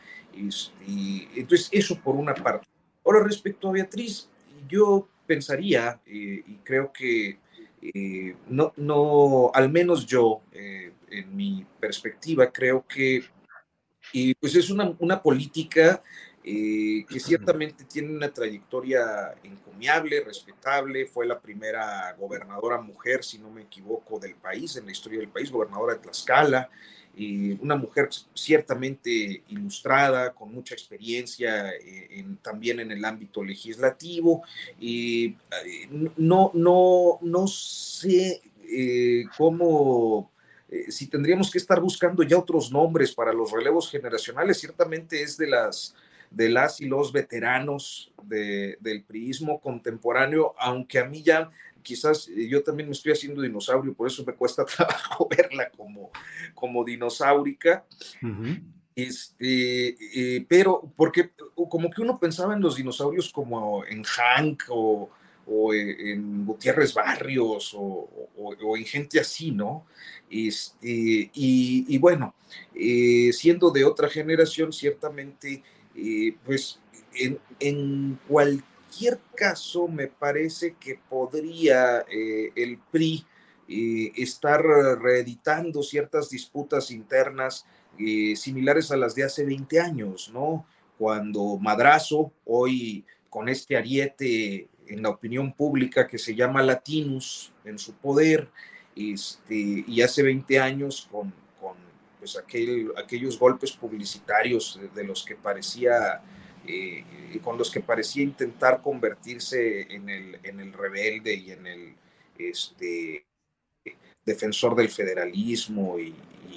Y entonces eso por una parte. Ahora respecto a Beatriz, yo pensaría eh, y creo que eh, no, no, al menos yo eh, en mi perspectiva creo que eh, pues es una, una política eh, que ciertamente tiene una trayectoria encomiable, respetable. Fue la primera gobernadora mujer, si no me equivoco, del país, en la historia del país, gobernadora de Tlaxcala. Eh, una mujer ciertamente ilustrada, con mucha experiencia eh, en, también en el ámbito legislativo. Eh, no, no, no sé eh, cómo, eh, si tendríamos que estar buscando ya otros nombres para los relevos generacionales. Ciertamente es de las, de las y los veteranos de, del priismo contemporáneo, aunque a mí ya quizás yo también me estoy haciendo dinosaurio, por eso me cuesta trabajo verla como, como dinosaurica. Uh-huh. Este, eh, pero porque como que uno pensaba en los dinosaurios como en Hank o, o en Gutiérrez Barrios o, o, o en gente así, ¿no? Este, y, y bueno, eh, siendo de otra generación, ciertamente, eh, pues en, en cualquier En cualquier caso, me parece que podría eh, el P R I eh, estar reeditando ciertas disputas internas eh, similares a las de hace veinte años, ¿no? Cuando Madrazo, hoy con este ariete en la opinión pública que se llama Latinus en su poder, este, y hace veinte años con, con pues, aquel, aquellos golpes publicitarios de, de los que parecía... Eh, con los que parecía intentar convertirse en el, en el rebelde y en el este, defensor del federalismo y,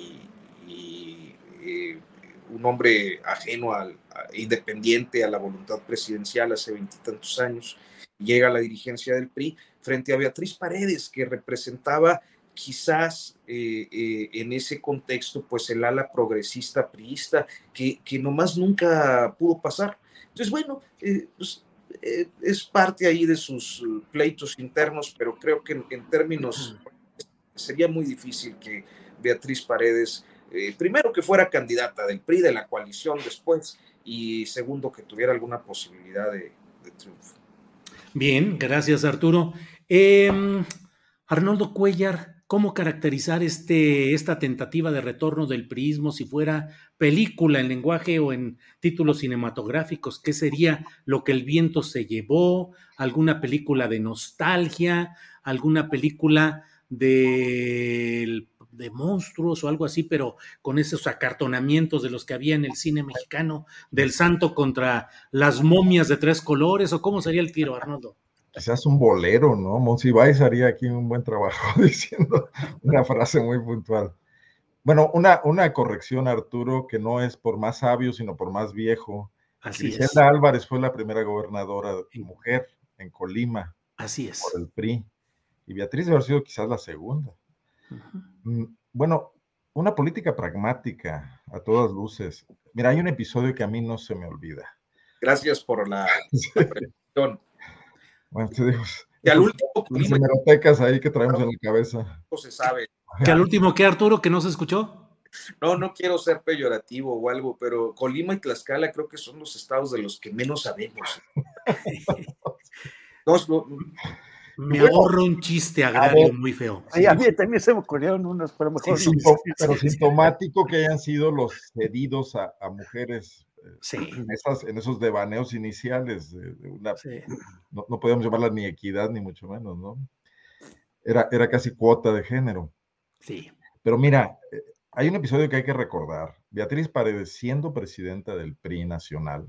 y, y eh, un hombre ajeno, al, a, independiente a la voluntad presidencial hace veintitantos años, llega a la dirigencia del P R I frente a Beatriz Paredes, que representaba quizás eh, eh, en ese contexto pues el ala progresista priista que, que nomás nunca pudo pasar. Entonces bueno, eh, pues, eh, es parte ahí de sus pleitos internos, pero creo que en, en términos sería muy difícil que Beatriz Paredes, eh, primero que fuera candidata del P R I, de la coalición después, y segundo que tuviera alguna posibilidad de, triunfo. Bien, gracias Arturo. Eh, Arnoldo Cuellar, ¿cómo caracterizar este, esta tentativa de retorno del priismo si fuera película en lenguaje o en títulos cinematográficos? ¿Qué sería lo que el viento se llevó? ¿Alguna película de nostalgia? ¿Alguna película de, de monstruos o algo así, pero con esos acartonamientos de los que había en el cine mexicano, del santo contra las momias de tres colores? ¿O cómo sería el tiro, Arnoldo? Quizás un bolero, ¿no? Monsiváis haría aquí un buen trabajo diciendo una frase muy puntual. Bueno, una, una corrección, Arturo, que no es por más sabio, sino por más viejo. Así Griselda es. Álvarez fue la primera gobernadora mujer en Colima. Así es. Por el P R I. Y Beatriz debe haber sido quizás la segunda. Uh-huh. Bueno, una política pragmática, a todas luces. Mira, hay un episodio que a mí no se me olvida. Gracias por la, sí. la presentación. Bueno, te digo, que al último las hemerotecas ahí que traemos en la cabeza. No se sabe. ¿Que al último qué, Arturo, que no se escuchó? No, no quiero ser peyorativo o algo, pero Colima y Tlaxcala creo que son los estados de los que menos sabemos. Dos, no, me bueno, ahorro un chiste agrario ver, muy feo. Sí. A mí también se me ocurrieron unos, pero mejor sí, no. Sí, pero sí, sintomático sí. que hayan sido los cedidos a, a mujeres sí. en, esas, en esos devaneos iniciales. De, de una, sí. no, no podíamos llamarla ni equidad, ni mucho menos, ¿no? Era, era casi cuota de género. Sí. Pero mira, hay un episodio que hay que recordar. Beatriz Paredes, siendo presidenta del P R I nacional,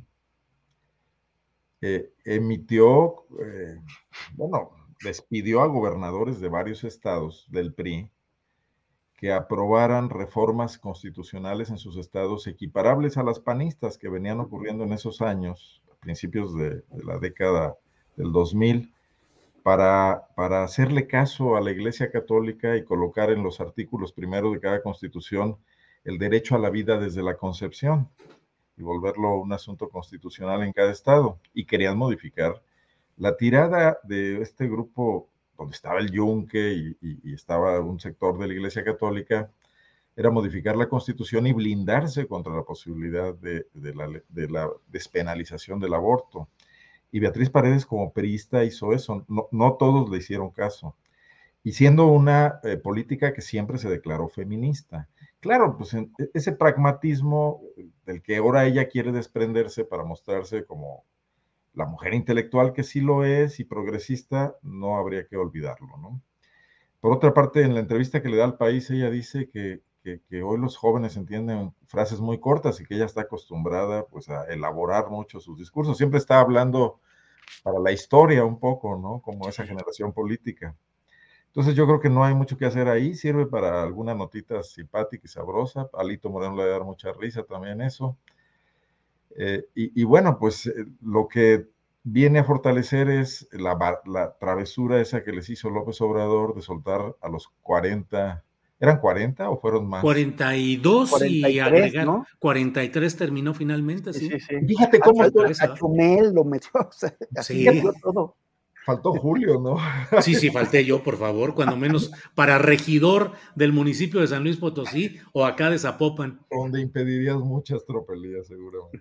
eh, emitió, eh, bueno, despidió a gobernadores de varios estados del P R I que aprobaran reformas constitucionales en sus estados equiparables a las panistas que venían ocurriendo en esos años, a principios de, de la década del dos mil, para, para hacerle caso a la Iglesia Católica y colocar en los artículos primeros de cada constitución el derecho a la vida desde la concepción y volverlo un asunto constitucional en cada estado. Y querían modificar la tirada de este grupo, donde estaba el Yunque y, y, y estaba un sector de la Iglesia Católica, era modificar la Constitución y blindarse contra la posibilidad de, de, la, de la despenalización del aborto. Y Beatriz Paredes, como priista, hizo eso. No, no todos le hicieron caso. Y siendo una eh, política que siempre se declaró feminista. Claro, pues en, ese pragmatismo del que ahora ella quiere desprenderse para mostrarse como la mujer intelectual que sí lo es y progresista, no habría que olvidarlo, ¿no? Por otra parte, en la entrevista que le da al País, ella dice que, que, que hoy los jóvenes entienden frases muy cortas y que ella está acostumbrada pues a elaborar mucho sus discursos. Siempre está hablando para la historia un poco, ¿no? Como esa generación política. Entonces yo creo que no hay mucho que hacer ahí, sirve para alguna notita simpática y sabrosa. A Alito Moreno le va a dar mucha risa también eso. Eh, y, y bueno, pues eh, lo que viene a fortalecer es la, la travesura esa que les hizo López Obrador de soltar a los cuarenta, ¿eran cuarenta o fueron más? cuarenta y dos cuarenta y tres, y agregar, ¿no? cuarenta y tres terminó finalmente, sí. Sí, sí, sí. Fíjate cómo a, esto, a Chumel lo metió, o sea, así sí. todo. Faltó Julio, ¿no? Sí, sí, falté yo, por favor, cuando menos para regidor del municipio de San Luis Potosí o acá de Zapopan. Donde impedirías muchas tropelías, seguramente.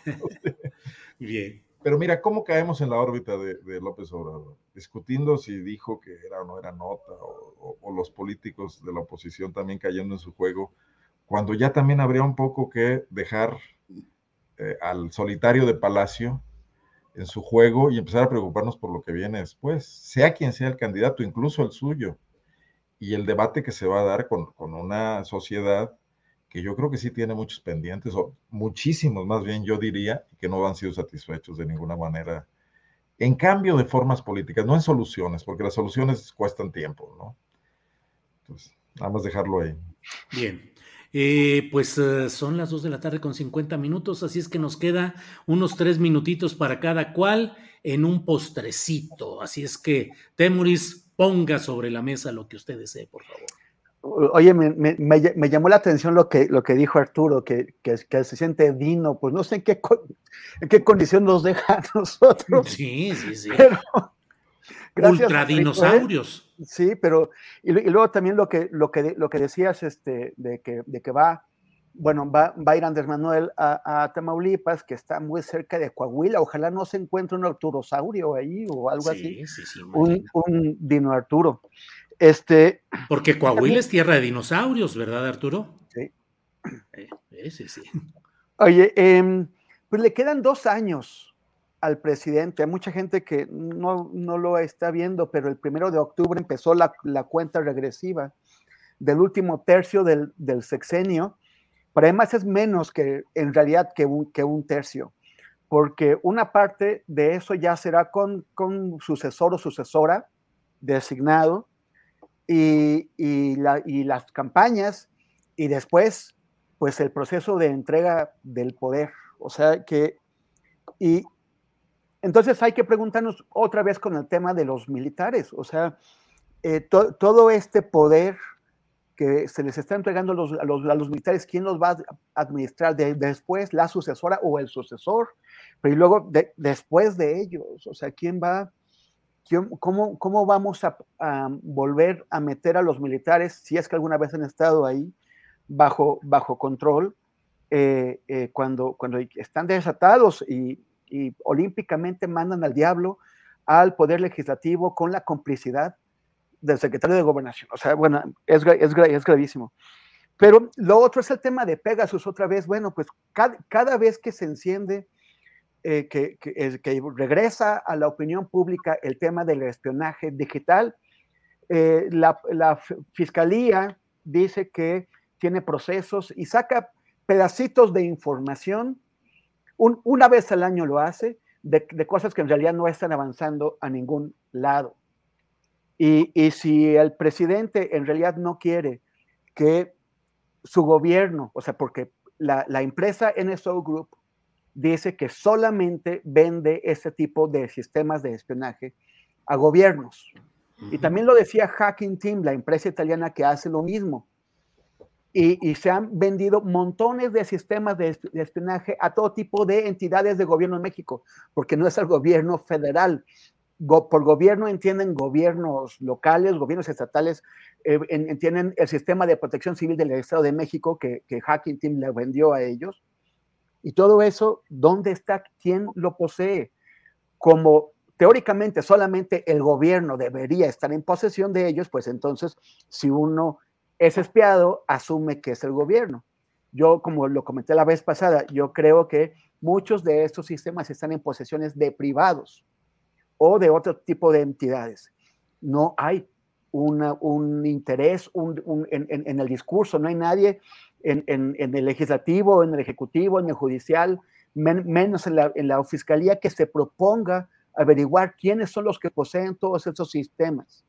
Bien. Pero mira, ¿cómo caemos en la órbita de, de López Obrador? Discutiendo si dijo que era o no era nota, o, o, o los políticos de la oposición también cayendo en su juego, cuando ya también habría un poco que dejar eh, al solitario de Palacio en su juego y empezar a preocuparnos por lo que viene después, sea quien sea el candidato, incluso el suyo, y el debate que se va a dar con, con una sociedad que yo creo que sí tiene muchos pendientes, o muchísimos más bien yo diría, que no han sido satisfechos de ninguna manera, en cambio de formas políticas, no en soluciones, porque las soluciones cuestan tiempo, ¿no? Entonces, nada más dejarlo ahí. Bien. Eh, pues uh, son las dos de la tarde con cincuenta minutos, así es que nos queda unos tres minutitos para cada cual en un postrecito. Así es que, Temuris, ponga sobre la mesa lo que usted desee, por favor. Oye, me, me, me llamó la atención lo que, lo que dijo Arturo, que, que, que se siente digno, pues no sé en qué, en qué condición nos deja a nosotros. Sí, sí, sí. Pero, gracias, ultradinosaurios. Sí, pero y, y luego también lo que, lo que, lo que decías este, de, que, de que va bueno, va, va a ir Andrés Manuel a, a Tamaulipas, que está muy cerca de Coahuila. Ojalá no se encuentre un arturosaurio ahí o algo sí, así. Sí, sí, un, un dino Arturo. Este, Porque Coahuila también es tierra de dinosaurios, ¿verdad, Arturo? Sí. Eh, sí, sí. Oye, eh, pues le quedan dos años al presidente. Hay mucha gente que no, no lo está viendo, pero el primero de octubre empezó la, la cuenta regresiva del último tercio del, del sexenio, pero además es menos que en realidad que un, que un tercio, porque una parte de eso ya será con, con sucesor o sucesora designado y, y, la, y las campañas y después pues el proceso de entrega del poder. O sea que, y entonces hay que preguntarnos otra vez con el tema de los militares, o sea, eh, to, todo este poder que se les está entregando a los, a los, a los militares, ¿quién los va a administrar de, después? ¿La sucesora o el sucesor? Pero y luego, de, después de ellos, o sea, ¿quién va? Quién, cómo, ¿Cómo vamos a, a volver a meter a los militares, si es que alguna vez han estado ahí, bajo, bajo control, eh, eh, cuando, cuando están desatados y, y olímpicamente mandan al diablo al poder legislativo con la complicidad del secretario de Gobernación? O sea, bueno, es, es, es gravísimo. Pero lo otro es el tema de Pegasus otra vez. Bueno, pues cada, cada vez que se enciende, eh, que, que, que regresa a la opinión pública el tema del espionaje digital, eh, la, la fiscalía dice que tiene procesos y saca pedacitos de información, un, una vez al año lo hace, de, de cosas que en realidad no están avanzando a ningún lado. Y, y si el presidente en realidad no quiere que su gobierno, o sea, porque la, la empresa N S O Group dice que solamente vende ese tipo de sistemas de espionaje a gobiernos. Uh-huh. Y también lo decía Hacking Team, la empresa italiana que hace lo mismo. Y, y se han vendido montones de sistemas de, de espionaje a todo tipo de entidades de gobierno en México, porque no es el gobierno federal. Go, por gobierno entienden gobiernos locales, gobiernos estatales, eh, en, entienden el sistema de protección civil del Estado de México que, que Hacking Team le vendió a ellos. Y todo eso, ¿dónde está? ¿Quién lo posee? Como teóricamente solamente el gobierno debería estar en posesión de ellos, pues entonces si uno es espiado, asume que es el gobierno. Yo, como lo comenté la vez pasada, yo creo que muchos de estos sistemas están en posesiones de privados o de otro tipo de entidades. No hay una, un interés un, un, en, en, en el discurso, no hay nadie en, en, en el legislativo, en el ejecutivo, en el judicial, men, menos en la, en la fiscalía, que se proponga averiguar quiénes son los que poseen todos esos sistemas.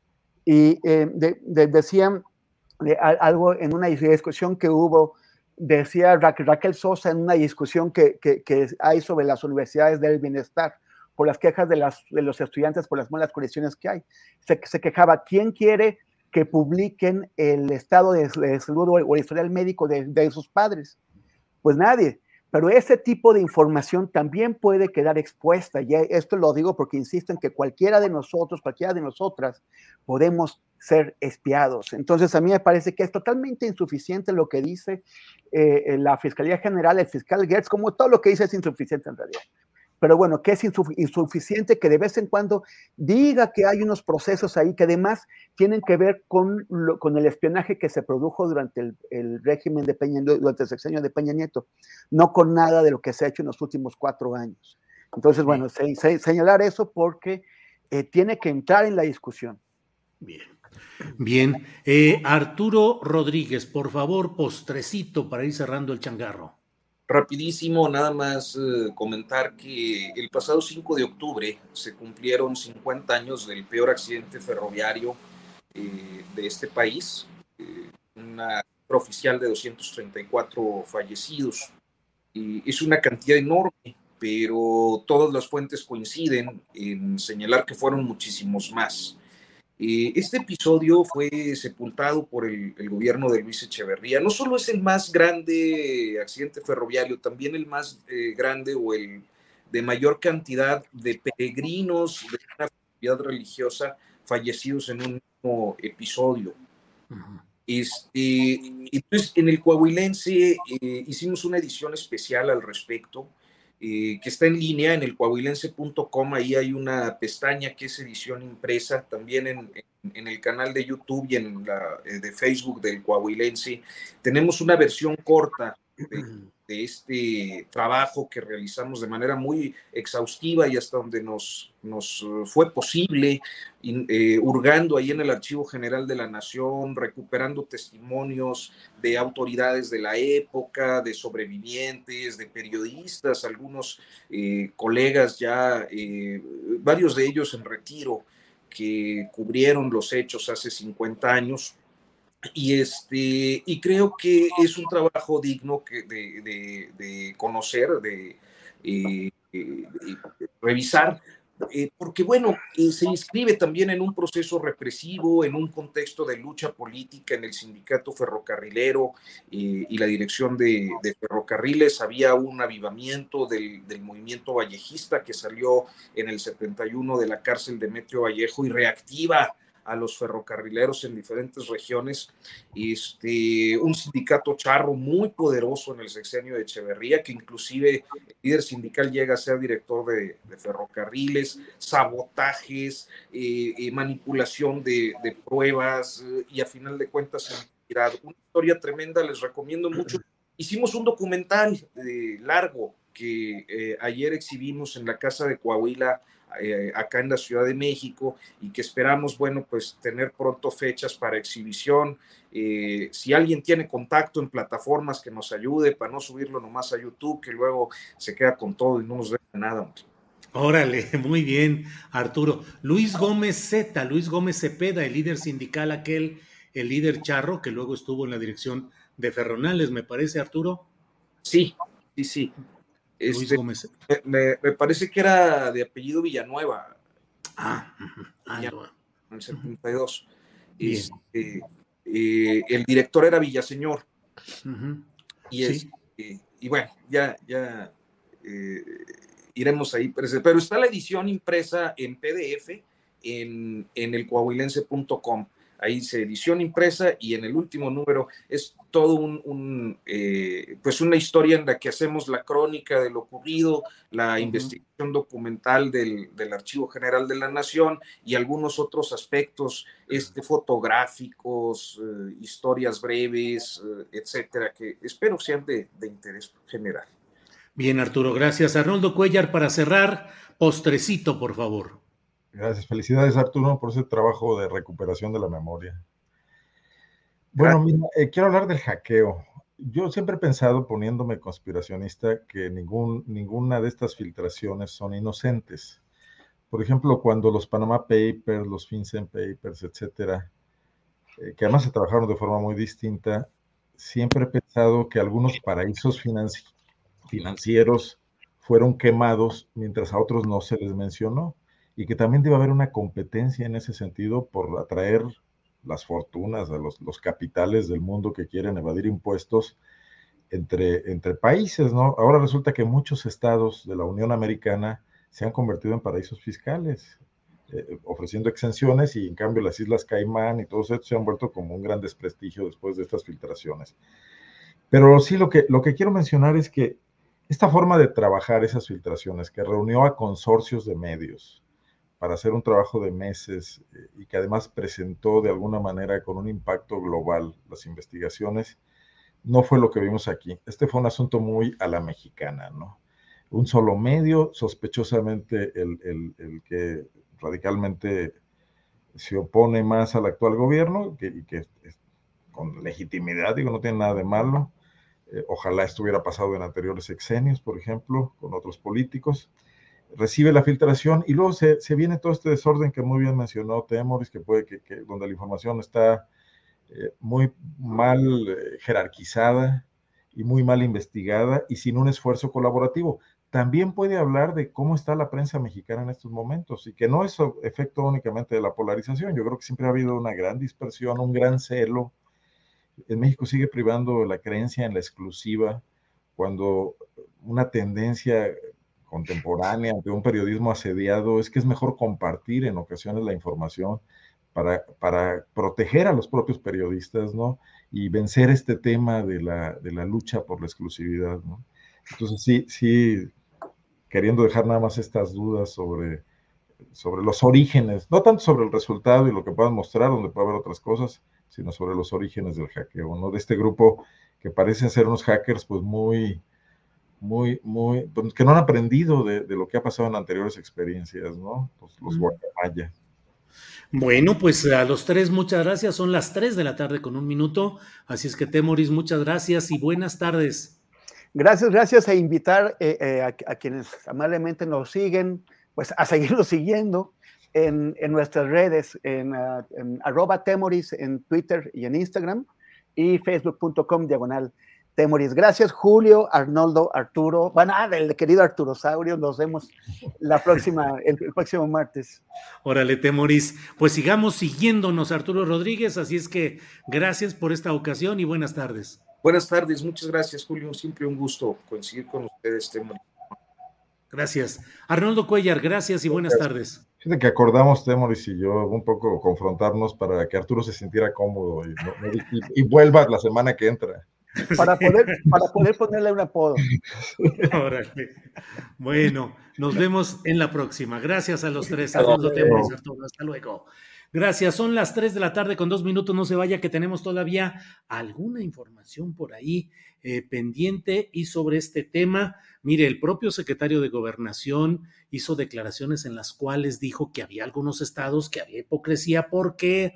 Y eh, de, de, decían de, algo en una discusión que hubo, decía Ra Raquel Sosa en una discusión que, que, que hay sobre las universidades del bienestar, por las quejas de, las, de los estudiantes por las malas condiciones que hay. Se, se quejaba, ¿quién quiere que publiquen el estado de, de salud o el historial médico de, de sus padres? Pues nadie. Pero ese tipo de información también puede quedar expuesta. Y esto lo digo porque insisto en que cualquiera de nosotros, cualquiera de nosotras, podemos ser espiados. Entonces, a mí me parece que es totalmente insuficiente lo que dice eh, la Fiscalía General, el fiscal Gertz, como todo lo que dice es insuficiente en realidad. Pero bueno, que es insuficiente que de vez en cuando diga que hay unos procesos ahí que además tienen que ver con, lo, con el espionaje que se produjo durante el, el régimen de Peña, durante el sexenio de Peña Nieto, no con nada de lo que se ha hecho en los últimos cuatro años. Entonces, bueno, se, se, señalar eso porque eh, tiene que entrar en la discusión. Bien. Bien. Eh, Arturo Rodríguez, por favor, postrecito para ir cerrando el changarro. Rapidísimo, nada más eh, comentar que el pasado cinco de octubre se cumplieron cincuenta años del peor accidente ferroviario eh, de este país, eh, una cifra oficial de doscientos treinta y cuatro fallecidos. Eh, es una cantidad enorme, pero todas las fuentes coinciden en señalar que fueron muchísimos más. Eh, este episodio fue sepultado por el, el gobierno de Luis Echeverría. No solo es el más grande accidente ferroviario, también el más eh, grande o el de mayor cantidad de peregrinos de una festividad religiosa fallecidos en un mismo episodio. Uh-huh. Este, entonces, en el Coahuilense eh, hicimos una edición especial al respecto, eh, que está en línea en el coahuilense punto com. Ahí hay una pestaña que es edición impresa, también en, en, en el canal de YouTube y en la eh, de Facebook del Coahuilense. Tenemos una versión corta de, de este trabajo que realizamos de manera muy exhaustiva y hasta donde nos, nos fue posible, eh, hurgando ahí en el Archivo General de la Nación, recuperando testimonios de autoridades de la época, de sobrevivientes, de periodistas, algunos eh, colegas ya, eh, varios de ellos en retiro, que cubrieron los hechos hace cincuenta años. Y, este, y creo que es un trabajo digno que de, de, de conocer, de, eh, eh, de revisar, eh, porque bueno, eh, se inscribe también en un proceso represivo, en un contexto de lucha política en el sindicato ferrocarrilero eh, y la dirección de, de ferrocarriles. Había un avivamiento del, del movimiento vallejista que salió en el setenta y uno de la cárcel de Demetrio Vallejo y reactiva a los ferrocarrileros en diferentes regiones, este, un sindicato charro muy poderoso en el sexenio de Echeverría, que inclusive el líder sindical llega a ser director de, de ferrocarriles, sabotajes, eh, eh, manipulación de, de pruebas eh, y a final de cuentas una historia tremenda. Les recomiendo mucho. Hicimos un documental eh, largo que eh, ayer exhibimos en la Casa de Coahuila, Eh, acá en la Ciudad de México, y que esperamos, bueno, pues tener pronto fechas para exhibición. Eh, si alguien tiene contacto en plataformas, que nos ayude para no subirlo nomás a YouTube, que luego se queda con todo y no nos deja nada. Órale, muy bien, Arturo. Luis Gómez Zeta, Luis Gómez Cepeda, el líder sindical aquel, el líder charro, que luego estuvo en la dirección de Ferronales, me parece, Arturo. Sí, sí, sí. Este, me, me parece que era de apellido Villanueva. Ah, uh-huh. Villanueva, en el setenta y dos. Este, eh, el director era Villaseñor. Uh-huh. Y, es, sí. eh, y bueno, ya, ya eh, iremos ahí. Pero está la edición impresa en P D F en, en el coahuilense punto com. Ahí dice edición impresa y en el último número es todo un, un eh, pues una historia en la que hacemos la crónica de lo ocurrido, la uh-huh. investigación documental del, del Archivo General de la Nación y algunos otros aspectos este, fotográficos, eh, historias breves, eh, etcétera, que espero sean de, de interés general. Bien, Arturo, gracias. Arnoldo Cuellar, para cerrar, postrecito, por favor. Gracias, felicidades Arturo por ese trabajo de recuperación de la memoria. Bueno, mira, eh, quiero hablar del hackeo. Yo siempre he pensado, poniéndome conspiracionista, que ningún, ninguna de estas filtraciones son inocentes. Por ejemplo, cuando los Panama Papers, los FinCEN Papers, etcétera, eh, que además se trabajaron de forma muy distinta, siempre he pensado que algunos paraísos financi- financieros fueron quemados mientras a otros no se les mencionó. Y que también debe haber una competencia en ese sentido por atraer las fortunas, a los, los capitales del mundo que quieren evadir impuestos entre, entre países, ¿no? Ahora resulta que muchos estados de la Unión Americana se han convertido en paraísos fiscales, eh, ofreciendo exenciones, y en cambio las Islas Caimán y todos estos se han vuelto como un gran desprestigio después de estas filtraciones. Pero sí, lo que, lo que quiero mencionar es que esta forma de trabajar esas filtraciones, que reunió a consorcios de medios para hacer un trabajo de meses eh, y que además presentó de alguna manera con un impacto global las investigaciones, no fue lo que vimos aquí. Este fue un asunto muy a la mexicana, ¿no? Un solo medio, sospechosamente el, el, el que radicalmente se opone más al actual gobierno, que, y que es, con legitimidad, digo, no tiene nada de malo. Eh, ojalá esto hubiera pasado en anteriores sexenios, por ejemplo, con otros políticos. Recibe la filtración y luego se, se viene todo este desorden que muy bien mencionó Temoris, que puede que, que donde la información está eh, muy mal eh, jerarquizada y muy mal investigada y sin un esfuerzo colaborativo. También puede hablar de cómo está la prensa mexicana en estos momentos y que no es efecto únicamente de la polarización. Yo creo que siempre ha habido una gran dispersión, un gran celo. En México sigue privando la creencia en la exclusiva, cuando una tendencia contemporánea ante un periodismo asediado es que es mejor compartir en ocasiones la información para, para proteger a los propios periodistas, ¿no? Y vencer este tema de la, de la lucha por la exclusividad, ¿no? Entonces sí, sí, queriendo dejar nada más estas dudas sobre, sobre los orígenes, no tanto sobre el resultado y lo que puedan mostrar, donde puede haber otras cosas, sino sobre los orígenes del hackeo, ¿no? De este grupo que parecen ser unos hackers pues muy, muy, muy, pues, que no han aprendido de, de lo que ha pasado en anteriores experiencias, ¿no? Los, los guacamaya. Bueno, pues a los tres muchas gracias, son las tres de la tarde con un minuto, así es que Temoris, muchas gracias y buenas tardes. Gracias, gracias a invitar eh, eh, a, a quienes amablemente nos siguen, pues a seguirnos siguiendo en, en nuestras redes, en, uh, en arroba Temoris en Twitter y en Instagram y facebook punto com diagonal Temoris. Gracias, Julio, Arnoldo, Arturo, bueno, ah, el querido Arturo Saurio, nos vemos la próxima, el, el próximo martes. Órale, Temoris, pues sigamos siguiéndonos, Arturo Rodríguez, así es que gracias por esta ocasión y buenas tardes. Buenas tardes, muchas gracias, Julio, siempre un gusto coincidir con ustedes, Temoris. Gracias. Arnoldo Cuellar, gracias y buenas tardes. Fíjate que acordamos, Temoris y yo, un poco confrontarnos para que Arturo se sintiera cómodo y, y, y vuelva la semana que entra. Para poder, para poder ponerle un apodo. Órale. Bueno, nos vemos en la próxima. Gracias a los tres. Arnoldo, Temoris, Arturo, hasta luego. Gracias, son las tres de la tarde con dos minutos, no se vaya que tenemos todavía alguna información por ahí eh, pendiente y sobre este tema. Mire, el propio secretario de Gobernación hizo declaraciones en las cuales dijo que había algunos estados que había hipocresía porque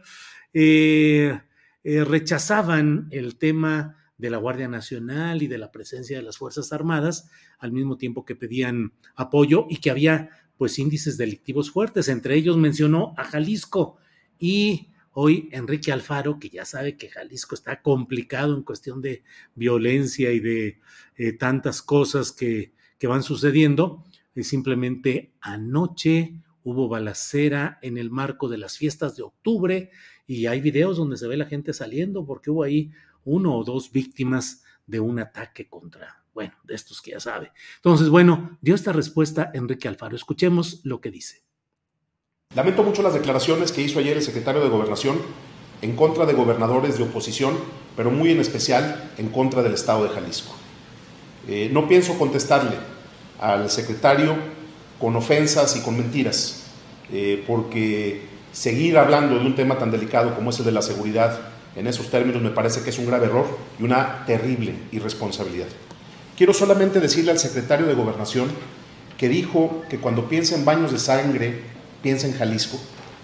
eh, eh, rechazaban el tema de la Guardia Nacional y de la presencia de las Fuerzas Armadas, al mismo tiempo que pedían apoyo y que había pues índices delictivos fuertes. Entre ellos mencionó a Jalisco. Y hoy Enrique Alfaro, que ya sabe que Jalisco está complicado en cuestión de violencia y de eh, tantas cosas que, que van sucediendo, eh, simplemente anoche hubo balacera en el marco de las fiestas de octubre y hay videos donde se ve la gente saliendo porque hubo ahí uno o dos víctimas de un ataque contra, bueno, de estos que ya sabe. Entonces, bueno, dio esta respuesta Enrique Alfaro. Escuchemos lo que dice. Lamento mucho las declaraciones que hizo ayer el secretario de Gobernación en contra de gobernadores de oposición, pero muy en especial en contra del estado de Jalisco. Eh, no pienso contestarle al secretario con ofensas y con mentiras, eh, porque seguir hablando de un tema tan delicado como es el de la seguridad en esos términos me parece que es un grave error y una terrible irresponsabilidad. Quiero solamente decirle al secretario de Gobernación que dijo que cuando piensa en baños de sangre piensa en Jalisco,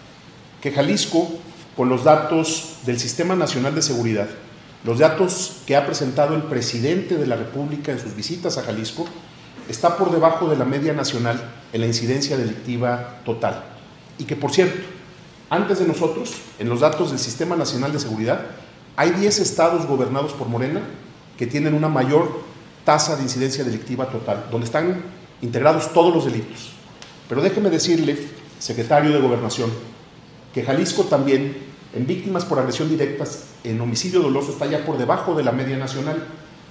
que Jalisco, con los datos del Sistema Nacional de Seguridad, los datos que ha presentado el presidente de la República en sus visitas a Jalisco, está por debajo de la media nacional en la incidencia delictiva total. Y que, por cierto, antes de nosotros, en los datos del Sistema Nacional de Seguridad, hay diez estados gobernados por Morena que tienen una mayor tasa de incidencia delictiva total, donde están integrados todos los delitos. Pero déjeme decirle, secretario de Gobernación, que Jalisco también, en víctimas por agresión directa, en homicidio doloso, está ya por debajo de la media nacional,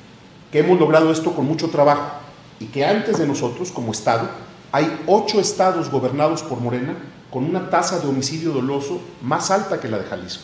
que hemos logrado esto con mucho trabajo y que antes de nosotros, como Estado, hay ocho estados gobernados por Morena con una tasa de homicidio doloso más alta que la de Jalisco.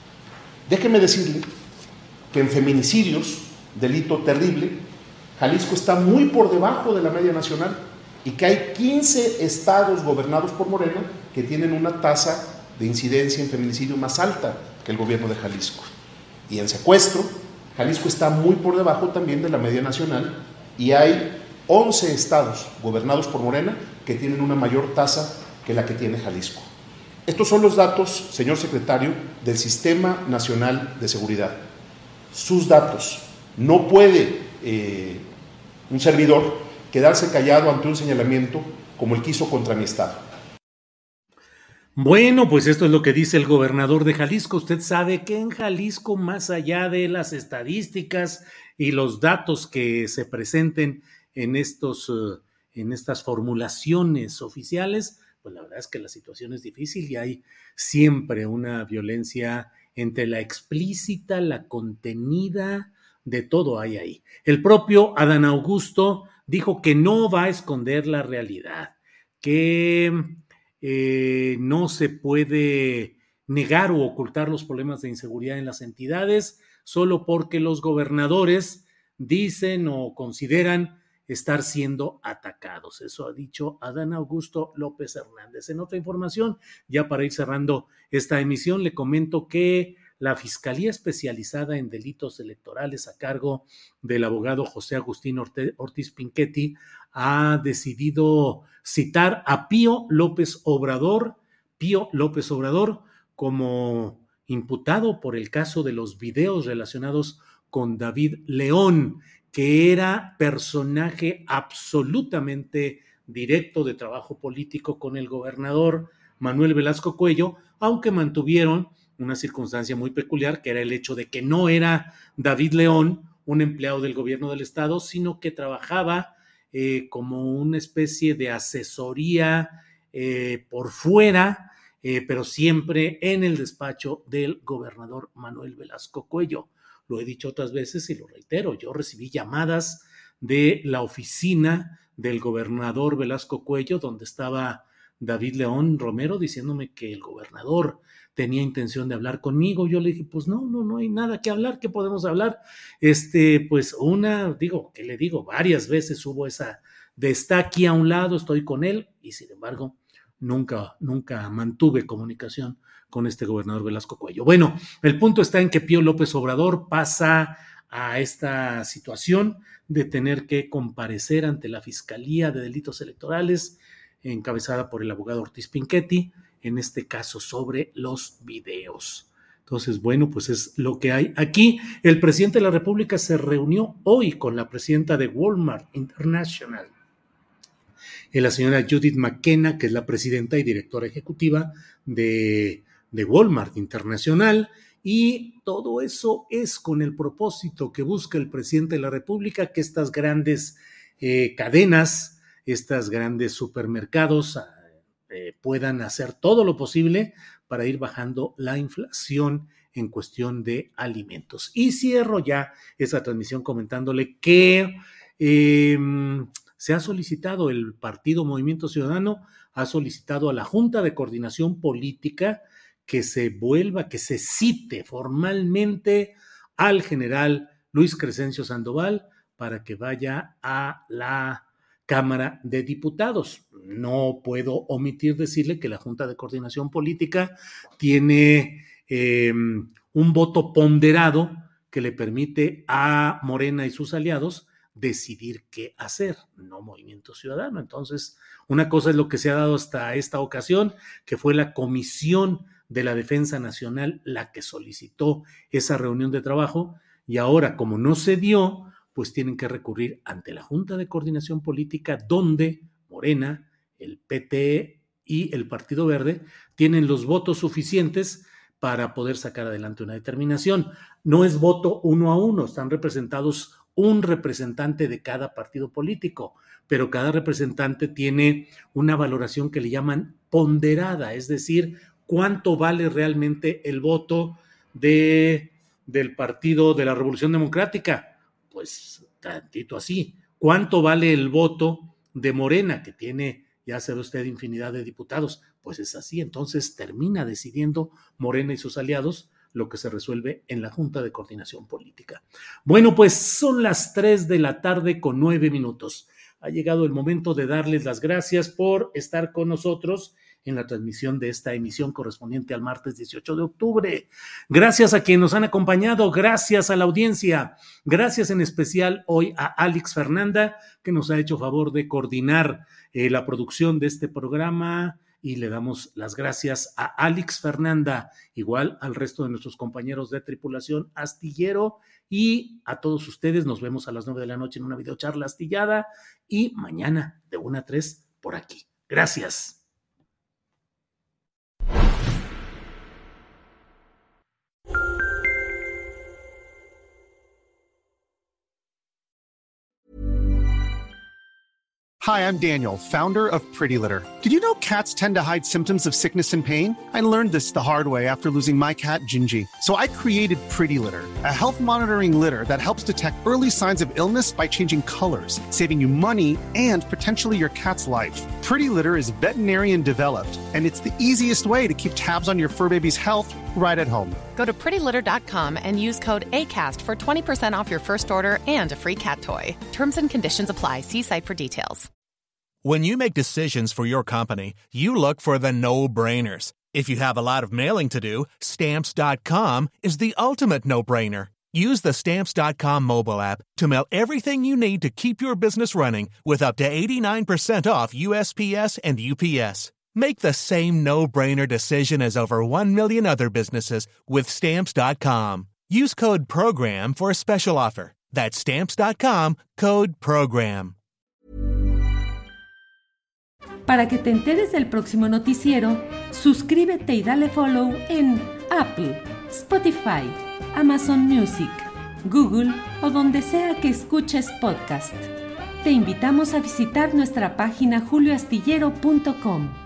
Déjeme decirle que en feminicidios, delito terrible, Jalisco está muy por debajo de la media nacional y que hay quince estados gobernados por Morena que tienen una tasa de incidencia en feminicidio más alta que el gobierno de Jalisco. Y en secuestro, Jalisco está muy por debajo también de la media nacional y hay once estados gobernados por Morena que tienen una mayor tasa que la que tiene Jalisco. Estos son los datos, señor secretario, del Sistema Nacional de Seguridad. Sus datos. No puede eh, un servidor quedarse callado ante un señalamiento como el que hizo contra mi estado. Bueno, pues esto es lo que dice el gobernador de Jalisco. Usted sabe que en Jalisco, más allá de las estadísticas y los datos que se presenten en estos, uh, en estas formulaciones oficiales, pues la verdad es que la situación es difícil y hay siempre una violencia entre la explícita, la contenida, de todo hay ahí. El propio Adán Augusto dijo que no va a esconder la realidad, que eh, no se puede negar o ocultar los problemas de inseguridad en las entidades solo porque los gobernadores dicen o consideran estar siendo atacados. Eso ha dicho Adán Augusto López Hernández. En otra información, ya para ir cerrando esta emisión, le comento que la Fiscalía Especializada en Delitos Electorales a cargo del abogado José Agustín Ortiz Pinchetti ha decidido citar a Pío López Obrador, Pío López Obrador como imputado por el caso de los videos relacionados con David León, que era personaje absolutamente directo de trabajo político con el gobernador Manuel Velasco Cuello, aunque mantuvieron una circunstancia muy peculiar, que era el hecho de que no era David León un empleado del gobierno del estado, sino que trabajaba eh, como una especie de asesoría eh, por fuera, eh, pero siempre en el despacho del gobernador Manuel Velasco Cuello. Lo he dicho otras veces y lo reitero, yo recibí llamadas de la oficina del gobernador Velasco Cuello, donde estaba David León Romero, diciéndome que el gobernador tenía intención de hablar conmigo. Yo le dije, pues no, no, no hay nada que hablar, ¿qué podemos hablar? Este, pues una, digo, ¿qué le digo? Varias veces hubo esa de está aquí a un lado, estoy con él, y sin embargo, nunca, nunca mantuve comunicación con este gobernador Velasco Cuello. Bueno, el punto está en que Pío López Obrador pasa a esta situación de tener que comparecer ante la Fiscalía de Delitos Electorales, encabezada por el abogado Ortiz Pinchetti, en este caso sobre los videos. Entonces, bueno, pues es lo que hay aquí. El presidente de la República se reunió hoy con la presidenta de Walmart International, la señora Judith McKenna, que es la presidenta y directora ejecutiva de, de Walmart Internacional, y todo eso es con el propósito que busca el presidente de la República, que estas grandes eh, cadenas, estas grandes supermercados eh, puedan hacer todo lo posible para ir bajando la inflación en cuestión de alimentos. Y cierro ya esa transmisión comentándole que eh, se ha solicitado, el Partido Movimiento Ciudadano ha solicitado a la Junta de Coordinación Política que se vuelva, que se cite formalmente al general Luis Crescencio Sandoval para que vaya a la Cámara de Diputados. No puedo omitir decirle que la Junta de Coordinación Política tiene eh, un voto ponderado que le permite a Morena y sus aliados decidir qué hacer, no Movimiento Ciudadano. Entonces, una cosa es lo que se ha dado hasta esta ocasión, que fue la Comisión de la Defensa Nacional la que solicitó esa reunión de trabajo, y ahora, como no se dio, pues tienen que recurrir ante la Junta de Coordinación Política, donde Morena, el P T y el Partido Verde tienen los votos suficientes para poder sacar adelante una determinación. No es voto uno a uno, están representados un representante de cada partido político, pero cada representante tiene una valoración que le llaman ponderada, es decir, cuánto vale realmente el voto de, del Partido de la Revolución Democrática. Pues tantito así. ¿Cuánto vale el voto de Morena, que tiene, ya sabe usted, infinidad de diputados? Pues es así. Entonces termina decidiendo Morena y sus aliados lo que se resuelve en la Junta de Coordinación Política. Bueno, pues son las tres de la tarde con nueve minutos. Ha llegado el momento de darles las gracias por estar con nosotros en la transmisión de esta emisión correspondiente al martes dieciocho de octubre. Gracias a quienes nos han acompañado, gracias a la audiencia, gracias en especial hoy a Alex Fernanda, que nos ha hecho favor de coordinar eh, la producción de este programa, y le damos las gracias a Alex Fernanda, igual al resto de nuestros compañeros de tripulación astillero, y a todos ustedes. Nos vemos a las nueve de la noche en una videocharla astillada, y mañana de una a tres por aquí. Gracias. Hi, I'm Daniel, founder of Pretty Litter. Did you know cats tend to hide symptoms of sickness and pain? I learned this the hard way after losing my cat, Gingy. So I created Pretty Litter, a health monitoring litter that helps detect early signs of illness by changing colors, saving you money and potentially your cat's life. Pretty Litter is veterinarian developed, and it's the easiest way to keep tabs on your fur baby's health right at home. Go to pretty litter dot com and use code ACAST for twenty percent off your first order and a free cat toy. Terms and conditions apply. See site for details. When you make decisions for your company, you look for the no-brainers. If you have a lot of mailing to do, Stamps dot com is the ultimate no-brainer. Use the Stamps dot com mobile app to mail everything you need to keep your business running with up to eighty-nine percent off U S P S and U P S. Make the same no-brainer decision as over one million other businesses with Stamps dot com. Use code PROGRAM for a special offer. That's Stamps dot com, code PROGRAM. Para que te enteres del próximo noticiero, suscríbete y dale follow en Apple, Spotify, Amazon Music, Google o donde sea que escuches podcast. Te invitamos a visitar nuestra página julio astillero punto com.